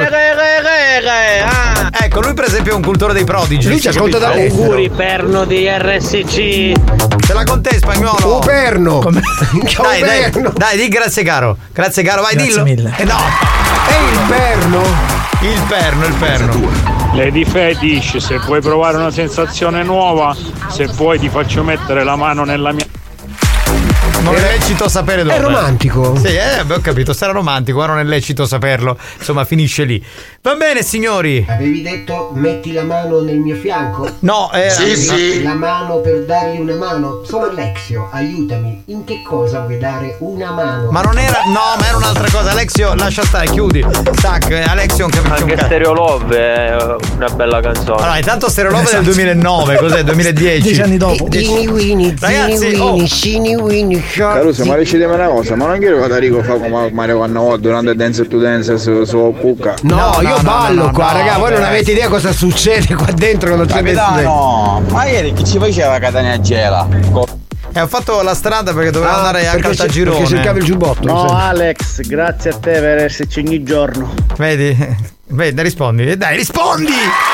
Speaker 8: ah. Ecco, lui per esempio è un cultore dei Prodigy.
Speaker 9: Lui ci ascolta da
Speaker 20: auguri perno di R S C.
Speaker 8: Ce l'ha con te Spagnolo.
Speaker 9: Oh perno.
Speaker 8: Come... dai, dai, dai, di grazie caro. Grazie caro, vai,
Speaker 11: grazie
Speaker 8: dillo.
Speaker 11: Mille.
Speaker 8: Eh no.
Speaker 9: E il perno.
Speaker 8: Il perno, il perno.
Speaker 20: Lady Fetish, se vuoi provare una sensazione nuova, se vuoi ti faccio mettere la mano nella mia.
Speaker 8: Non è lecito sapere dove.
Speaker 9: È romantico.
Speaker 8: Sì, eh, ho capito, sarà romantico, ma non è lecito saperlo. Insomma, finisce lì. Va bene, signori.
Speaker 9: Avevi detto metti la mano nel mio fianco?
Speaker 8: No, eh.
Speaker 2: Sì, sì.
Speaker 9: La mano per dargli una mano. Sono Alexio, aiutami. In che cosa vuoi dare una mano?
Speaker 8: Ma non era. No, ma era un'altra cosa. Alexio, lascia stare, chiudi. Tac, Alexio non capisce un cazzo.
Speaker 21: Anche Stereo Love è una bella canzone.
Speaker 8: Allora, intanto Stereo Love è del duemilanove, cos'è? duemiladieci.
Speaker 11: Dieci anni dopo.
Speaker 9: Dini Winnie,
Speaker 8: ragazzi,
Speaker 9: Winnie, Shini Winnie.
Speaker 2: Caruso, ma decidimi una cosa, ma non quiero che Rico fa come Mario Vanno durante Dance to Dance su, su Cucca.
Speaker 9: No, no, io
Speaker 8: no,
Speaker 9: ballo
Speaker 8: no,
Speaker 9: qua,
Speaker 8: no,
Speaker 9: raga,
Speaker 8: no,
Speaker 9: voi non avete idea cosa succede qua dentro quando c'è Dance.
Speaker 21: No, ma ieri chi ci faceva Catania Gela?
Speaker 8: E ho fatto la strada perché dovevo
Speaker 9: ah,
Speaker 8: andare a Caltagirone.
Speaker 9: Perché cercavi il giubbotto.
Speaker 21: No, Alex, grazie a te per esserci ogni giorno.
Speaker 8: Vedi? Vedi, rispondi. Dai, rispondi!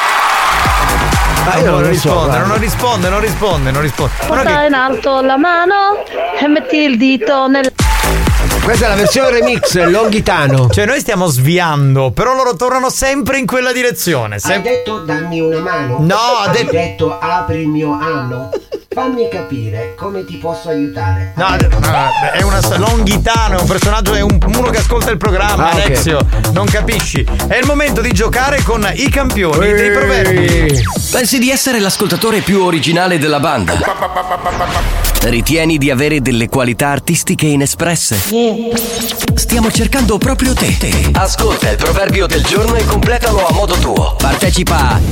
Speaker 9: Ma io non, non risponde,
Speaker 8: so, non risponde, non risponde, non risponde.
Speaker 3: Porta che... in alto la mano e metti il dito nel.
Speaker 9: Questa è la versione remix longhitano.
Speaker 8: Cioè noi stiamo sviando, però loro tornano sempre in quella direzione. Sem-
Speaker 9: Hai detto dammi una mano?
Speaker 8: No,
Speaker 9: hai
Speaker 8: de-
Speaker 9: detto apri il mio anno. Fammi capire come ti posso aiutare.
Speaker 8: No, no, è una longhitano, è un personaggio, è un, uno che ascolta il programma, ah, Alexio. Okay. Non capisci. È il momento di giocare con i campioni Eeeh. dei proverbi.
Speaker 5: Pensi di essere l'ascoltatore più originale della banda? Ritieni di avere delle qualità artistiche inespresse? Stiamo cercando proprio te. Ascolta il proverbio del giorno e completalo a modo tuo. Partecipa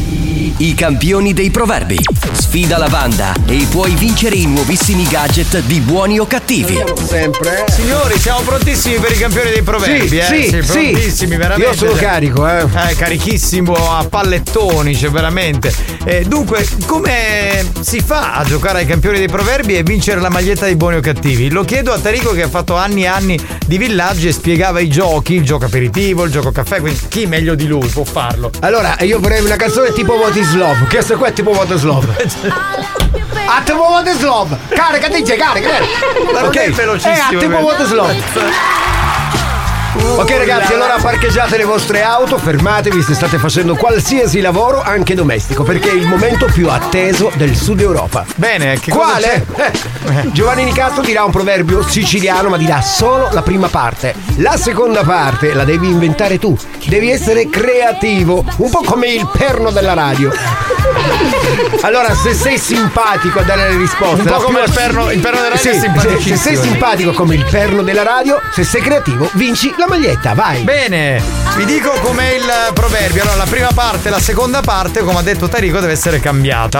Speaker 5: I campioni dei proverbi. Sfida la banda e puoi vincere i nuovissimi gadget di Buoni o Cattivi.
Speaker 9: Sempre.
Speaker 8: Signori, siamo prontissimi per i campioni dei proverbi,
Speaker 9: Sì,
Speaker 8: eh?
Speaker 9: sì, sì.
Speaker 8: prontissimi, veramente.
Speaker 9: Io sono carico, eh.
Speaker 8: Eh, carichissimo a pallettoni, cioè veramente. Eh, dunque, come si fa a giocare ai campioni dei proverbi e vincere la maglietta dei Buoni o Cattivi? Lo chiedo a Tarico, che ha fatto anni e anni di villaggi e spiegava i giochi, il gioco aperitivo, il gioco caffè, quindi chi meglio di lui può farlo?
Speaker 9: Allora, io vorrei una canzone tipo What is Love. Questo qua è tipo What is Love. A tipo What is Love. Carica, D J, carica.
Speaker 8: Ma non è velocissimo.
Speaker 9: Eh, a tipo What is Love. Ok ragazzi, allora parcheggiate le vostre auto, fermatevi se state facendo qualsiasi lavoro, anche domestico, perché è il momento più atteso del Sud Europa.
Speaker 8: Bene, che
Speaker 9: Quale?
Speaker 8: cosa c'è?
Speaker 9: Eh, Giovanni Nicastro dirà un proverbio siciliano, ma dirà solo la prima parte. La seconda parte la devi inventare tu. Devi essere creativo, un po' come il perno della radio. Allora, se sei simpatico a dare le risposte,
Speaker 8: un po' come il perno, il perno della radio,
Speaker 9: sì,
Speaker 8: è simpaticissimo.
Speaker 9: se, se sei simpatico come il perno della radio, se sei creativo, vinci la maglietta, vai.
Speaker 8: Bene, vi dico com'è il proverbio. Allora, la prima parte e la seconda parte, come ha detto Tarico, deve essere cambiata.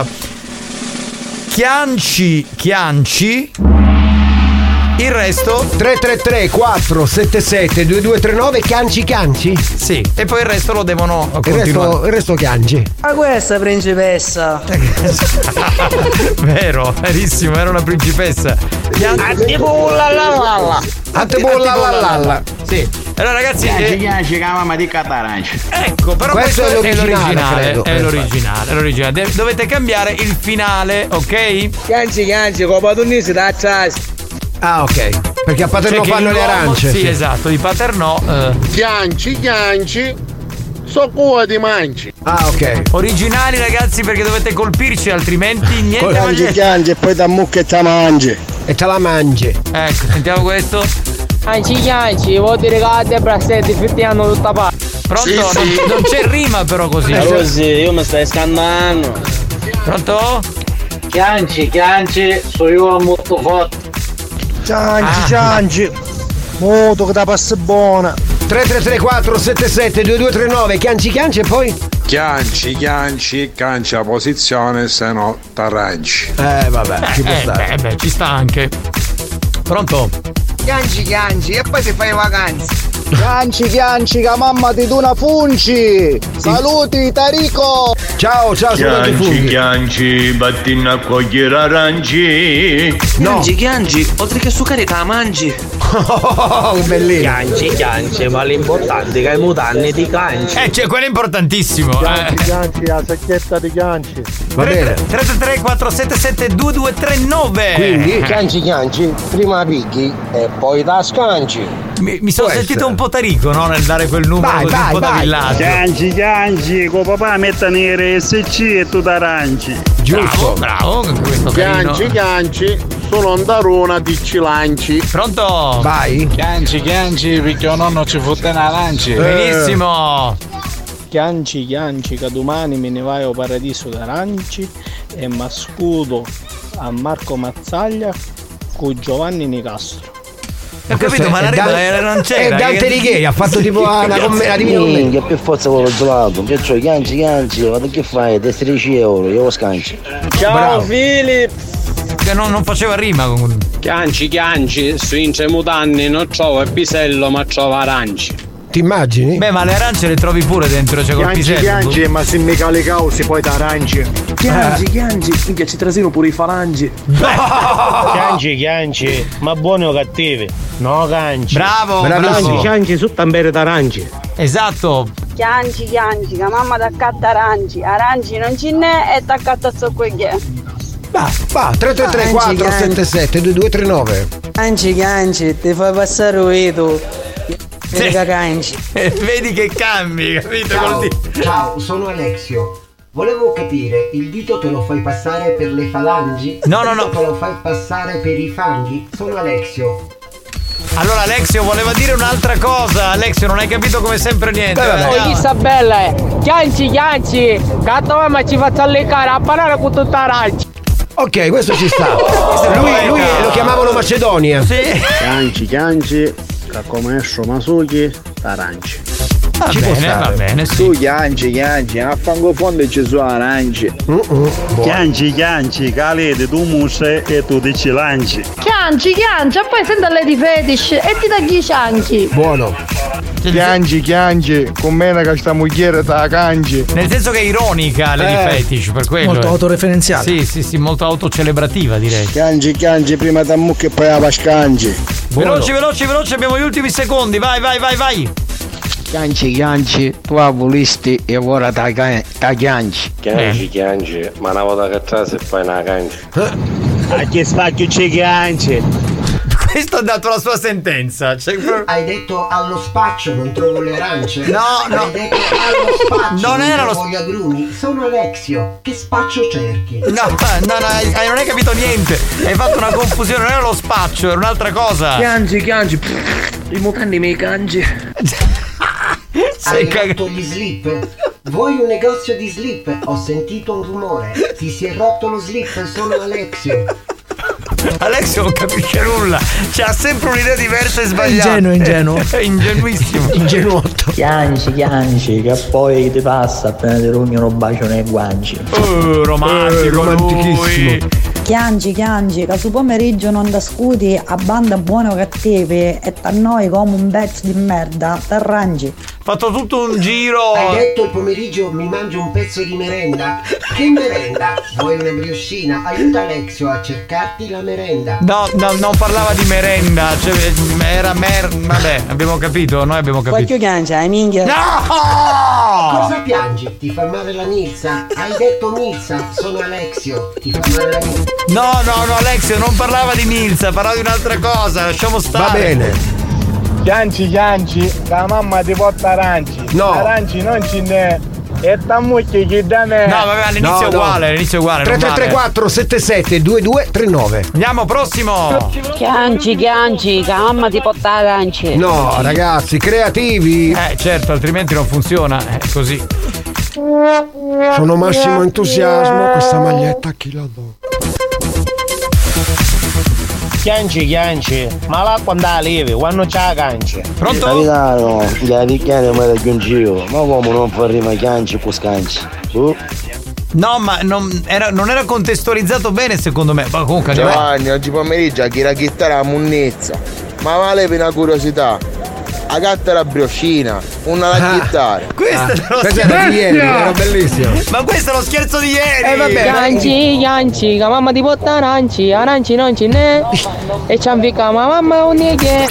Speaker 8: Chianci, chianci. Il resto
Speaker 9: tre tre tre quattro sette sette due due tre nove, chianci chianci?
Speaker 8: Sì, e poi il resto lo devono
Speaker 9: il
Speaker 8: continuare.
Speaker 9: resto, il resto chianci.
Speaker 17: Ma questa principessa.
Speaker 8: Vero, verissimo, era una principessa.
Speaker 17: Attibullallalla.
Speaker 9: Attibullallalla.
Speaker 8: Sì. Allora ragazzi,
Speaker 21: Chianci,
Speaker 8: eh,
Speaker 21: chianci, la mamma di Cataranci.
Speaker 8: ecco, però
Speaker 9: Questo
Speaker 8: questo,
Speaker 9: è l'originale, credo.
Speaker 8: è l'originale, è l'originale. De- dovete cambiare il finale, ok?
Speaker 4: Chianci, chianci, come tunnisi da atrás.
Speaker 9: Ah, ok. Perché a Paternò
Speaker 8: Cioè che
Speaker 9: fanno le
Speaker 8: l'uomo-
Speaker 9: arance.
Speaker 8: Sì, esatto, di Paternò. Eh.
Speaker 2: Chianci, chianci, so cuore di manci.
Speaker 9: Ah, ok.
Speaker 8: Originali ragazzi, perché dovete colpirci, altrimenti niente
Speaker 9: Chianci,
Speaker 8: maglietta.
Speaker 9: chianci, e poi da mucca e te la mangi. E te la mangi.
Speaker 8: Ecco, sentiamo questo.
Speaker 17: Anci chianci, vuol dire che la Debra stai difettiando tutta parte.
Speaker 8: Pronto?
Speaker 2: Sì,
Speaker 8: non,
Speaker 2: sì.
Speaker 8: non c'è rima però così.
Speaker 17: Così, io mi stai scannando.
Speaker 8: Pronto?
Speaker 19: Chianci, chianci, so io molto forte.
Speaker 10: Cianci,
Speaker 8: Ah.
Speaker 10: cianci. Moto che da passa buona.
Speaker 9: tre tre tre quattro sette sette due due tre nove, chianci chianci e poi?
Speaker 12: Chianci, chianci, cancia posizione, se no t'arrangi.
Speaker 9: Eh vabbè, ci può
Speaker 8: Eh,
Speaker 9: stare.
Speaker 8: beh, beh, ci sta anche. Pronto?
Speaker 4: Chianci, chianci, e poi si fai vacanze.
Speaker 21: Chianci, chianci, che mamma ti dona funci. Saluti, Tarico.
Speaker 9: Ciao, ciao, sono anche
Speaker 1: Chianci,
Speaker 9: funghi.
Speaker 1: chianci, battino a cogliere aranci.
Speaker 9: No.
Speaker 17: Chianci, chianci, oltre che su carità mangi.
Speaker 9: Oh, bellino.
Speaker 17: Chianci, chianci, ma l'importante è che i mutanti ti canci.
Speaker 8: Eh, cioè, quello è importantissimo.
Speaker 10: Cianci,
Speaker 8: Eh.
Speaker 10: cianci, la sacchetta di cianci.
Speaker 9: Va bene.
Speaker 8: tre tre tre quattro sette sette due due tre nove.
Speaker 9: Quindi?
Speaker 21: Chianci, chianci, prima picchi e poi da scanci.
Speaker 8: Mi, mi sono
Speaker 9: Può
Speaker 8: sentito
Speaker 9: essere.
Speaker 8: un po' Tarico, no? Nel dare quel numero
Speaker 9: Vai,
Speaker 8: così
Speaker 9: vai,
Speaker 8: un po' da
Speaker 9: vai.
Speaker 8: villaggio.
Speaker 18: Chianci, chianci, con papà mettano i R S C e tu t'arrangi.
Speaker 9: Giusto.
Speaker 8: Bravo, bravo, questo carino.
Speaker 2: Chianci, chianci, solo andarona di cilanci.
Speaker 8: Pronto?
Speaker 9: Vai.
Speaker 21: Chianci, chianci, perché nonno ci fotte una lanci.
Speaker 8: Benissimo.
Speaker 21: Chianci, chianci, che domani me ne vai al paradiso d'Aranci e m'ascudo a Marco Mazzaglia con Giovanni Nicastro.
Speaker 8: Ho capito, ma la
Speaker 9: È
Speaker 8: rima
Speaker 9: Dan-
Speaker 8: era- non c'era.
Speaker 9: È Dante Righieri, ha fatto tipo una commedia di
Speaker 21: Minchia, più forza con lo gelato. Che c'ho, chianci, chianci, guarda che fai? Te tredici euro, io lo scanci.
Speaker 17: Ciao
Speaker 9: Bravo.
Speaker 17: Filip.
Speaker 8: Che non, non faceva rima con.
Speaker 17: Chianci, chianci, su ince mutanni non c'ho il pisello ma c'ho aranci.
Speaker 9: Ti immagini?
Speaker 8: Beh, ma le arance le trovi pure dentro, cioè col
Speaker 10: Chianci,
Speaker 8: pisello.
Speaker 10: chianci, ma se mica le cause poi t'arrangi.
Speaker 4: Chianci, chianci, minchia ci trasino pure i falangi.
Speaker 21: Chianci, chianci, ma buoni o cattivi? No, canci.
Speaker 8: Bravo,
Speaker 9: Bravissimo.
Speaker 8: bravo.
Speaker 21: Chianci su tambere d'aranci.
Speaker 8: Esatto.
Speaker 13: Chianci, chianci, che mamma t'accatta aranci. Aranci non ce n'è e t'accatta zocco e che.
Speaker 9: Va, va, tre tre tre quattro sette sette due due tre nove.
Speaker 17: Canci, canci, ti fai passare un tu.
Speaker 8: Sì.
Speaker 17: Canci.
Speaker 8: Vedi che cambi, capito?
Speaker 9: Ciao,
Speaker 8: Col di-
Speaker 9: ciao, sono Alexio. Volevo capire, il dito te lo fai passare per le falangi?
Speaker 8: No, no,
Speaker 9: Il dito
Speaker 8: no.
Speaker 9: te lo fai passare per i fanghi? Sono Alexio.
Speaker 8: Allora Alexio voleva dire un'altra cosa. Alexio, non hai capito come sempre niente.
Speaker 9: Beh, vabbè.
Speaker 8: Andiamo.
Speaker 17: Oh, chi sta bella è? Chianci, chianci, gatto mamma ci faccia leccare a banana con tutta aranci.
Speaker 9: Ok, questo ci sta. Lui, lui lo chiamavano Macedonia.
Speaker 8: Sì.
Speaker 21: Chianci, chianci, che come esce Masuki, t'arranci.
Speaker 8: Va
Speaker 9: Ci può
Speaker 8: bene,
Speaker 9: stare.
Speaker 8: va bene, sì.
Speaker 6: Tu chianci, chianci, a fango fondo ci sono aranci.
Speaker 9: Uh-uh.
Speaker 18: Chianci, chianci, calete, tu musse e tu ti ci lanci.
Speaker 3: Chianci, chianci, e poi senta Lady Fetish e ti tagli i cianchi.
Speaker 9: Buono.
Speaker 2: Chiangi, chiangi, con me che sta mogliere da cangi.
Speaker 8: Nel senso che è ironica Lady
Speaker 2: Eh.
Speaker 8: Fetish, per quello.
Speaker 11: Molto
Speaker 8: è.
Speaker 11: autoreferenziale.
Speaker 8: Sì, sì, sì, molto autocelebrativa direi.
Speaker 2: Chiangi, chiangi, prima da mucche e poi a pascangi.
Speaker 8: Veloci, veloci, veloci, abbiamo gli ultimi secondi, vai, vai, vai, vai.
Speaker 15: Chianci, chianci, tu avolisti e ora da chianci.
Speaker 14: Chianci, chianci, ma una volta che trase e poi una canci.
Speaker 15: A che spacchio c'è chianci?
Speaker 8: Questo ha dato la sua sentenza. Cioè,
Speaker 9: Hai detto allo spaccio non trovo le arance.
Speaker 8: No, no.
Speaker 9: Hai detto allo spaccio
Speaker 8: Non
Speaker 9: non,
Speaker 8: era lo
Speaker 9: trovo gli agrumi. Sono Alexio. Che spaccio cerchi?
Speaker 8: No, no, no, hai- hai- non hai capito niente. Hai fatto una confusione, non era lo spaccio, era un'altra cosa.
Speaker 10: Chiangi, chiangi, i mutanti miei cangi.
Speaker 9: Hai rotto gli slip? Vuoi un negozio di slip? Ho sentito un rumore. Ti si è rotto lo slip, sono Alexio.
Speaker 8: Alexio non capisce nulla, c'ha sempre un'idea diversa e sbagliata.
Speaker 11: Ingenuo, ingenuo.
Speaker 8: È ingenuissimo.
Speaker 11: Ingenuotto.
Speaker 23: Chianci, chianci, che poi ti passa appena ti rugnano un bacio nei guanci.
Speaker 8: Oh, romantico,
Speaker 9: Eh, romantichissimo.
Speaker 8: lui.
Speaker 16: Chiangi, chiangi, che su pomeriggio non da scuti a banda buone o cattive e a noi come un pezzo di merda, t'arrangi.
Speaker 8: Fatto tutto un giro.
Speaker 9: Hai detto il pomeriggio mi mangio un pezzo di merenda. Che merenda? Vuoi una briochina? Aiuta Alexio a cercarti la merenda.
Speaker 8: No, no, non parlava di merenda, cioè era mer... Vabbè, abbiamo capito, noi abbiamo capito.
Speaker 16: Qualche chiancia, hai minchia.
Speaker 8: No!
Speaker 9: Cosa piangi? Ti fa male la milza? Hai detto milza, sono Alexio. Ti fa male la milza.
Speaker 8: No, no, no, Alexio non parlava di milza, parlava di un'altra cosa, lasciamo stare.
Speaker 9: Va bene.
Speaker 21: Chianci, chianci, che la mamma ti porta aranci.
Speaker 9: No.
Speaker 21: Aranci non ce n'è. E t'ammucchi chi da me.
Speaker 8: No, vabbè, all'inizio è uguale, all'inizio è uguale.
Speaker 9: tre tre tre
Speaker 8: normale.
Speaker 9: quattro sette sette due due tre nove.
Speaker 8: Andiamo, prossimo.
Speaker 24: Chianci, chianci, che la mamma ti porta aranci.
Speaker 9: No, ragazzi, creativi.
Speaker 8: Eh, certo, altrimenti non funziona, è così.
Speaker 9: Sono massimo entusiasmo, questa maglietta a chi la do?
Speaker 21: Chianci, chianci, ma l'acqua andava lieve, quando c'è la cancia.
Speaker 8: Pronto?
Speaker 14: Capitano, gli americani mi da chiuncio, ma come non fa rima chianci con scanci? Uh.
Speaker 8: No, ma non era, non era contestualizzato bene secondo me. Ma comunque andiamo.
Speaker 2: Giovanni, oggi pomeriggio a chi la chitarra a munnezza. Ma vale per una curiosità. A gatta la brioscina, una la chitarra.
Speaker 8: Questo è lo
Speaker 9: Questa era di ieri, era bellissimo.
Speaker 8: Ma questo è lo scherzo di ieri!
Speaker 9: Eh, vabbè.
Speaker 24: Chianci, chianci, che mamma ti porta aranci. Aranci non ce n'è. E ci anfica ma mamma un che.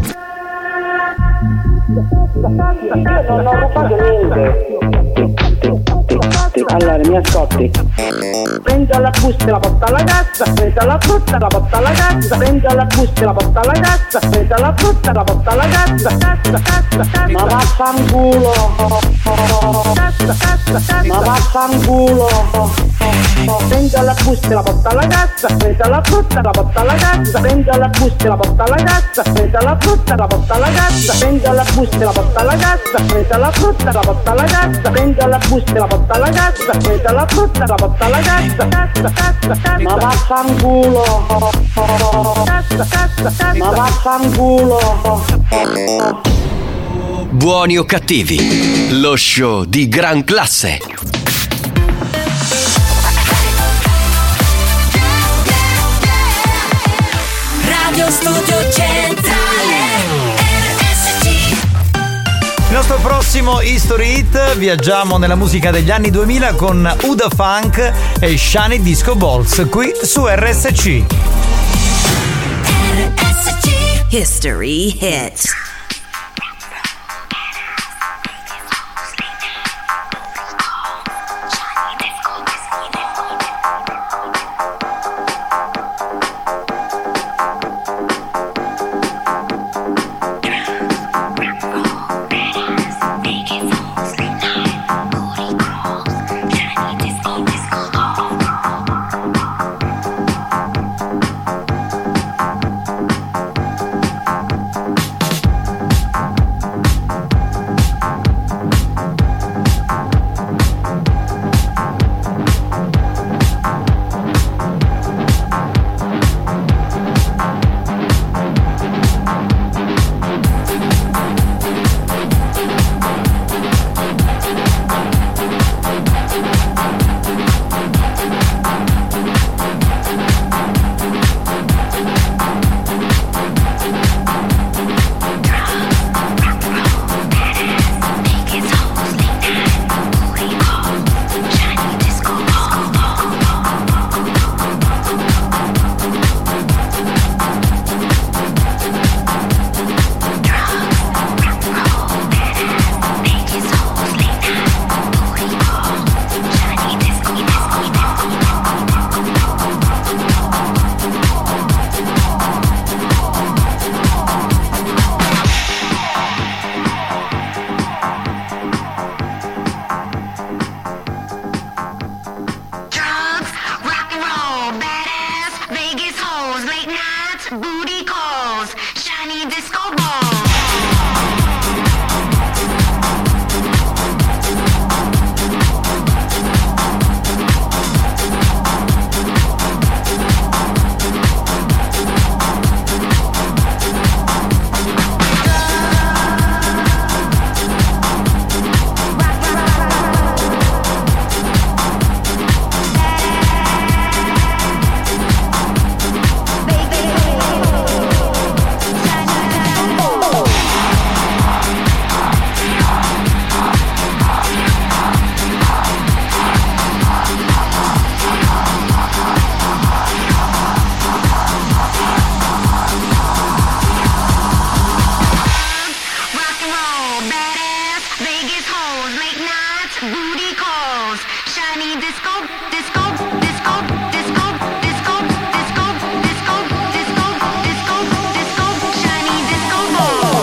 Speaker 19: Non ho rubato niente. Allora mi ascolti. Prendi la busta e la porta alla cassa, prendi la frutta e la porta alla cassa, prendi la busta e la porta alla cassa, prendi la frutta e la porta alla cassa, cassa, cassa, cassa. Ma vaffanculo. Cassa, cassa, cassa. Ma vaffanculo. Prendi la busta e la porta alla cassa, prendi la frutta e la porta alla cassa, prendi la busta e la porta alla cassa, prendi la frutta e la porta alla cassa, prendi la busta e la porta alla cassa, prendi la frutta e la porta alla cassa, prendi la busta e la porta alla cassa, prendi la frutta e la porta alla cassa, cassa, cassa, cassa. Ma vaffanculo. Cassa, cassa, cassa. Ma vaffanculo.
Speaker 5: Buoni o cattivi, lo show di gran classe.
Speaker 7: Radio Studio Centrale R S C.
Speaker 8: Il nostro prossimo History Hit, viaggiamo nella musica degli anni duemila con Uda Funk e Shiny Disco Balls qui su R S C.
Speaker 7: R S C History Hit. booty calls. Shiny disco, disco, disco, disco, disco, disco, disco, disco, disco, disco, shiny disco ball.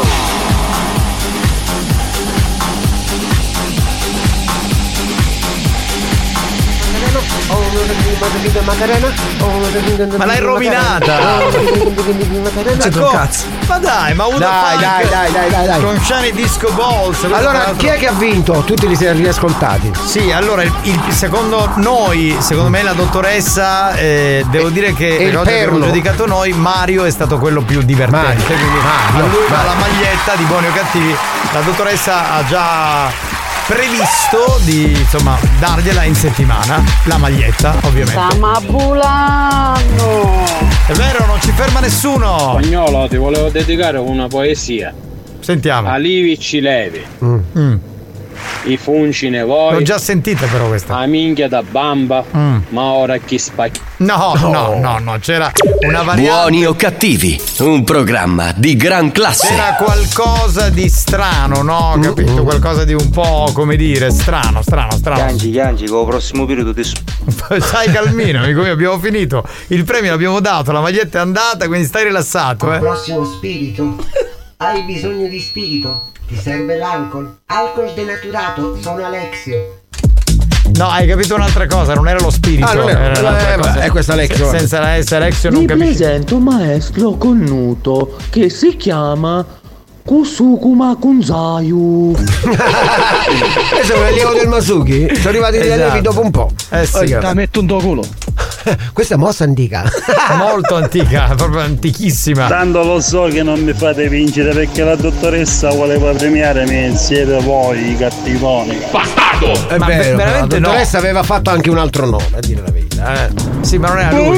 Speaker 8: Ma l'hai rovinata!
Speaker 11: C'è un cazzo.
Speaker 8: Ma dai, ma uno
Speaker 9: Dai, dai, dai, dai, dai, dai.
Speaker 8: con Shiny Disco Balls.
Speaker 9: Allora, chi è che ha vinto? Tutti li siamo riascoltati.
Speaker 8: Sì, allora il, il- secondo noi, secondo me la dottoressa, eh, devo dire che
Speaker 9: E il
Speaker 8: oggi abbiamo
Speaker 9: perlo.
Speaker 8: giudicato noi, Mario è stato quello più divertente.
Speaker 9: Mario.
Speaker 8: Quindi
Speaker 9: Mario,
Speaker 8: a lui va
Speaker 9: Mario.
Speaker 8: la maglietta di Buoni o Cattivi. La dottoressa ha già previsto di insomma dargliela in settimana. La maglietta, ovviamente.
Speaker 19: Stiamo bulando.
Speaker 8: È vero, non ci ferma nessuno.
Speaker 21: Spagnolo, ti volevo dedicare una poesia.
Speaker 8: Sentiamo.
Speaker 21: Alivi ci levi.
Speaker 8: Mm.
Speaker 21: I funci ne vuoi.
Speaker 8: L'ho già sentita però questa.
Speaker 21: A minchia da bamba.
Speaker 8: Mm.
Speaker 21: Ma ora chi spacchi.
Speaker 8: No, no, no, no, c'era una variante.
Speaker 5: Buoni o cattivi, un programma di gran classe.
Speaker 8: C'era qualcosa di strano, no? Capito? Qualcosa di un po', come dire, strano, strano, strano.
Speaker 14: Chiangi, chiangi, con il prossimo periodo ti
Speaker 8: Stai calmino, amico mio, abbiamo finito. Il premio l'abbiamo dato, la maglietta è andata, quindi stai rilassato, eh.
Speaker 9: Prossimo spirito. Hai bisogno di spirito? Ti serve l'alcol? Alcol denaturato? Sono Alexio.
Speaker 8: No, hai capito un'altra cosa, non era lo spirito.
Speaker 9: Ah, non era-
Speaker 8: era un'altra
Speaker 9: eh,
Speaker 8: cosa.
Speaker 9: è questa Alexio.
Speaker 8: Se- Senza la S Alexio non
Speaker 10: Vi
Speaker 8: capisci.
Speaker 10: presento un maestro connuto che si chiama Kusukuma Kunzayu.
Speaker 9: Questo è un allievo del Masuki. Sono arrivati gli
Speaker 8: Esatto.
Speaker 9: allievi dopo un po'.
Speaker 8: Eh sì.
Speaker 9: Oiga.
Speaker 10: Ti metto un tuo culo.
Speaker 9: Questa è mossa antica.
Speaker 8: Molto antica, proprio antichissima.
Speaker 18: Tanto lo so che non mi fate vincere perché la dottoressa voleva premiare me, siete voi i cattivoni.
Speaker 8: Bastardo!
Speaker 9: È
Speaker 8: Ma
Speaker 9: vero,
Speaker 8: veramente
Speaker 9: la
Speaker 8: no.
Speaker 9: dottoressa aveva fatto anche un altro nome, a dire la verità.
Speaker 8: Eh, sì, ma non era lui.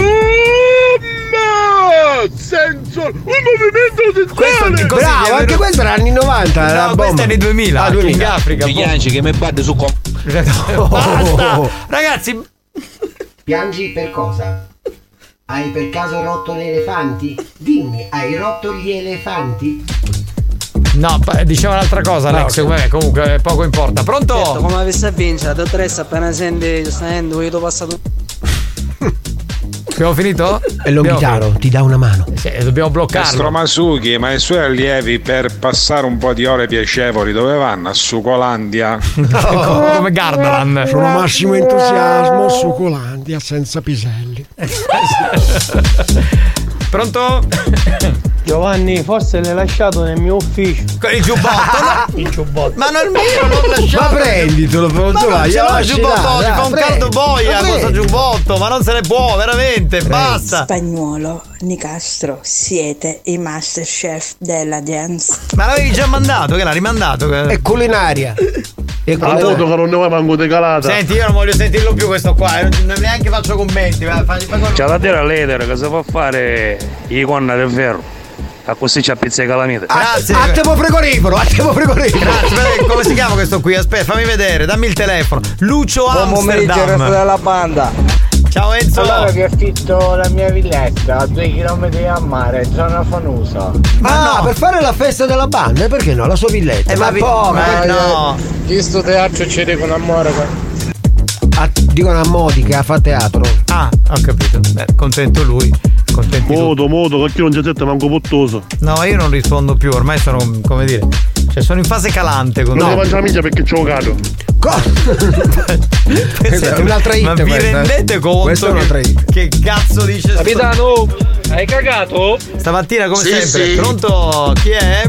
Speaker 10: Senso un movimento
Speaker 8: Questo così,
Speaker 9: Bravo,
Speaker 8: è
Speaker 9: anche
Speaker 8: vero.
Speaker 9: questo era anni novanta.
Speaker 8: No,
Speaker 9: era
Speaker 8: questo
Speaker 9: bomba.
Speaker 8: è anni duemila,
Speaker 9: Ah,
Speaker 8: anche in
Speaker 9: duemila.
Speaker 8: Africa. boh.
Speaker 14: Chiangi che mi batte su com-
Speaker 8: Basta! Ragazzi,
Speaker 9: Piangi per cosa? Hai per caso rotto gli elefanti? Dimmi, hai rotto gli elefanti?
Speaker 8: no, pa- diceva un'altra cosa, Alex. Vabbè, comunque poco importa. Pronto?
Speaker 4: Certo, come avessi a vincere, la dottoressa appena sente giustamente io t'ho passato.
Speaker 8: Abbiamo finito?
Speaker 9: E Longhitano ti dà una mano.
Speaker 8: Sì, dobbiamo bloccarlo.
Speaker 1: Maestro Masuki, ma i suoi allievi per passare un po' di ore piacevoli dove vanno? A Sucolandia?
Speaker 8: No, come Gardaland.
Speaker 9: Sono massimo entusiasmo su Colandia senza piselli.
Speaker 8: Pronto?
Speaker 21: Giovanni, forse l'hai lasciato nel mio ufficio.
Speaker 8: Il giubbotto? No?
Speaker 21: Il giubbotto.
Speaker 8: Ma non io non lasciato.
Speaker 9: Ma prenditelo, però
Speaker 8: Ma non ce l'ho il giubbotto, ti fa un caldo boia questo giubbotto, ma non se ne può, veramente, basta.
Speaker 12: Spagnolo, Nicastro, siete i Masterchef della dance.
Speaker 8: Ma l'avevi già mandato, che l'ha rimandato?
Speaker 9: È culinaria. È
Speaker 10: Ha avuto che non ne vuoi manco di calata.
Speaker 8: Senti, io non voglio sentirlo più questo qua, eh, non neanche faccio commenti. Vai, fai, fai quello-
Speaker 18: C'è da dire a Leder che si può fare i conna del ferro. A così c'ha pizza di calamite.
Speaker 8: Grazie.
Speaker 9: Attimo frigorifero, attimo frigorifero.
Speaker 8: Grazie, aspetta, come si chiama questo qui? Aspetta, fammi vedere, dammi il telefono. Lucio
Speaker 4: Buon pomeriggio, resto
Speaker 8: Amsterdam.
Speaker 4: della banda.
Speaker 8: Ciao Enzo.
Speaker 17: Allora che affitto la mia villetta a due chilometri a mare, zona fanusa.
Speaker 9: Ah, per fare la festa della banda, perché no? La sua villetta.
Speaker 8: Eh, ma
Speaker 9: ma
Speaker 8: vi-
Speaker 9: poco.
Speaker 8: ma no.
Speaker 17: Chi sto teatro ci dicono amore.
Speaker 9: Ah, dicono a Modi che fa teatro.
Speaker 8: Ah, ho capito. Beh, contento lui. Contenti tutti.
Speaker 10: Modo, modo, perché non c'è detto manco pottoso.
Speaker 8: No, io non rispondo più, ormai sono, come dire, cioè sono in fase calante con
Speaker 10: Non ti mangia la minchia perché c'ho giocato.
Speaker 9: Questa è un'altra hit.
Speaker 8: Ma vi
Speaker 9: questa, eh.
Speaker 8: rendete conto
Speaker 9: Questa è un'altra
Speaker 8: che,
Speaker 9: hit.
Speaker 8: che cazzo dice sto-
Speaker 21: Capitano, hai cagato?
Speaker 8: Stamattina come
Speaker 1: Sì,
Speaker 8: sempre.
Speaker 1: sì.
Speaker 8: Pronto? Chi è?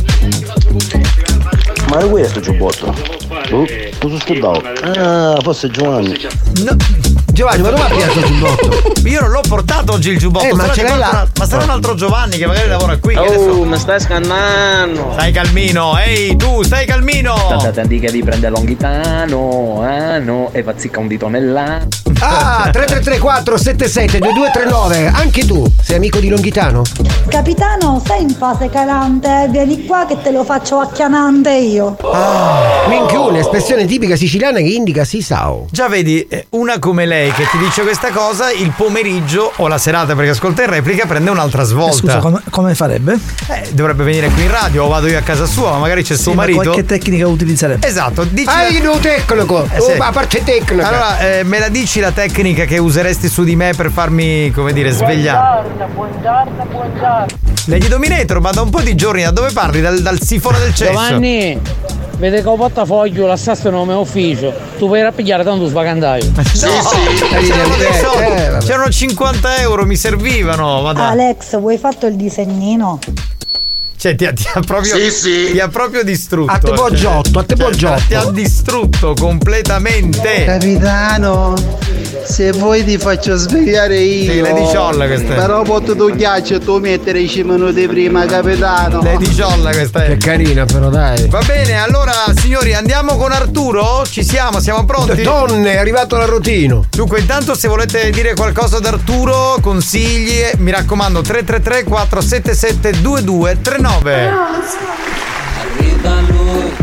Speaker 14: Ma è questo giubbotto? Oh, cosa studiavo? Ah, forse Giovanni.
Speaker 8: No,
Speaker 9: Giovanni, ma dove ha piazza il giubbotto?
Speaker 8: io non l'ho portato oggi il giubbotto.
Speaker 9: Eh, ma
Speaker 8: sarà
Speaker 9: ce
Speaker 8: di
Speaker 9: l'hai
Speaker 8: qualcun
Speaker 9: là?
Speaker 8: altro- Ma sarà un altro Giovanni che magari lavora qui. Che ne so.
Speaker 4: Oh, mi stai scannando.
Speaker 8: Stai calmino, ehi tu, stai calmino.
Speaker 4: Tanta che vi prende Longhitano, ah no, e va zicca un dito nell'anno.
Speaker 9: Ah, tre tre tre quattro sette sette due due tre nove. Anche tu sei amico di Longhitano?
Speaker 16: Capitano, sei in fase calante? Vieni qua che te lo faccio acchianante io.
Speaker 9: Ah, minchione, espressione tipica siciliana che indica si sao.
Speaker 8: Già vedi, eh, una come lei lei che ti dice questa cosa, il pomeriggio o la serata, perché ascolta in replica, prende un'altra svolta.
Speaker 11: Eh, scusa, come, come farebbe?
Speaker 8: Eh, dovrebbe venire qui in radio o vado io a casa sua, ma magari c'è
Speaker 11: sì,
Speaker 8: suo marito.
Speaker 11: Qualche tecnica utilizzerebbe?
Speaker 8: Esatto, dici.
Speaker 9: Ah, io tecnico,
Speaker 8: eh, sì.
Speaker 9: oh, a parte tecnica.
Speaker 8: Allora, eh, me la dici la tecnica che useresti su di me per farmi, come dire, svegliare?
Speaker 24: Buongiorno, buongiorno, buongiorno.
Speaker 8: Lady Dominator, ma da un po' di giorni da dove parli? Dal, dal sifone del cesso?
Speaker 17: Giovanni, vede che ho portafoglio, l'assasso nome ufficio. Tu vai a pigliare tanto sbagandaio.
Speaker 8: No, sì, sì. C'erano dei soldi, eh, c'erano cinquanta euro, mi servivano. Madonna.
Speaker 16: Alex, vuoi fatto il disegnino?
Speaker 8: Cioè ti ha, ti ha proprio
Speaker 2: sì, sì.
Speaker 8: ti ha proprio distrutto.
Speaker 9: A te poggiotto, a te
Speaker 8: cioè,
Speaker 9: poggiotto.
Speaker 8: Ti ha distrutto completamente.
Speaker 6: Capitano, se vuoi ti faccio svegliare io.
Speaker 8: Sì, Lady Ciolla questa è.
Speaker 6: Però porto tu ghiaccio e tu mettere i cinque minuti prima, capitano.
Speaker 8: Lady Ciolla questa è.
Speaker 9: Che carina però, dai.
Speaker 8: Va bene, allora signori andiamo con Arturo? Ci siamo, siamo pronti?
Speaker 9: Donne, è arrivato l'arrotino.
Speaker 8: Dunque intanto se volete dire qualcosa ad Arturo, consigli, mi raccomando tre tre tre quattro sette sette due due tre nove.
Speaker 7: Arriva lui,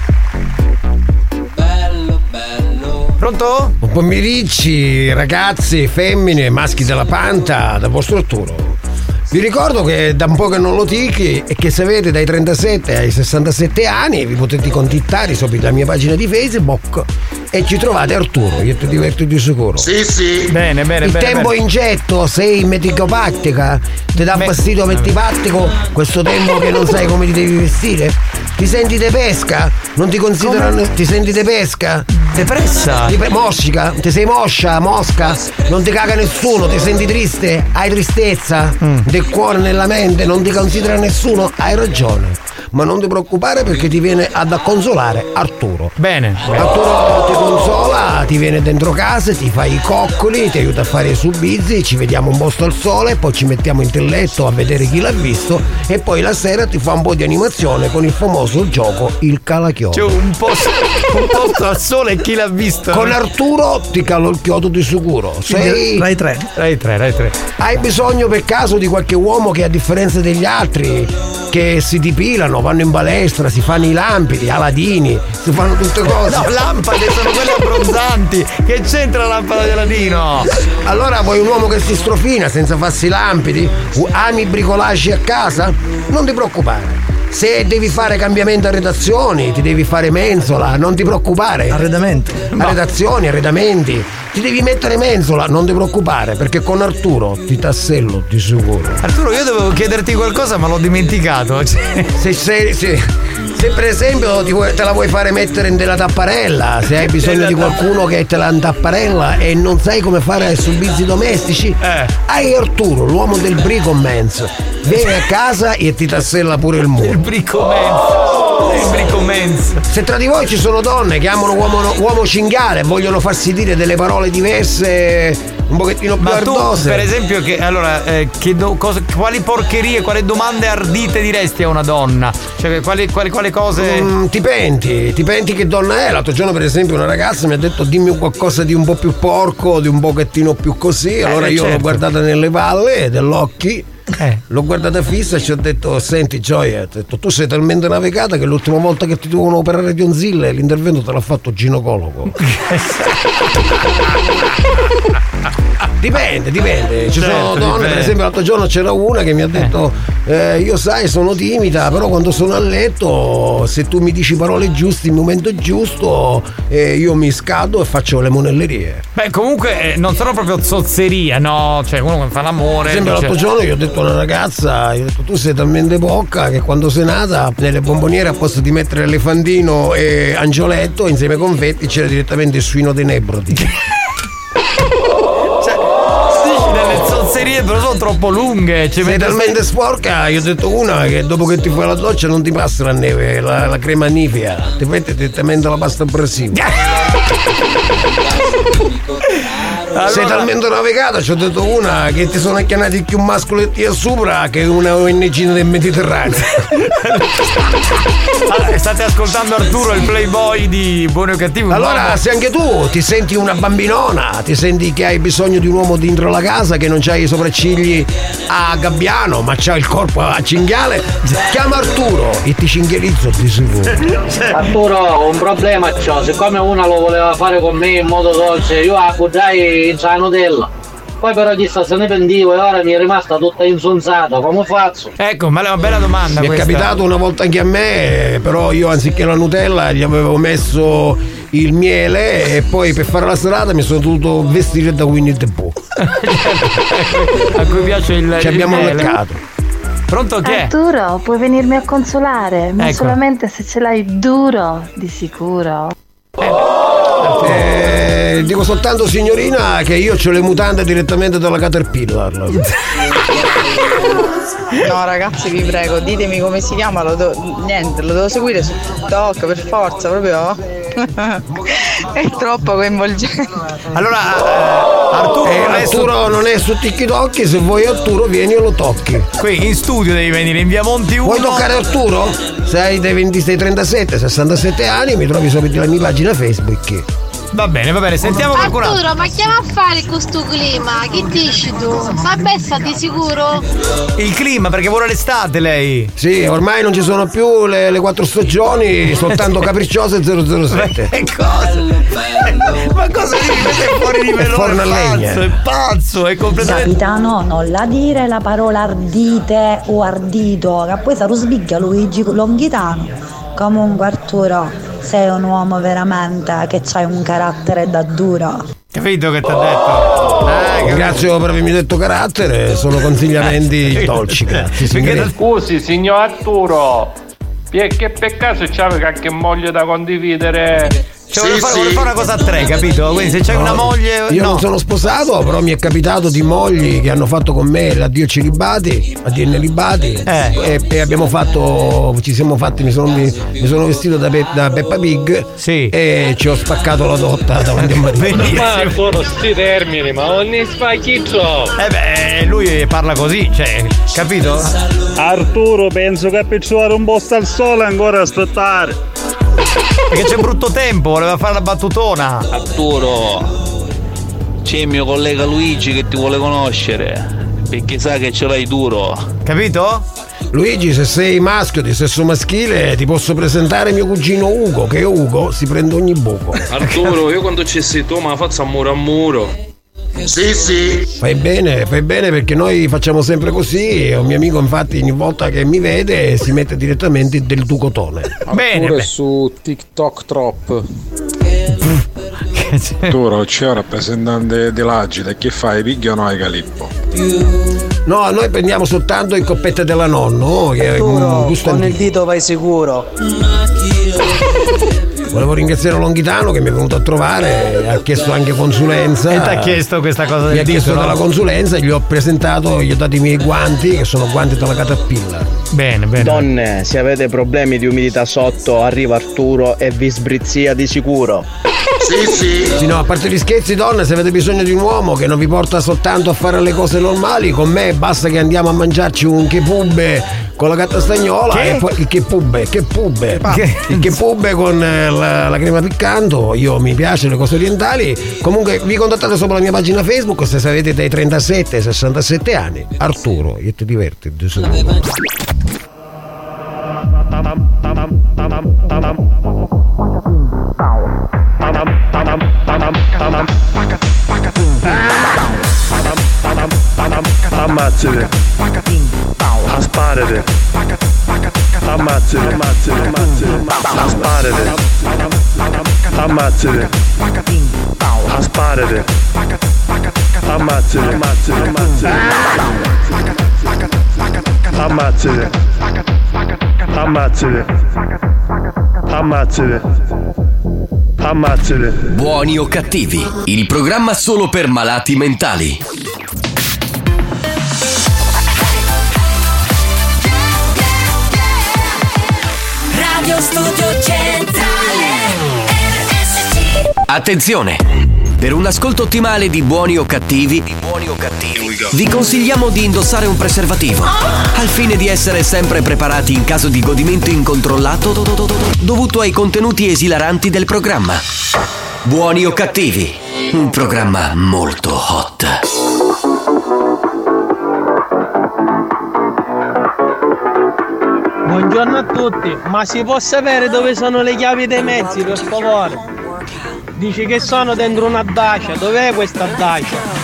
Speaker 7: bello bello.
Speaker 8: Pronto?
Speaker 9: Buon pomeriggio ragazzi, femmine, maschi della Panta, da vostro Arturo. Vi ricordo che da un po' che non lo ticchi e che se avete dai trentasette ai sessantasette anni vi potete contattare sopra la mia pagina di Facebook e ci trovate Arturo, io ti diverto di sicuro.
Speaker 2: Sì, sì.
Speaker 8: Bene, bene,
Speaker 9: Il
Speaker 8: bene.
Speaker 9: tempo
Speaker 8: bene.
Speaker 9: in getto, sei meticopattica, ti dà
Speaker 8: Me-
Speaker 9: fastidio mettipattico questo tempo che non sai come ti devi vestire? Ti senti de pesca? Non ti considerano. Ti senti de pesca?
Speaker 8: Depressa?
Speaker 9: Ti pe- moscica? Ti sei moscia, mosca? Non ti caga nessuno, ti senti triste? Hai tristezza? Mm. Del cuore nella mente, non ti considera nessuno? Hai ragione. Ma non ti preoccupare perché ti viene ad consolare Arturo.
Speaker 8: Bene.
Speaker 9: Arturo ti consola, ti viene dentro casa, ti fa i coccoli, ti aiuta a fare i subizzi, ci vediamo un posto al sole, poi ci mettiamo in letto a vedere chi l'ha visto e poi la sera ti fa un po' di animazione con il famoso gioco Il Calachiodo.
Speaker 8: C'è un posto, un posto al sole e chi l'ha visto?
Speaker 9: Con Arturo ti calo il chiodo di sicuro. Sei...
Speaker 11: Rai tre.
Speaker 8: Rai tre, Rai tre.
Speaker 9: Hai bisogno per caso di qualche uomo che a differenza degli altri che si dipilano, vanno in palestra, si fanno i lampidi, Aladini, si fanno tutte cose.
Speaker 8: No, lampade sono quelle abbronzanti. Che c'entra la lampada di Aladino?
Speaker 9: Allora vuoi un uomo che si strofina senza farsi lampidi? Ami bricolaggi a casa? Non ti preoccupare. Se devi fare cambiamento a redazioni, ti devi fare mensola, non ti preoccupare.
Speaker 11: Arredamento.
Speaker 9: No. Redazioni, arredamenti. Ti devi mettere mensola, non ti preoccupare, perché con Arturo ti tassello di sicuro.
Speaker 8: Arturo, io dovevo chiederti qualcosa, ma l'ho dimenticato. Cioè...
Speaker 9: Se, se, se, se per esempio ti vuoi, te la vuoi fare mettere in della tapparella, se hai bisogno di qualcuno che te la tapparella e non sai come fare ai servizi domestici,
Speaker 8: eh.
Speaker 9: hai Arturo, l'uomo del bricomens. Vieni a casa e ti tassella pure il muro.
Speaker 8: Il bricomens. Il bricomens.
Speaker 9: Se tra di voi ci sono donne che amano uomo, uomo cinghiale e vogliono farsi dire delle parole diverse un pochettino più
Speaker 8: ma
Speaker 9: ardose.
Speaker 8: Tu, per esempio, che allora eh, che do, cosa, quali porcherie, quali domande ardite diresti a una donna? Cioè, quali, quali, quali cose.
Speaker 9: Mm, ti penti, ti penti che donna è? L'altro giorno, per esempio, una ragazza mi ha detto dimmi qualcosa di un po' più porco, di un pochettino più così. Allora eh, io certo. l'ho guardata nelle valle dell'occhi. Eh. L'ho guardata fissa e ci ho detto senti Gioia, ho detto, tu sei talmente navigata che l'ultima volta che ti dovevano operare di onzille l'intervento te l'ha fatto ginecologo. Dipende, dipende. Ci certo, sono donne, dipende. Per esempio l'altro giorno c'era una che mi ha detto eh, io sai sono timida, però quando sono a letto se tu mi dici parole giuste in momento giusto eh, io mi scado e faccio le monellerie.
Speaker 8: Beh comunque eh, non sono proprio zozzeria, no? Cioè uno che fa l'amore.
Speaker 9: Per esempio dice... l'altro giorno io ho detto a una ragazza, io ho detto tu sei talmente bocca che quando sei nata nelle bomboniere a posto di mettere elefantino e angioletto insieme ai confetti c'era direttamente il suino dei nebrodi.
Speaker 8: Però sono troppo lunghe. Cioè
Speaker 9: sei talmente sporca. Io ho detto una che dopo che ti fai la doccia non ti passa la neve, la, la crema nivea, ti metti direttamente la pasta abrasiva. Allora... sei talmente navigata, ci ho detto una che ti sono chiamati più mascoletti a sopra che una O N G del Mediterraneo.
Speaker 8: Allora, state ascoltando Arturo, il playboy di Buono o Cattivo.
Speaker 9: Allora
Speaker 8: uomo.
Speaker 9: Se anche tu ti senti una bambinona, ti senti che hai bisogno di un uomo dentro la casa che non c'hai i sopraccigli a gabbiano ma c'ha il corpo a cinghiale, chiama Arturo e ti cinghializzo di sicuro.
Speaker 17: Arturo, un problema c'ho, siccome una lo voleva voleva fare con me in modo dolce, io la buttai in la Nutella. Poi però chissà se ne pentivo e ora mi è rimasta tutta insonsata, come faccio?
Speaker 8: Ecco, ma è una bella domanda
Speaker 9: Mi
Speaker 8: questa.
Speaker 9: è capitato una volta anche a me, però io anziché la Nutella gli avevo messo il miele e poi per fare la serata mi sono dovuto vestire da Winnie the Pooh.
Speaker 8: A cui piace il
Speaker 9: Ci abbiamo
Speaker 8: il miele.
Speaker 9: leccato.
Speaker 8: Pronto chi è?
Speaker 3: Arturo, puoi venirmi a consolare, ma
Speaker 8: Ecco.
Speaker 3: solamente se ce l'hai duro, di sicuro.
Speaker 9: Eh, dico soltanto signorina che io ho le mutande direttamente dalla Caterpillar.
Speaker 13: No ragazzi, vi prego, ditemi come si chiama, lo do- niente, lo devo seguire su TikTok per forza, proprio. È troppo coinvolgente.
Speaker 8: Allora, eh, Arturo,
Speaker 9: Eh,
Speaker 8: non è su-
Speaker 9: Arturo non è su TikTok, se vuoi Arturo vieni e lo tocchi.
Speaker 8: Qui in studio devi venire in via Monti uno.
Speaker 9: Vuoi toccare Arturo? Se hai dai ventisei trentasette, sessantasette anni mi trovi subito la mia pagina Facebook.
Speaker 8: Va bene, va bene, sentiamo qualcun altro.
Speaker 20: Arturo, ma chiama a fare questo clima? Che dici tu? Vabbè, sta di sicuro?
Speaker 8: Il clima, perché vuole l'estate lei.
Speaker 9: Sì, ormai non ci sono più le, le quattro stagioni, soltanto capricciose e zero zero sette.
Speaker 8: Che cosa? Ma cosa dici? Questo è fuori di
Speaker 9: È
Speaker 8: melone,
Speaker 9: forno a
Speaker 8: è
Speaker 9: legna.
Speaker 8: pazzo, è pazzo, è completamente.
Speaker 16: Capitano, non la dire la parola ardite o ardito, che poi sarò sbiglia Luigi Longhitano. Comunque Arturo, sei un uomo veramente che c'hai un carattere da duro.
Speaker 8: Capito che ti ha detto?
Speaker 9: Eh, grazie per avermi detto carattere, sono consigliamenti dolci, grazie. signore.
Speaker 22: Scusi, signor Arturo, perché per caso c'aveva qualche moglie da condividere?
Speaker 8: Cioè, vuole, fare, vuole fare una cosa a tre, capito? Quindi se c'hai
Speaker 9: No,
Speaker 8: una moglie.
Speaker 9: Io
Speaker 8: no.
Speaker 9: non sono sposato, però mi è capitato di mogli che hanno fatto con me l'addio celibati, addio nelibati,
Speaker 8: Eh.
Speaker 9: e, e abbiamo fatto, ci siamo fatti, mi sono, mi, mi sono vestito da, Pe- da Peppa Pig e ci ho spaccato la dotta davanti a marito.
Speaker 22: Ma sono sti termini, ma non ne spacchi troppo.
Speaker 8: Eh beh, lui parla così, cioè, capito?
Speaker 18: Arturo, penso che per trovare un posto al sole ancora aspettare.
Speaker 8: Perché c'è brutto tempo, voleva fare la battutona.
Speaker 25: Arturo, c'è il mio collega Luigi che ti vuole conoscere, perché sa che ce l'hai duro.
Speaker 8: Capito?
Speaker 9: Luigi, se sei maschio di sesso maschile ti posso presentare mio cugino Ugo, che Ugo si prende ogni buco.
Speaker 25: Arturo, io quando ci sei tu me la faccio a muro a muro.
Speaker 9: Sì, sì. Fai bene, fai bene perché noi facciamo sempre così e un mio amico infatti ogni volta che mi vede si mette direttamente del tucotone.
Speaker 8: Bene,
Speaker 1: Pure su TikTok trop. Arturo, c'è un rappresentante dell'Agida, che fai? Piglio o no ai Calippo?
Speaker 9: No, noi prendiamo soltanto il coppette della nonno, che è un
Speaker 4: Arturo,
Speaker 9: gusto
Speaker 4: con il
Speaker 9: antico.
Speaker 4: dito vai sicuro.
Speaker 9: Volevo ringraziare Longhitano che mi è venuto a trovare, ha chiesto anche consulenza.
Speaker 8: E ti ha chiesto questa cosa
Speaker 9: Mi
Speaker 8: del
Speaker 9: ha chiesto
Speaker 8: dito, no?
Speaker 9: della consulenza, gli ho presentato, gli ho dato i miei guanti, che sono guanti della Caterpillar.
Speaker 8: Bene, bene.
Speaker 26: Donne, se avete problemi di umidità sotto, arriva Arturo e vi sbrizzia di sicuro.
Speaker 9: Sì, sì. Sì, no, a parte gli scherzi, donne, se avete bisogno di un uomo che non vi porta soltanto a fare le cose normali, con me basta che andiamo a mangiarci un chepubbe con la gatta stagnola
Speaker 8: Che?
Speaker 9: e poi il chepubbe, che pubbe,
Speaker 8: Che?
Speaker 9: il chepubbe con eh, la, la crema piccante. Io mi piace le cose orientali. Comunque vi contattate sopra la mia pagina Facebook se avete dai trentasette ai sessantasette anni. Arturo, io ti diverti di sicuro.
Speaker 18: Ammazzate. Asparate. Ammazzate. Ammazzate. Asparate. Ammazzate. Asparate. Ammazzate. Ammazzate. Ammazzate. Ammazzate. Ammazzate.
Speaker 5: Buoni o cattivi, il programma solo per malati mentali.
Speaker 7: Radio Studio Centrale R S C.
Speaker 5: Attenzione! Per un ascolto ottimale di Buoni o cattivi, buoni o cattivi, vi consigliamo di indossare un preservativo, al fine di essere sempre preparati in caso di godimento incontrollato dovuto ai contenuti esilaranti del programma. Buoni o cattivi, un programma molto hot.
Speaker 4: Buongiorno a tutti, ma si può sapere dove sono le chiavi dei mezzi, per favore?
Speaker 17: Dici che sono dentro una dacia, dov'è questa dacia?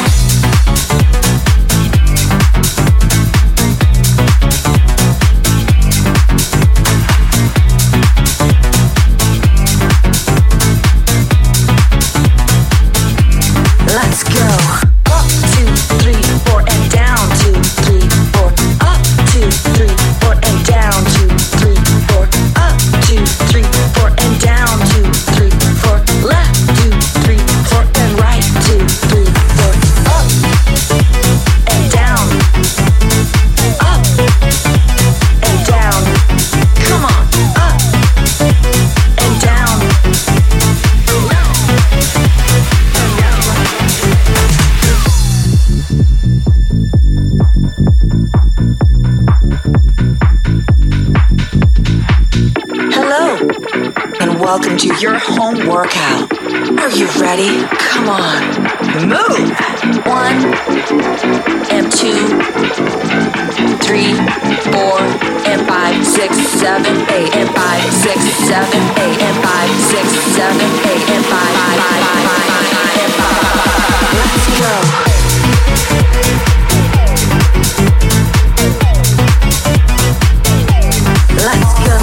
Speaker 7: Let's go. Up, two, three, four, and down, two, three, four. Up, two, three, four, and down, two, three, four. Up, two, three, four, and down, two, three, four. Left, two, three, four, and right, two, three, four. Up and down. Up and down. Come on. Up and down. Hello, and welcome to your home workout. Are you ready? Come on, move. One, and two, three, four, and five, six, seven, eight, and five, six, seven, eight, and five, six, seven, eight, and five, five, five, five, five, and five. Let's go. Let's go.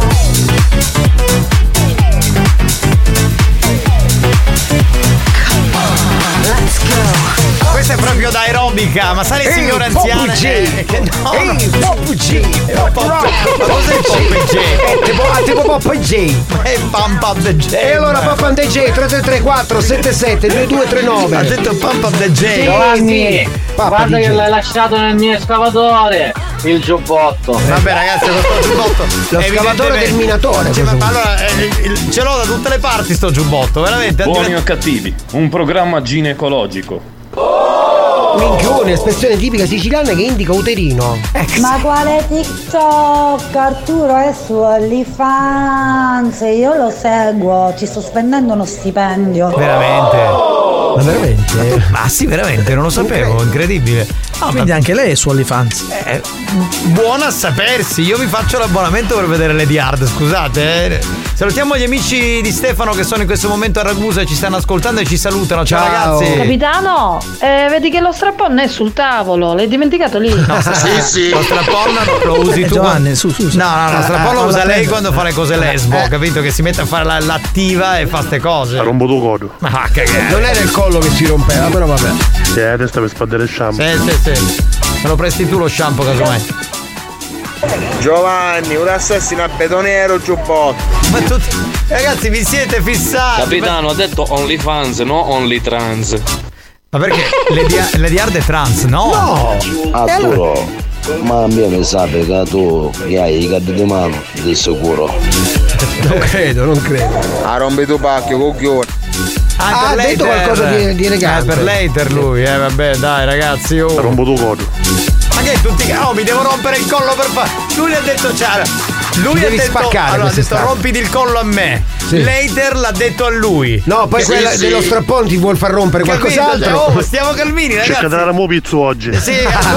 Speaker 7: Come on, let's go.
Speaker 8: Questa è proprio da aerobica, ma sai le signore anziane? Eh, che no,
Speaker 9: Ehi, Pop G!
Speaker 8: Pop Rock! Ma cos'è il Pop G?
Speaker 9: È tipo, ah, tipo Pop J!
Speaker 8: Ma è Pump Up the J!
Speaker 9: E allora Pump Up the J tre tre tre quattro sette sette due due tre nove.
Speaker 8: Ha detto Pump Up the J!
Speaker 17: Giovanni, guarda che l'hai lasciato nel mio escavatore! Il giubbotto!
Speaker 8: Vabbè ragazzi, questo giubbotto!
Speaker 9: Lo scavatore del minatore!
Speaker 8: Cioè, ma, ma allora eh, il, ce l'ho da tutte le parti sto giubbotto, veramente!
Speaker 10: Buoni o cattivi, un programma ginecologico.
Speaker 9: Minchione, espressione tipica siciliana che indica uterino.
Speaker 16: Ma quale TikTok? Arturo è su OnlyFans. Io lo seguo, ci sto spendendo uno stipendio.
Speaker 8: Veramente? Ma veramente? Ma sì, veramente, non lo sapevo, incredibile.
Speaker 11: Oh, quindi anche lei è su OnlyFans.
Speaker 8: Eh, buona a sapersi, io vi faccio l'abbonamento per vedere Lady Hard, scusate. Eh. Salutiamo gli amici di Stefano che sono in questo momento a Ragusa e ci stanno ascoltando e ci salutano. Ciao, Ciao. ragazzi.
Speaker 3: Capitano, eh, vedi che lo strapon è sul tavolo, l'hai dimenticato lì?
Speaker 8: No, sì, sì. Lo strapon lo usi
Speaker 11: eh,
Speaker 8: tu.
Speaker 11: Giovanni, su, su, su.
Speaker 8: No, no, no, lo strapon lo
Speaker 11: eh,
Speaker 8: usa lei
Speaker 11: prendo.
Speaker 8: quando fa le cose lesbo,
Speaker 11: Eh.
Speaker 8: capito? Che si mette a fare la, l'attiva e fa ste cose.
Speaker 10: Rompo tu codo.
Speaker 8: Ma cagare.
Speaker 9: Non era il collo che si rompeva, però vabbè.
Speaker 10: Sì, la testa per spadere il shampoo.
Speaker 8: Sì, sì, sì. Me lo presti tu lo shampoo, casomai.
Speaker 2: Giovanni, un assassino a betonero giubbotto.
Speaker 8: Ma tutti. Ragazzi, vi siete fissati.
Speaker 25: Capitano, ha detto OnlyFans, no OnlyTrans.
Speaker 8: Ma perché Lady, Lady Hard è trans, no?
Speaker 9: No!
Speaker 14: Arturo, ma a me mi sa che tu che hai i caddi di mano, di sicuro.
Speaker 9: Non credo, non credo.
Speaker 2: A rompi tu pacchio, coglione.
Speaker 9: Ah, ha detto qualcosa di, di elegante.
Speaker 8: Eh, per later lui, eh vabbè, dai ragazzi, oh.
Speaker 10: Rompo tu codo.
Speaker 8: Ma che tutti. Oh, mi devo rompere il collo per fare. Lui ha detto ciao. Lui
Speaker 9: Devi
Speaker 8: ha detto,
Speaker 9: spaccare
Speaker 8: allora, ha detto
Speaker 9: quest'estate.
Speaker 8: rompiti il collo a me.
Speaker 9: Sì.
Speaker 8: Later l'ha detto a lui.
Speaker 9: No, poi
Speaker 8: Che-
Speaker 9: quella
Speaker 8: sì, sì.
Speaker 9: dello strappone ti vuol far rompere
Speaker 8: Capito?
Speaker 9: qualcos'altro.
Speaker 8: Oh, stiamo calmini, ragazzi.
Speaker 10: Cerca di dare mo pizzo oggi.
Speaker 8: Sì,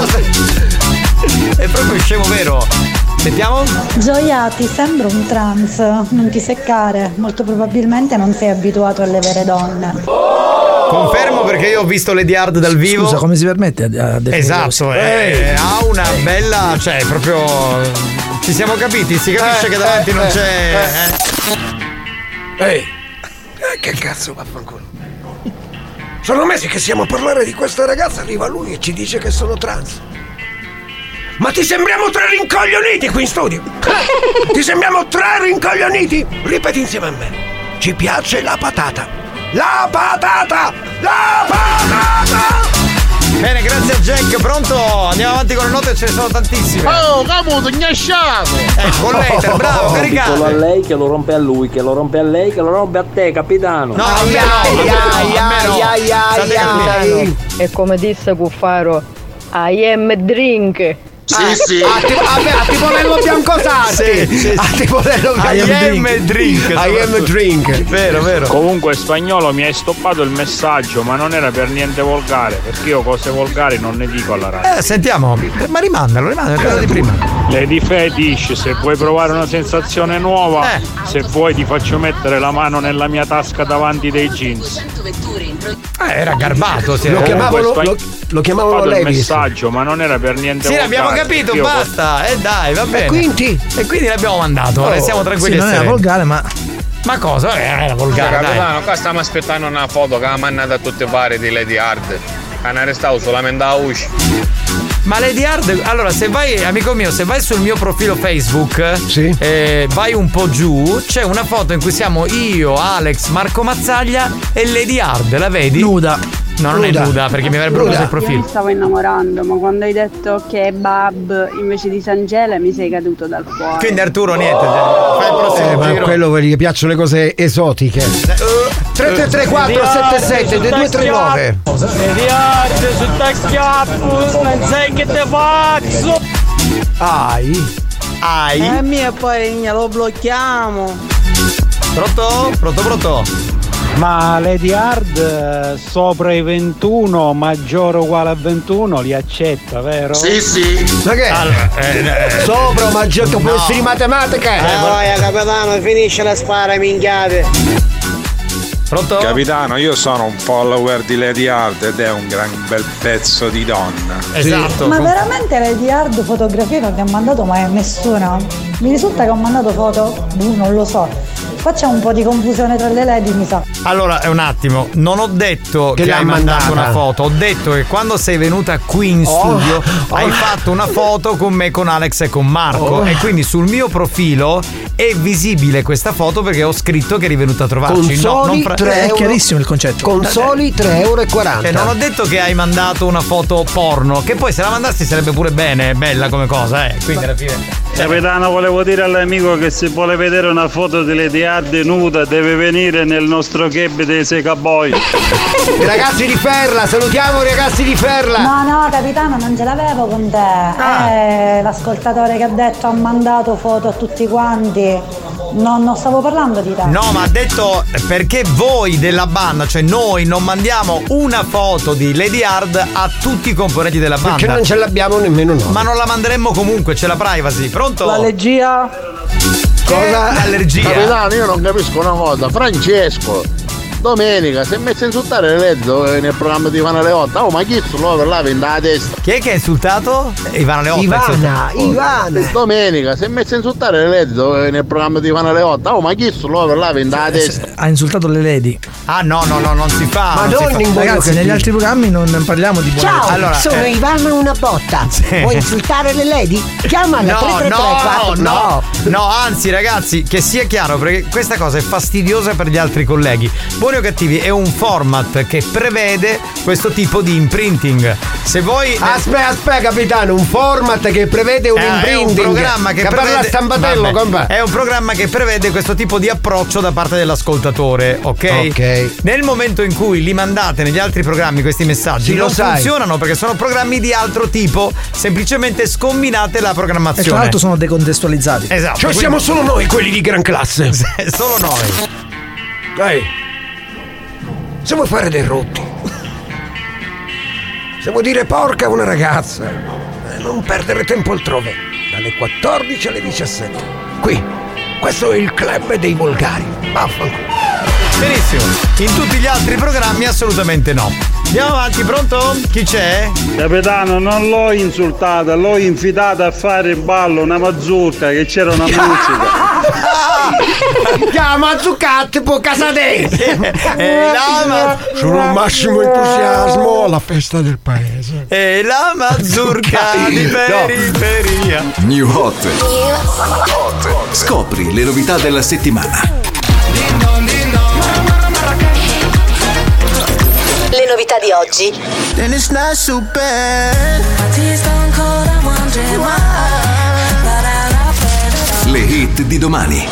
Speaker 8: è proprio scemo vero. Sentiamo?
Speaker 16: Gioia, ti sembra un trans, non ti seccare, molto probabilmente non sei abituato alle vere donne.
Speaker 8: Confermo perché io ho visto Lady Hard dal vivo.
Speaker 11: Scusa, come si permette a, a definire
Speaker 8: Esatto,
Speaker 11: così?
Speaker 8: eh, ha una bella, cioè proprio ci siamo capiti, si capisce
Speaker 9: Eh,
Speaker 8: che davanti
Speaker 9: eh,
Speaker 8: non
Speaker 9: eh,
Speaker 8: c'è eh.
Speaker 9: Ehi, eh, che cazzo vaffanculo. Sono mesi che stiamo a parlare di questa ragazza, arriva lui e ci dice che sono trans. Ma ti sembriamo tre rincoglioniti qui in studio? Eh? Ti sembriamo tre rincoglioniti? Ripeti insieme a me. Ci piace la patata. La patata! La patata!
Speaker 8: Bene, grazie a Jack, pronto? Andiamo avanti con le note, ce ne sono tantissime.
Speaker 12: Oh, camuto, gnasciato!
Speaker 8: Ecco, later, bravo, caricate.
Speaker 25: Solo a lei che lo rompe a lui, che lo rompe a lei, che lo rompe a te, capitano.
Speaker 8: No, a me no, a me no. State calmi.
Speaker 13: E come disse Cuffaro, I am drink.
Speaker 2: Sì,
Speaker 9: ah,
Speaker 2: sì.
Speaker 9: A, tipo, a, a tipo Lello Biancosatti.
Speaker 8: Sì, sì,
Speaker 9: A tipo Lello
Speaker 8: I am drink.
Speaker 9: I am drink.
Speaker 8: Vero, vero.
Speaker 22: Comunque Spagnolo mi hai stoppato il messaggio, ma non era per niente volgare, perché io cose volgari non ne dico alla radio.
Speaker 8: Eh, sentiamo. Ma rimandalo, rimandalo, quello di prima.
Speaker 22: Lady Fetish, se vuoi provare una sensazione nuova,
Speaker 8: eh.
Speaker 22: se vuoi ti faccio mettere la mano nella mia tasca davanti dei jeans.
Speaker 8: Eh, era garbato, sì.
Speaker 9: Lo chiamavano
Speaker 22: Spa-
Speaker 9: lo, lo chiamavano
Speaker 22: il
Speaker 9: Levis.
Speaker 22: messaggio, ma non era per niente
Speaker 8: Sì,
Speaker 22: volgare.
Speaker 8: l'abbiamo capito,
Speaker 22: io
Speaker 8: basta. E eh, dai, va bene.
Speaker 9: E quindi?
Speaker 8: E quindi l'abbiamo mandato.
Speaker 11: Oh,
Speaker 8: Ora siamo tranquilli.
Speaker 11: Sì, non era volgare, ma.
Speaker 8: Ma cosa? Eh, era volgare. Dai.
Speaker 6: Capitano, qua stiamo aspettando una foto che ha mandato a tutti i vari di Lady Hard. Hanno arrestato solamente a usci.
Speaker 8: Ma Lady Hard, allora se vai, amico mio, se vai sul mio profilo Facebook,
Speaker 9: sì.
Speaker 8: eh, vai un po' giù, c'è una foto in cui siamo io, Alex, Marco Mazzaglia e Lady Hard, la vedi?
Speaker 11: Nuda.
Speaker 8: No, non
Speaker 9: Nuda.
Speaker 8: è nuda perché mi avrebbero preso il
Speaker 15: Io mi
Speaker 8: profilo.
Speaker 15: stavo innamorando, ma quando hai detto che è Bab invece di Sangela mi sei caduto dal cuore.
Speaker 8: Quindi Arturo niente, fai il prossimo
Speaker 9: Eh, ma
Speaker 8: giro.
Speaker 9: quello quelli che piacciono le cose esotiche. tre tre tre quattro sette sette due due tre nove.
Speaker 4: Lady Hard, su Taschiappo, non sai che te faccio.
Speaker 9: Ai.
Speaker 8: Ai.
Speaker 15: Eh mia, poi lo blocchiamo.
Speaker 8: Pronto? Pronto, pronto?
Speaker 19: Ma Lady Hard sopra i ventuno, maggiore o uguale a ventuno, li accetta, vero?
Speaker 2: Sì, sì.
Speaker 9: Ma che?
Speaker 8: Allora, eh, eh,
Speaker 9: Sopra o maggiore che può essere di matematica?
Speaker 15: Eh, vai, capitano, finisce la spara, minchiate.
Speaker 8: Pronto?
Speaker 1: Capitano, io sono un follower di Lady Hard ed è un gran bel pezzo di donna.
Speaker 8: Esatto.
Speaker 16: Ma veramente Lady Hard fotografie non ti ha mandato mai nessuna? Mi risulta che ho mandato foto? Uh, non lo so. Facciamo un po' di confusione tra le lady, mi sa.
Speaker 8: Allora, un attimo, non ho detto che,
Speaker 9: Che
Speaker 8: hai
Speaker 9: l'hai
Speaker 8: mandato
Speaker 9: mandata.
Speaker 8: una foto, ho detto che quando sei venuta qui in
Speaker 9: Oh,
Speaker 8: studio
Speaker 9: oh.
Speaker 8: hai fatto una foto con me, con Alex e con Marco
Speaker 9: Oh.
Speaker 8: e quindi sul mio profilo è visibile questa foto perché ho scritto che eri venuta a trovarci.
Speaker 9: Con
Speaker 8: no,
Speaker 9: soli
Speaker 8: non fra-
Speaker 9: tre
Speaker 11: È
Speaker 9: euro.
Speaker 11: chiarissimo il concetto.
Speaker 9: Con soli tre euro e quaranta.
Speaker 8: E non ho detto che hai mandato una foto porno, che poi se la mandassi sarebbe pure bene, è bella come cosa, eh. Quindi alla fine.
Speaker 18: Capitano, volevo dire all'amico che se vuole vedere una foto di Lady Hard nuda deve venire nel nostro club dei Seca Boy.
Speaker 9: I ragazzi di Ferla, salutiamo i ragazzi di Ferla.
Speaker 16: No, no, capitano, non ce l'avevo con te.
Speaker 8: Ah.
Speaker 16: Eh, l'ascoltatore che ha detto ha mandato foto a tutti quanti. Non, non stavo parlando di te.
Speaker 8: No, ma ha detto perché voi della banda, cioè noi non mandiamo una foto di Lady Hard a tutti i componenti della banda.
Speaker 9: Perché non ce l'abbiamo nemmeno noi.
Speaker 8: Ma non la manderemmo comunque, c'è la privacy. Pronto?
Speaker 15: L'allergia?
Speaker 9: Cosa?
Speaker 8: L'allergia.
Speaker 12: Capitano, io non capisco una cosa. Francesco, domenica si è messo a insultare le Lezzo nel programma di Ivana Leotta. Oh, ma chi sono per là vende la testa?
Speaker 8: Chi è che ha insultato? Ivana Leotta.
Speaker 9: Ivana, Ivana.
Speaker 12: Domenica si è messo a insultare le Lezzo nel programma di Ivana Leotta. Oh, ma chi sono per là vende la testa?
Speaker 11: Ha insultato le lady.
Speaker 8: Ah no, no, no, non si fa.
Speaker 9: Ma
Speaker 8: non
Speaker 9: non
Speaker 8: si fa.
Speaker 9: in buono
Speaker 11: Ragazzi,
Speaker 9: che
Speaker 11: negli
Speaker 9: ti-
Speaker 11: altri programmi non parliamo di buone
Speaker 9: Ciao,
Speaker 8: Allora,
Speaker 9: sono
Speaker 8: eh.
Speaker 9: Ivana una botta. Vuoi insultare le lady? Chiamala
Speaker 8: No,
Speaker 9: tre tre tre
Speaker 8: no,
Speaker 9: quattro.
Speaker 8: no, no, anzi ragazzi, che sia chiaro perché questa cosa è fastidiosa per gli altri colleghi. Buoni o cattivi è un format che prevede questo tipo di imprinting. Se voi
Speaker 9: Aspetta, aspetta capitano, un format che prevede un
Speaker 8: Eh,
Speaker 9: imprinting.
Speaker 8: è un programma che,
Speaker 9: parla
Speaker 8: prevede
Speaker 9: stampatello,
Speaker 8: Vabbè,
Speaker 9: compa.
Speaker 8: è un programma che prevede questo tipo di approccio da parte dell'ascoltatore, ok?
Speaker 9: Ok.
Speaker 8: Nel momento in cui li mandate negli altri programmi questi messaggi
Speaker 9: Sì, lo
Speaker 8: non
Speaker 9: sai.
Speaker 8: funzionano perché sono programmi di altro tipo, semplicemente scombinate la
Speaker 11: E
Speaker 8: programmazione.
Speaker 11: tra l'altro sono decontestualizzati.
Speaker 8: Esatto.
Speaker 9: Cioè siamo solo noi quelli di gran classe.
Speaker 8: solo noi.
Speaker 9: Dai. Se vuoi fare dei rotti. Se vuoi dire porca a una ragazza, eh, non perdere tempo altrove. Dalle quattordici alle diciassette. Qui. Questo è il club dei volgari. Vaffanculo.
Speaker 8: Benissimo. In tutti gli altri programmi assolutamente no. Andiamo avanti, pronto? Chi c'è?
Speaker 18: Capitano, non l'ho insultata, l'ho invitata a fare il ballo, una mazurka, che c'era una musica.
Speaker 9: Chiama Zuccat po casadese.
Speaker 8: E la ma-
Speaker 9: Sono massimo entusiasmo alla festa del paese.
Speaker 8: E la mazurka di periferia.
Speaker 5: New Hot. Scopri le novità della settimana.
Speaker 21: Le novità di oggi.
Speaker 5: Le hit di domani.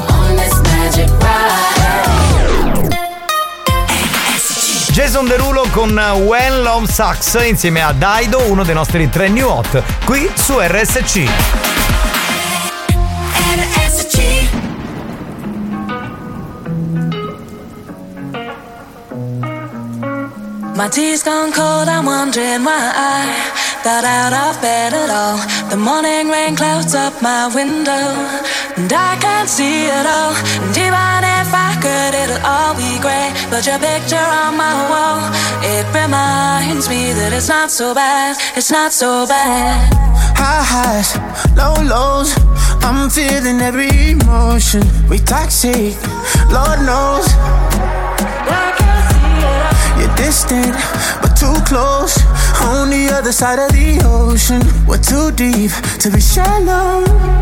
Speaker 8: Jason Derulo con When Love Sucks insieme a Daido, uno dei nostri tre new hot, qui su R S C.
Speaker 7: R S C. My tea's gone cold, I'm wondering why I got out of bed at all. The morning rain clouds up my window, and I can't see it all. And even if I could, it'll all be grey. But your picture on my wall, it reminds me that it's not so bad, it's not so bad.
Speaker 17: High highs, low lows, I'm feeling every emotion. We toxic, Lord knows. You're distant, but too close. On the other side of the ocean, we're too deep to be shallow.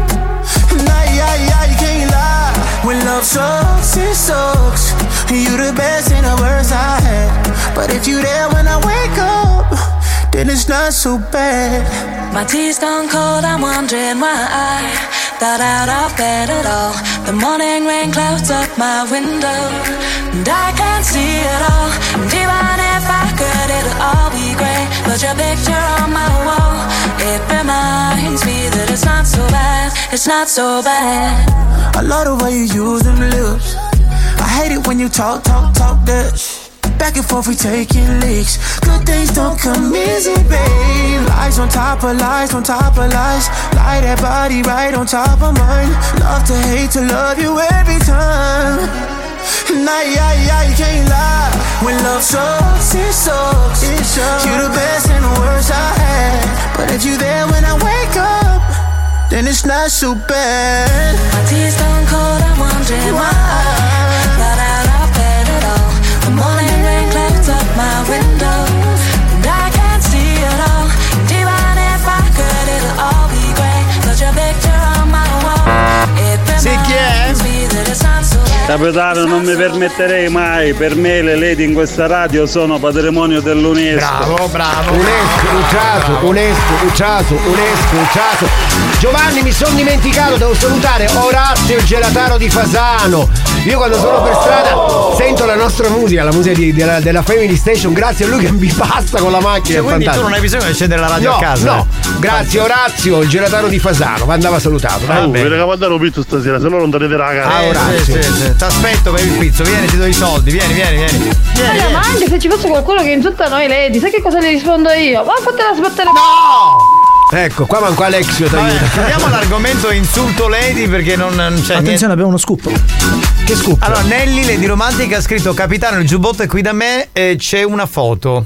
Speaker 17: Nah, yeah, yeah, you can't lie. When love sucks, it sucks. You the best and the worst I had. But if you there when I wake up, then it's not so bad.
Speaker 7: My tea's gone cold, I'm wondering why I got out of bed at all. The morning rain clouds up my window, and I can't see it all. And even if I could, it'll all be grey. But your picture on my wall, it reminds me that it's not so bad, it's not so bad.
Speaker 17: I love the way you use them lips. I hate it when you talk, talk, talk that. Back and forth we taking leaks. Good things don't come easy, babe. Lies on top of lies, on top of lies. Lie that body right on top of mine. Love to hate to love you every time. Nah, yeah, yeah, you can't lie. When love sucks, it sucks, it sucks. You the best and the worst I had. But if you there when I wake up, then it's not so bad.
Speaker 7: My tea's gone cold, I'm wondering why I got out of bed at all. The morning rain clouds up my window, and I can't see it all. And even if I could, it'll all be grey. But your picture on my wall, it reminds me that it's not so bad.
Speaker 18: Capitano, non mi permetterei mai, per me le lady in questa radio sono patrimonio dell'UNESCO.
Speaker 8: Bravo, bravo.
Speaker 9: UNESCO, Ucciato, UNESCO, Ucciato, UNESCO, Ucciato. Giovanni, mi sono dimenticato, devo salutare Orazio il gelataro di Fasano. Io quando sono per strada sento la nostra musica, la musica di, della, della Family Station, grazie a lui che mi passa con la macchina.
Speaker 8: Cioè, quindi tu non hai bisogno di accendere la radio
Speaker 9: no,
Speaker 8: a casa?
Speaker 9: No, grazie Orazio, il gelataro di Fasano, andava salutato.
Speaker 10: Ah, mi raga mandare un pizzo stasera, se no non darete la casa.
Speaker 8: Ah, Orazio. Sì, sì, sì. T'aspetto per il pizzo, vieni, ti do i soldi, vieni, vieni, vieni. vieni
Speaker 3: allora,
Speaker 8: vieni.
Speaker 3: ma anche se ci fosse qualcuno che insulta noi lady, sai che cosa gli rispondo io? Ma fatela sbattere.
Speaker 8: No!
Speaker 9: Ecco, qua manco Alexio ti aiuta.
Speaker 8: Andiamo all'argomento insulto lady perché non, non c'è
Speaker 11: Attenzione,
Speaker 8: niente.
Speaker 11: abbiamo uno scoop.
Speaker 9: Che scoop?
Speaker 8: Allora, Nelly, Lady Romantica, ha scritto: capitano, il giubbotto è qui da me e c'è una foto.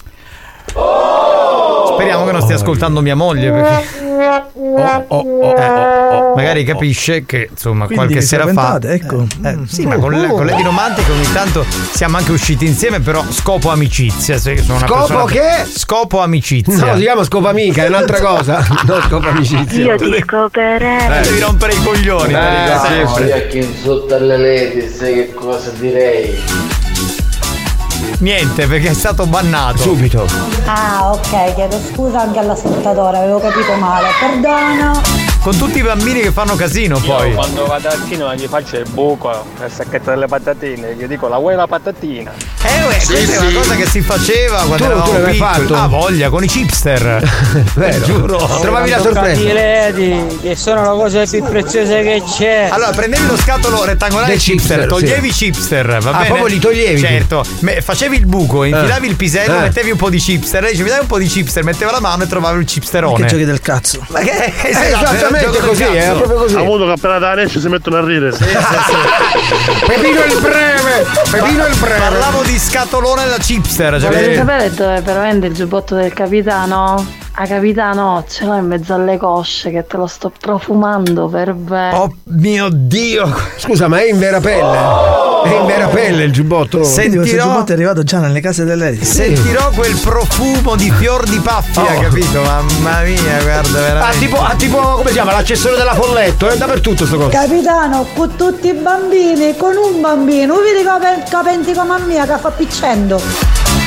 Speaker 8: Speriamo che non stia ascoltando mia moglie perché oh, oh, oh, eh, oh, magari capisce che insomma
Speaker 11: quindi
Speaker 8: qualche sera fa
Speaker 11: ecco.
Speaker 8: eh, eh, sì, ma con, con Lady Romantica ogni tanto siamo anche usciti insieme, però scopo amicizia. Se sono una
Speaker 9: scopo che?
Speaker 8: Scopo amicizia.
Speaker 9: No, si chiama scopo amica, è un'altra cosa. No, scopo amicizia.
Speaker 15: Io ti scoperei.
Speaker 8: Eh, devi rompere i coglioni.
Speaker 14: Eh,
Speaker 8: sempre.
Speaker 14: Io che insulta le lady, sai che cosa direi?
Speaker 8: Niente, perché è stato bannato.
Speaker 9: Subito.
Speaker 16: Ah, ok, chiedo scusa anche all'ascoltatore, avevo capito male, perdono.
Speaker 8: Con tutti i bambini che fanno casino poi.
Speaker 4: Io quando vado al cinema gli faccio il buco, il sacchetto delle patatine, gli dico: la vuoi la patatina?
Speaker 8: Eh uè,
Speaker 4: sì,
Speaker 8: questa
Speaker 4: sì.
Speaker 8: è una cosa che si faceva quando
Speaker 9: tu,
Speaker 8: eravamo
Speaker 9: tu l'hai
Speaker 8: piccoli.
Speaker 9: fatto?
Speaker 8: Ah, voglia, con i chipster.
Speaker 9: Vero.
Speaker 8: Giuro.
Speaker 9: Trovavi la sorpresa.
Speaker 4: I lady, che sono la cosa più preziosa che c'è.
Speaker 8: Allora, prendevi lo scatolo rettangolare
Speaker 9: Dei
Speaker 8: chipster,
Speaker 9: chipster,
Speaker 8: toglievi i
Speaker 9: sì.
Speaker 8: chipster, va
Speaker 9: Ah,
Speaker 8: bene?
Speaker 9: proprio li toglievi?
Speaker 8: Certo. Me- facevi il buco, infilavi
Speaker 9: Eh.
Speaker 8: il pisello,
Speaker 9: Eh.
Speaker 8: mettevi un po' di chipster, lei dicevi dai un po' di chipster, metteva la mano e trovavi il chipsterone.
Speaker 11: Che giochi del cazzo.
Speaker 8: Ma che
Speaker 9: Eh,
Speaker 8: esatto, era un
Speaker 9: esattamente
Speaker 8: gioco del
Speaker 9: così,
Speaker 8: cazzo.
Speaker 9: era proprio così.
Speaker 10: Ha avuto che appena da esce si mettono a ridere.
Speaker 8: Sì, sì, sì.
Speaker 9: Pepino il breve, Pepino il breve.
Speaker 8: Parlavo di scatolone da chipster. Cioè
Speaker 3: Volete sapere dove veramente il giubbotto del capitano? A capitano, ce l'ho in mezzo alle cosce che te lo sto profumando per bene.
Speaker 8: Oh mio Dio!
Speaker 9: Scusa, ma è in vera pelle? È in vera pelle il giubbotto?
Speaker 11: Quindi questo
Speaker 8: Sentirò,
Speaker 11: giubbotto è arrivato già nelle case delle lady.
Speaker 8: sentirò quel profumo di fior di paffia,
Speaker 9: Oh.
Speaker 8: capito? Mamma mia, guarda,
Speaker 9: Ah,
Speaker 8: veramente.
Speaker 9: tipo, ah, tipo, come si chiama? L'accessore della Folletto, è dappertutto sto coso.
Speaker 16: Capitano, con tutti i bambini, con un bambino, vedi che pensi come a mia che fa piccendo.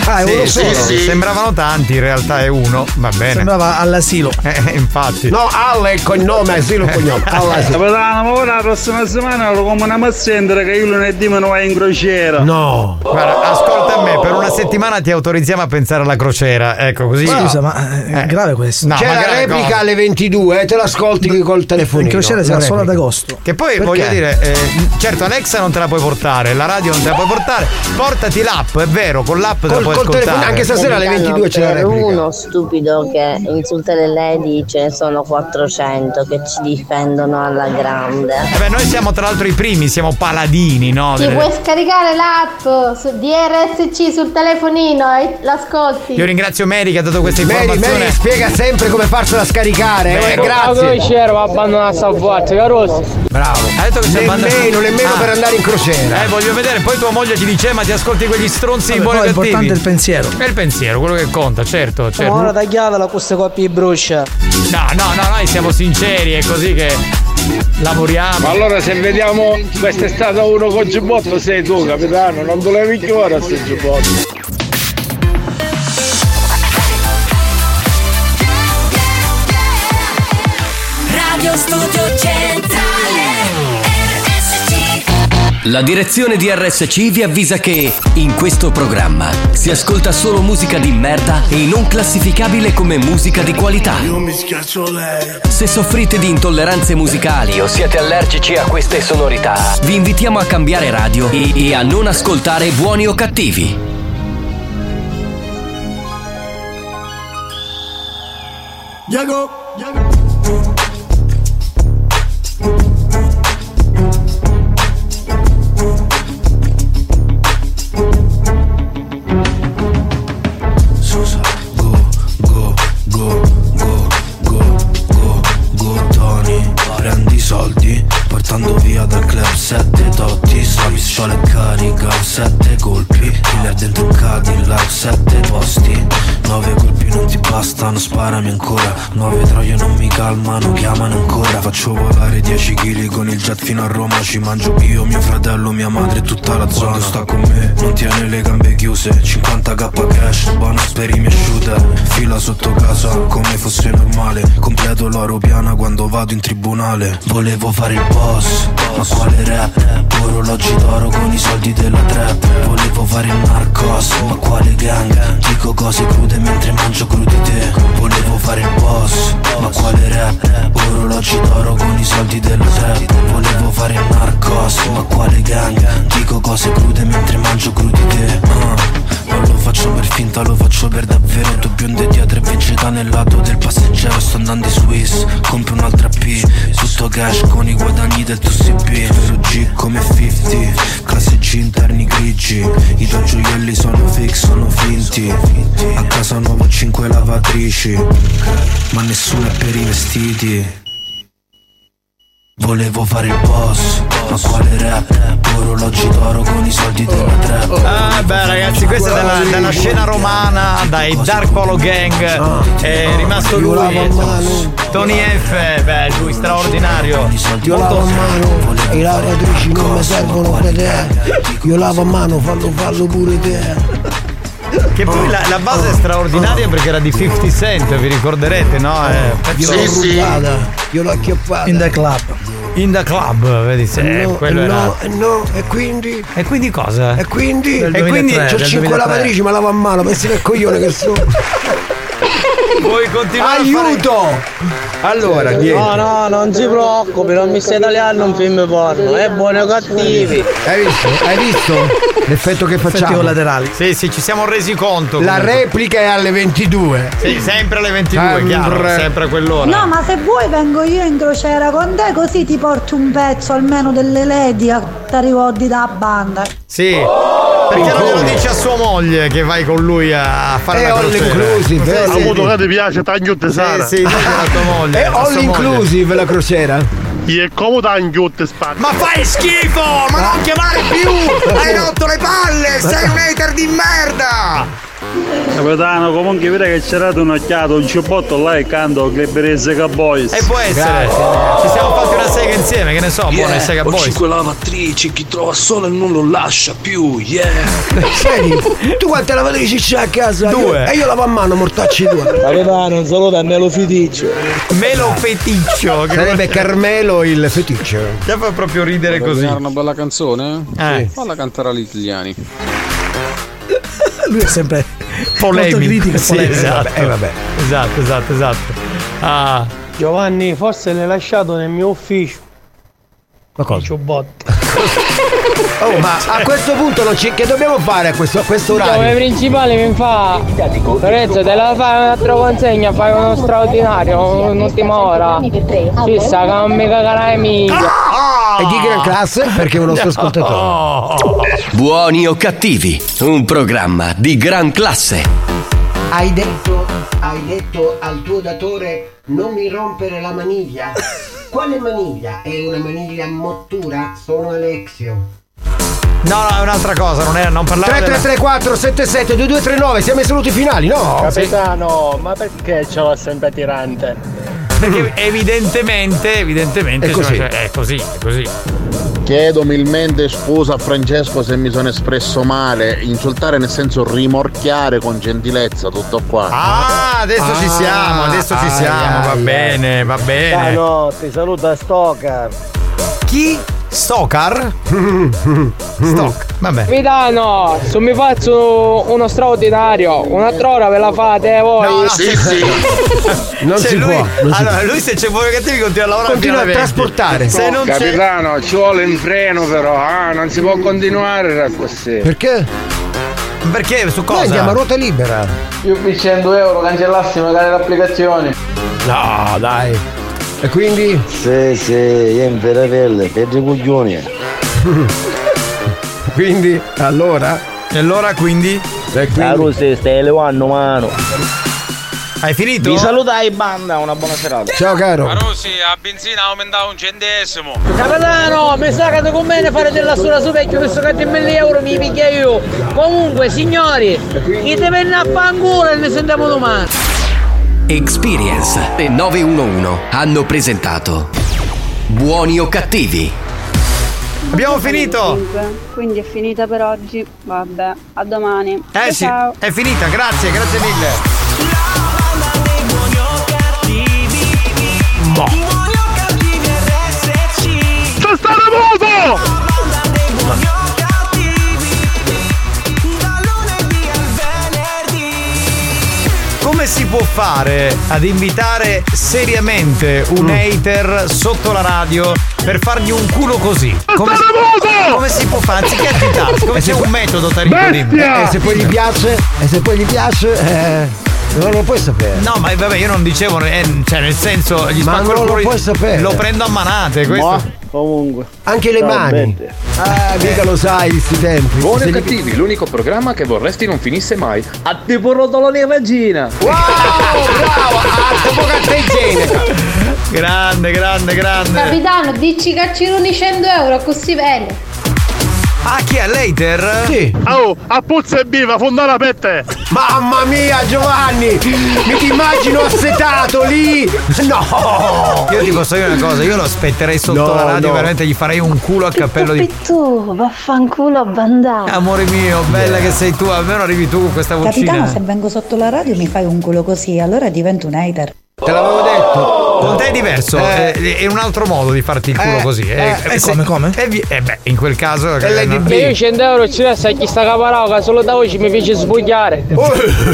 Speaker 9: Ah, è
Speaker 8: sì,
Speaker 9: uno solo.
Speaker 8: sì, sì. Sembravano tanti, in realtà è uno. Va bene.
Speaker 11: Sembrava all'asilo.
Speaker 8: Eh, infatti.
Speaker 9: No, Al è il cognome, asilo il cognome. All'asilo.
Speaker 18: Capitano, ma ora la prossima settimana lo come una mazzendere che io lunedì me ne vai in crociera.
Speaker 9: No.
Speaker 8: Guarda, ascolta a me, per una settimana ti autorizziamo a pensare alla crociera. Ecco, così.
Speaker 11: Scusa, ma è
Speaker 8: Eh.
Speaker 11: grave questo.
Speaker 8: No,
Speaker 9: C'è
Speaker 8: ma
Speaker 9: la
Speaker 8: grave
Speaker 9: replica
Speaker 8: cosa.
Speaker 9: alle ventidue, eh, te l'ascolti col telefonino.
Speaker 11: In crociera siamo
Speaker 9: La
Speaker 11: solo ad
Speaker 9: replica.
Speaker 11: agosto.
Speaker 8: Che poi
Speaker 9: Perché?
Speaker 8: voglio dire, eh, certo Alexa non te la puoi portare, la radio non te la puoi portare, portati l'app, è vero, con l'app te la
Speaker 9: Col-
Speaker 8: puoi
Speaker 9: col
Speaker 8: ascoltare.
Speaker 9: telefono, anche stasera alle ventidue c'è la
Speaker 13: Per
Speaker 9: replica.
Speaker 13: uno stupido che insulta le lady ce ne sono quattrocento che ci difendono alla grande.
Speaker 8: Eh beh, noi siamo tra l'altro i primi, siamo paladini, no?
Speaker 20: Ti
Speaker 8: Delle-
Speaker 20: puoi scaricare l'app su D R S C sul telefonino e l'ascolti.
Speaker 8: Io ringrazio Mary che ha dato questa
Speaker 9: Mary,
Speaker 8: informazione.
Speaker 9: Mary spiega sempre come farsela scaricare, eh,
Speaker 8: Vero.
Speaker 9: grazie.
Speaker 4: c'ero, va abbandonare sta forza, carosso.
Speaker 9: Bravo.
Speaker 8: Ha detto che sei
Speaker 9: Nemmeno, nemmeno
Speaker 8: Ah.
Speaker 9: per andare in crociera.
Speaker 8: Eh, voglio vedere, poi tua moglie ti dice ma ti ascolti quegli stronzi
Speaker 11: Vabbè,
Speaker 8: buoni
Speaker 11: poi
Speaker 8: e
Speaker 11: è
Speaker 8: cattivi.
Speaker 11: importante il pensiero.
Speaker 8: È il pensiero, quello che conta, certo, certo.
Speaker 4: Ora tagliatela queste coppie di bruscia.
Speaker 8: No, no, no, noi siamo sinceri, è così che lavoriamo.
Speaker 22: Ma allora se vediamo quest'estate uno con giubbotto sei tu, capitano, non te levi che ora sto giubbotto.
Speaker 7: Radio Studio Centrale R S C.
Speaker 5: La direzione di R S C vi avvisa che in questo programma si ascolta solo musica di merda e non classificabile come musica di qualità.
Speaker 17: Io mi schiaccio lei.
Speaker 5: Se soffrite di intolleranze musicali o siete allergici a queste sonorità, vi invitiamo a cambiare radio e, e a non ascoltare Buoni o Cattivi.
Speaker 17: Yago, Yago. Susa, go, go, go, go, go, go, go, Tony. Prendi i soldi, portando via dal club sette dotti. La pistola è carica, sette colpi. Killer dentro un Cadillac, sette posti. Nove colpi non ti bastano, sparami ancora. Nuove troie non mi calmano, chiamano ancora. Faccio volare dieci chili con il jet fino a Roma. Ci mangio io, mio fratello, mia madre e tutta la zona. Quando sta con me non tiene le gambe chiuse. cinquanta k cash, bonus per i miei shooter. Fila sotto casa come fosse normale. Completo l'oro piana quando vado in tribunale. Volevo fare il boss, ma quale rap? Orologi d'oro con i soldi della trap. Volevo fare il narcos, ma quale gang? Dico cose crude mentre mangio crudité. Volevo fare il boss, ma quale rap? Orologi d'oro con i soldi della trap. Volevo fare il narcos, ma quale gang? Dico cose crude mentre mangio crudité. uh. Non lo faccio per finta, lo faccio per davvero. Tu bionde dietro e vegeta nel lato del passeggero. Sto andando in Swiss, compro un'altra P. Tutto cash con i guadagni del tuo C P. Vero G come cinquanta, classe G interni grigi. I tuoi gioielli sono fix, sono finti. A casa nuovo cinque lavatrici, ma nessuno è per i vestiti. Volevo fare il boss, ma quale rap? Orologi d'oro con i soldi della trap.
Speaker 8: Ah beh ragazzi, questa è dalla, dalla scena romana, dai Dark Polo Gang. È rimasto lui, Tony F, beh lui straordinario.
Speaker 9: Io lavo a mano, e i lavatrici non mi servono per te. Io lavo a mano, fallo fallo pure te.
Speaker 8: Che poi la, la base è straordinaria perché era di cinquanta Cent, vi ricorderete, no? Eh,
Speaker 9: Io l'ho rubata, io l'ho acchiappata.
Speaker 11: In the club.
Speaker 8: In the club, vedi se
Speaker 9: no,
Speaker 8: quello
Speaker 9: no,
Speaker 8: era.
Speaker 9: no, e quindi?
Speaker 8: E quindi cosa?
Speaker 9: E quindi?
Speaker 8: Del
Speaker 9: E quindi
Speaker 8: duemilatré,
Speaker 9: c'ho
Speaker 8: del
Speaker 9: cinque
Speaker 8: duemilatré.
Speaker 9: lavatrici, ma lavo a mano, pensi che coglione che sono.
Speaker 8: Vuoi continuare?
Speaker 9: Aiuto! Allora, niente.
Speaker 4: No, no, non si preoccupi, non mi stai tagliando un film porno, è buoni o cattivi.
Speaker 9: Hai visto? Hai visto l'effetto che facciamo?
Speaker 11: Effetti collaterali.
Speaker 8: Sì, sì, ci siamo resi conto.
Speaker 9: La
Speaker 8: comunque.
Speaker 9: replica è alle ventidue.
Speaker 8: Sì, sempre alle ventidue,
Speaker 9: Sempre.
Speaker 8: chiaro, sempre a quell'ora.
Speaker 16: No, ma se vuoi vengo io in crociera con te, così ti porto un pezzo almeno delle lady a ti ricordi da banda.
Speaker 8: Sì. Perché non glielo dice a sua moglie che vai con lui a fare
Speaker 9: È
Speaker 8: la
Speaker 9: all
Speaker 8: crociera?
Speaker 9: inclusive,
Speaker 8: Sì,
Speaker 9: è all
Speaker 8: sì.
Speaker 10: Avuto che ti piace, tagliutte sana.
Speaker 8: Sì, sì, dice alla tua moglie.
Speaker 9: È
Speaker 8: a
Speaker 9: all
Speaker 8: sua moglie.
Speaker 9: inclusive la crociera.
Speaker 10: E come tagliutte spara?
Speaker 8: Ma fai schifo! Ma non chiamare più! Hai rotto le palle! Sei un hater di merda!
Speaker 18: Capitano, comunque vede che c'era un'occhiata, un ciubbotto là e canto Club dei Sega Boys.
Speaker 8: E può essere. Ci siamo fatti una sega insieme, che ne so, buona
Speaker 6: Yeah,
Speaker 8: Sega
Speaker 6: ho
Speaker 8: Boys.
Speaker 6: cinque lavatrici, chi trova solo e non lo lascia più, yeah.
Speaker 9: Vedi, tu quante lavatrici c'hai a casa?
Speaker 8: Due.
Speaker 9: E io lavo a mano, mortacci due.
Speaker 2: Capitano, un saluto a Melo Feticcio.
Speaker 8: Melo Feticcio. Che
Speaker 9: Sarebbe Carmelo il feticcio.
Speaker 8: Già fa proprio ridere così.
Speaker 19: Una bella canzone?
Speaker 8: Eh.
Speaker 19: Falla cantare agli italiani.
Speaker 11: Lui è sempre
Speaker 8: polemico.
Speaker 11: molto critico,
Speaker 8: Sì,
Speaker 11: polemico.
Speaker 8: esatto.
Speaker 9: Eh, vabbè.
Speaker 8: Esatto, esatto, esatto. Ah.
Speaker 4: Giovanni, forse l'hai lasciato nel mio ufficio.
Speaker 9: Ma cosa?
Speaker 4: Il ciubbotto.
Speaker 9: Oh, ma a questo punto non ci... che dobbiamo fare a questo, a questo
Speaker 4: Come
Speaker 9: orario?
Speaker 4: principale mi fa Lorenzo, te la fai un'altra consegna, fai uno straordinario, un'ultima ora. Fissa che non mi cagherai mica.
Speaker 9: E di gran classe perché è un nostro ascoltatore.
Speaker 5: Buoni o cattivi, un programma di gran classe.
Speaker 9: Hai detto, hai detto al tuo datore non mi rompere la maniglia. Quale maniglia? È una maniglia a mottura? Sono Alexio.
Speaker 8: No, no, è un'altra cosa, non è, non parlare
Speaker 9: tre tre tre quattro sette sette due due tre nove, siamo ai saluti finali, no?
Speaker 4: Capitano, ma perché ce l'ho sempre tirante?
Speaker 8: Perché evidentemente, evidentemente
Speaker 9: È così.
Speaker 8: cioè, è così, è così.
Speaker 12: Chiedo umilmente scusa a Francesco se mi sono espresso male. Insultare nel senso rimorchiare con gentilezza, tutto qua.
Speaker 8: Ah, adesso
Speaker 12: Ah,
Speaker 8: ci siamo, adesso ci
Speaker 12: ai,
Speaker 8: siamo,
Speaker 12: ai,
Speaker 8: va
Speaker 12: ai.
Speaker 8: bene, va bene.
Speaker 4: No, ti saluta Stoker.
Speaker 8: Chi? Stoker? Stock, vabbè.
Speaker 4: Capitano, se mi faccio uno straordinario, un'altra ora ve la fate voi?
Speaker 8: No, no, sì, sì.
Speaker 9: Non
Speaker 8: Cioè,
Speaker 9: si
Speaker 8: lui,
Speaker 9: può. Non si
Speaker 8: allora,
Speaker 9: può.
Speaker 8: lui se c'è buoni cattivi continua a lavorare
Speaker 9: Continua
Speaker 8: fino alle
Speaker 9: a
Speaker 8: venti.
Speaker 9: trasportare.
Speaker 8: Se non c'è...
Speaker 23: Capitano, ci vuole un freno però, ah, non si può continuare così.
Speaker 9: Perché?
Speaker 8: Perché? Su cosa?
Speaker 9: Noi andiamo a ruota libera.
Speaker 4: Io per cento euro cancellassi magari l'applicazione.
Speaker 9: No, dai. E quindi?
Speaker 14: Sì, sì, io in vera pelle, per i coglioni.
Speaker 9: Quindi, allora?
Speaker 8: E allora quindi?
Speaker 9: E
Speaker 14: Caro, se stai elevando mano.
Speaker 8: Hai finito?
Speaker 4: Vi salutai banda, una buona serata.
Speaker 9: Ciao caro.
Speaker 24: Rossi, a benzina aumentava un centesimo.
Speaker 4: Capitano, mi sa che ti conviene fare della sola su vecchio, visto che ti mille euro mi picchia io. Comunque, signori, chi ti venne a fanculo e ne sentiamo domani.
Speaker 5: Experience e nove uno uno hanno presentato Buoni o cattivi.
Speaker 8: Abbiamo finito.
Speaker 15: Quindi è finita per oggi. Vabbè, a domani.
Speaker 8: Eh sì,
Speaker 15: Ciao.
Speaker 8: è finita, grazie, grazie mille. Boh.
Speaker 10: C'è sta remoto!
Speaker 8: Come si può fare ad invitare seriamente un hater sotto la radio per fargli un culo così? Come si, come si può fare? Anziché agitarsi, come c'è un metodo, Tarico? Dimmi.
Speaker 9: E se poi gli piace? E se poi gli piace? Eh, non lo puoi sapere.
Speaker 8: No, ma vabbè, io non dicevo, eh, cioè nel senso, gli
Speaker 9: Ma
Speaker 8: spacco
Speaker 9: non
Speaker 8: il
Speaker 9: lo
Speaker 8: culo,
Speaker 9: puoi sapere.
Speaker 8: lo prendo a manate, questo.
Speaker 12: Ma, comunque.
Speaker 9: Anche le
Speaker 12: Ciao,
Speaker 9: mani.
Speaker 12: Bente.
Speaker 9: Ah, mica lo sai di sti tempi.
Speaker 25: Buoni
Speaker 9: Se
Speaker 25: o
Speaker 9: gli-
Speaker 25: cattivi, l'unico programma che vorresti non finisse mai.
Speaker 4: A tipo rotolo di regina.
Speaker 9: Wow, bravo, alto bocca igiene.
Speaker 8: Grande, grande, grande.
Speaker 20: Capitano, dici cacciaroni cento euro, così bene.
Speaker 8: Ah, chi è l'hater?
Speaker 9: Sì.
Speaker 10: Oh, a puzza e viva, fondare per te!
Speaker 9: Mamma mia, Giovanni! Mi ti immagino assetato lì! No!
Speaker 8: Io ti posso dire una cosa, io lo aspetterei sotto
Speaker 9: No,
Speaker 8: la radio,
Speaker 9: no.
Speaker 8: veramente gli farei un culo al cappello di.
Speaker 3: Tu, vaffanculo a bandare.
Speaker 8: Amore mio, bella che sei tu, almeno arrivi tu con questa vocina.
Speaker 16: Capitano, se vengo sotto la radio mi fai un culo così, allora divento un hater.
Speaker 9: Te l'avevo detto.
Speaker 8: Con te è diverso,
Speaker 9: Eh.
Speaker 8: è, è un altro modo di farti il culo
Speaker 9: Eh,
Speaker 8: così.
Speaker 9: eh,
Speaker 8: eh,
Speaker 11: e
Speaker 8: se-
Speaker 11: come, come?
Speaker 8: eh, vi- eh, beh, in quel caso.
Speaker 9: È l'A D B.
Speaker 8: non-
Speaker 4: Io cento euro ci resta a chi sta caparao, che solo da oggi mi fece sbugliare.
Speaker 9: Eh,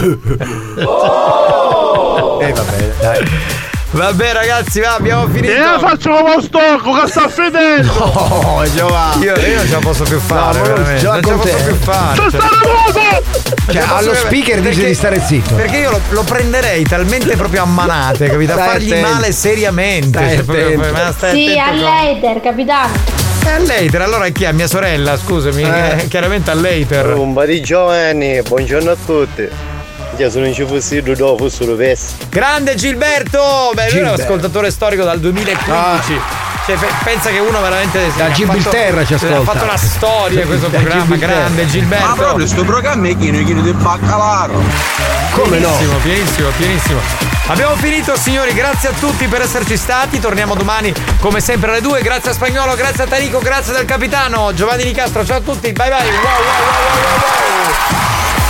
Speaker 9: vabbè, dai.
Speaker 8: Vabbè, ragazzi, va, abbiamo finito.
Speaker 10: E io faccio uno stocco che sta fedendo!
Speaker 9: Oh, Giovanni.
Speaker 8: Io, io non ce la posso più fare,
Speaker 9: No, ma non
Speaker 8: veramente.
Speaker 9: ce la
Speaker 8: Non ce la
Speaker 9: con
Speaker 8: posso
Speaker 9: te.
Speaker 8: più fare.
Speaker 10: C'è
Speaker 8: cioè.
Speaker 10: sta remoto!
Speaker 9: Cioè,
Speaker 8: Posso
Speaker 9: allo
Speaker 8: dire-
Speaker 9: speaker dice
Speaker 8: perché-
Speaker 9: di stare zitto.
Speaker 8: Perché io lo, lo prenderei talmente proprio a manate, capito? A
Speaker 9: Stai
Speaker 8: fargli
Speaker 9: attento.
Speaker 8: male seriamente.
Speaker 9: Stai
Speaker 8: Cioè, proprio-
Speaker 9: attento.
Speaker 8: ma stai
Speaker 20: Sì,
Speaker 8: attento con-
Speaker 20: all'hater, capitano.
Speaker 8: È all'hater, allora chi è? Mia sorella, scusami.
Speaker 9: Eh.
Speaker 8: Chiaramente all'hater.
Speaker 2: Un di Giovanni, buongiorno a tutti. Io se non ci fossi Dudò, fossero pessi.
Speaker 8: Grande Gilberto! Beh, lui è un
Speaker 9: Gilberto.
Speaker 8: ascoltatore storico dal duemilaquindici. Cioè, pe- pensa che uno veramente
Speaker 9: Da Gibilterra ci ascolta.
Speaker 8: ha fatto una storia questo
Speaker 9: Da
Speaker 8: programma
Speaker 9: Gibilterra.
Speaker 8: grande, Gilberto.
Speaker 6: Ma proprio sto programma è chino chino di baccalaro.
Speaker 9: Come no?
Speaker 8: Pienissimo, pienissimo, pienissimo. Abbiamo finito, signori, grazie a tutti per esserci stati. Torniamo domani come sempre alle due. Grazie a Spagnolo, grazie a Tarico, grazie del capitano Giovanni Nicastro. Ciao a tutti, bye bye. Wow, wow, wow, wow, wow.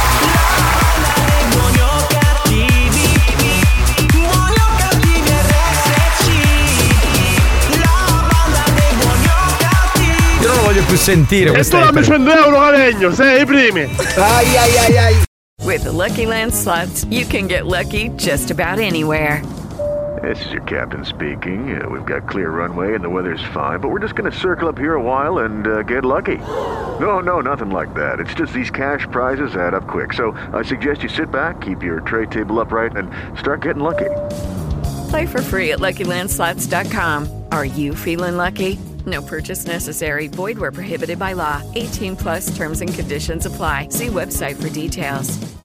Speaker 8: Io non lo voglio più sentire.
Speaker 10: E tu dammi cento euro Calegno, sei i primi.
Speaker 9: Ai ai ai ai.
Speaker 1: With the Lucky Land Slots, you can get lucky just about anywhere.
Speaker 7: This is your captain speaking. Uh, we've got clear runway and the weather's fine, but we're just going to circle up here a while and uh, get lucky. No, no, nothing like that. It's just these cash prizes add up quick. So I suggest you sit back, keep your tray table upright, and start getting lucky.
Speaker 1: Play for free at Lucky Land Slots dot com. Are you feeling lucky? No purchase necessary. Void where prohibited by law. eighteen plus terms and conditions apply. See website for details.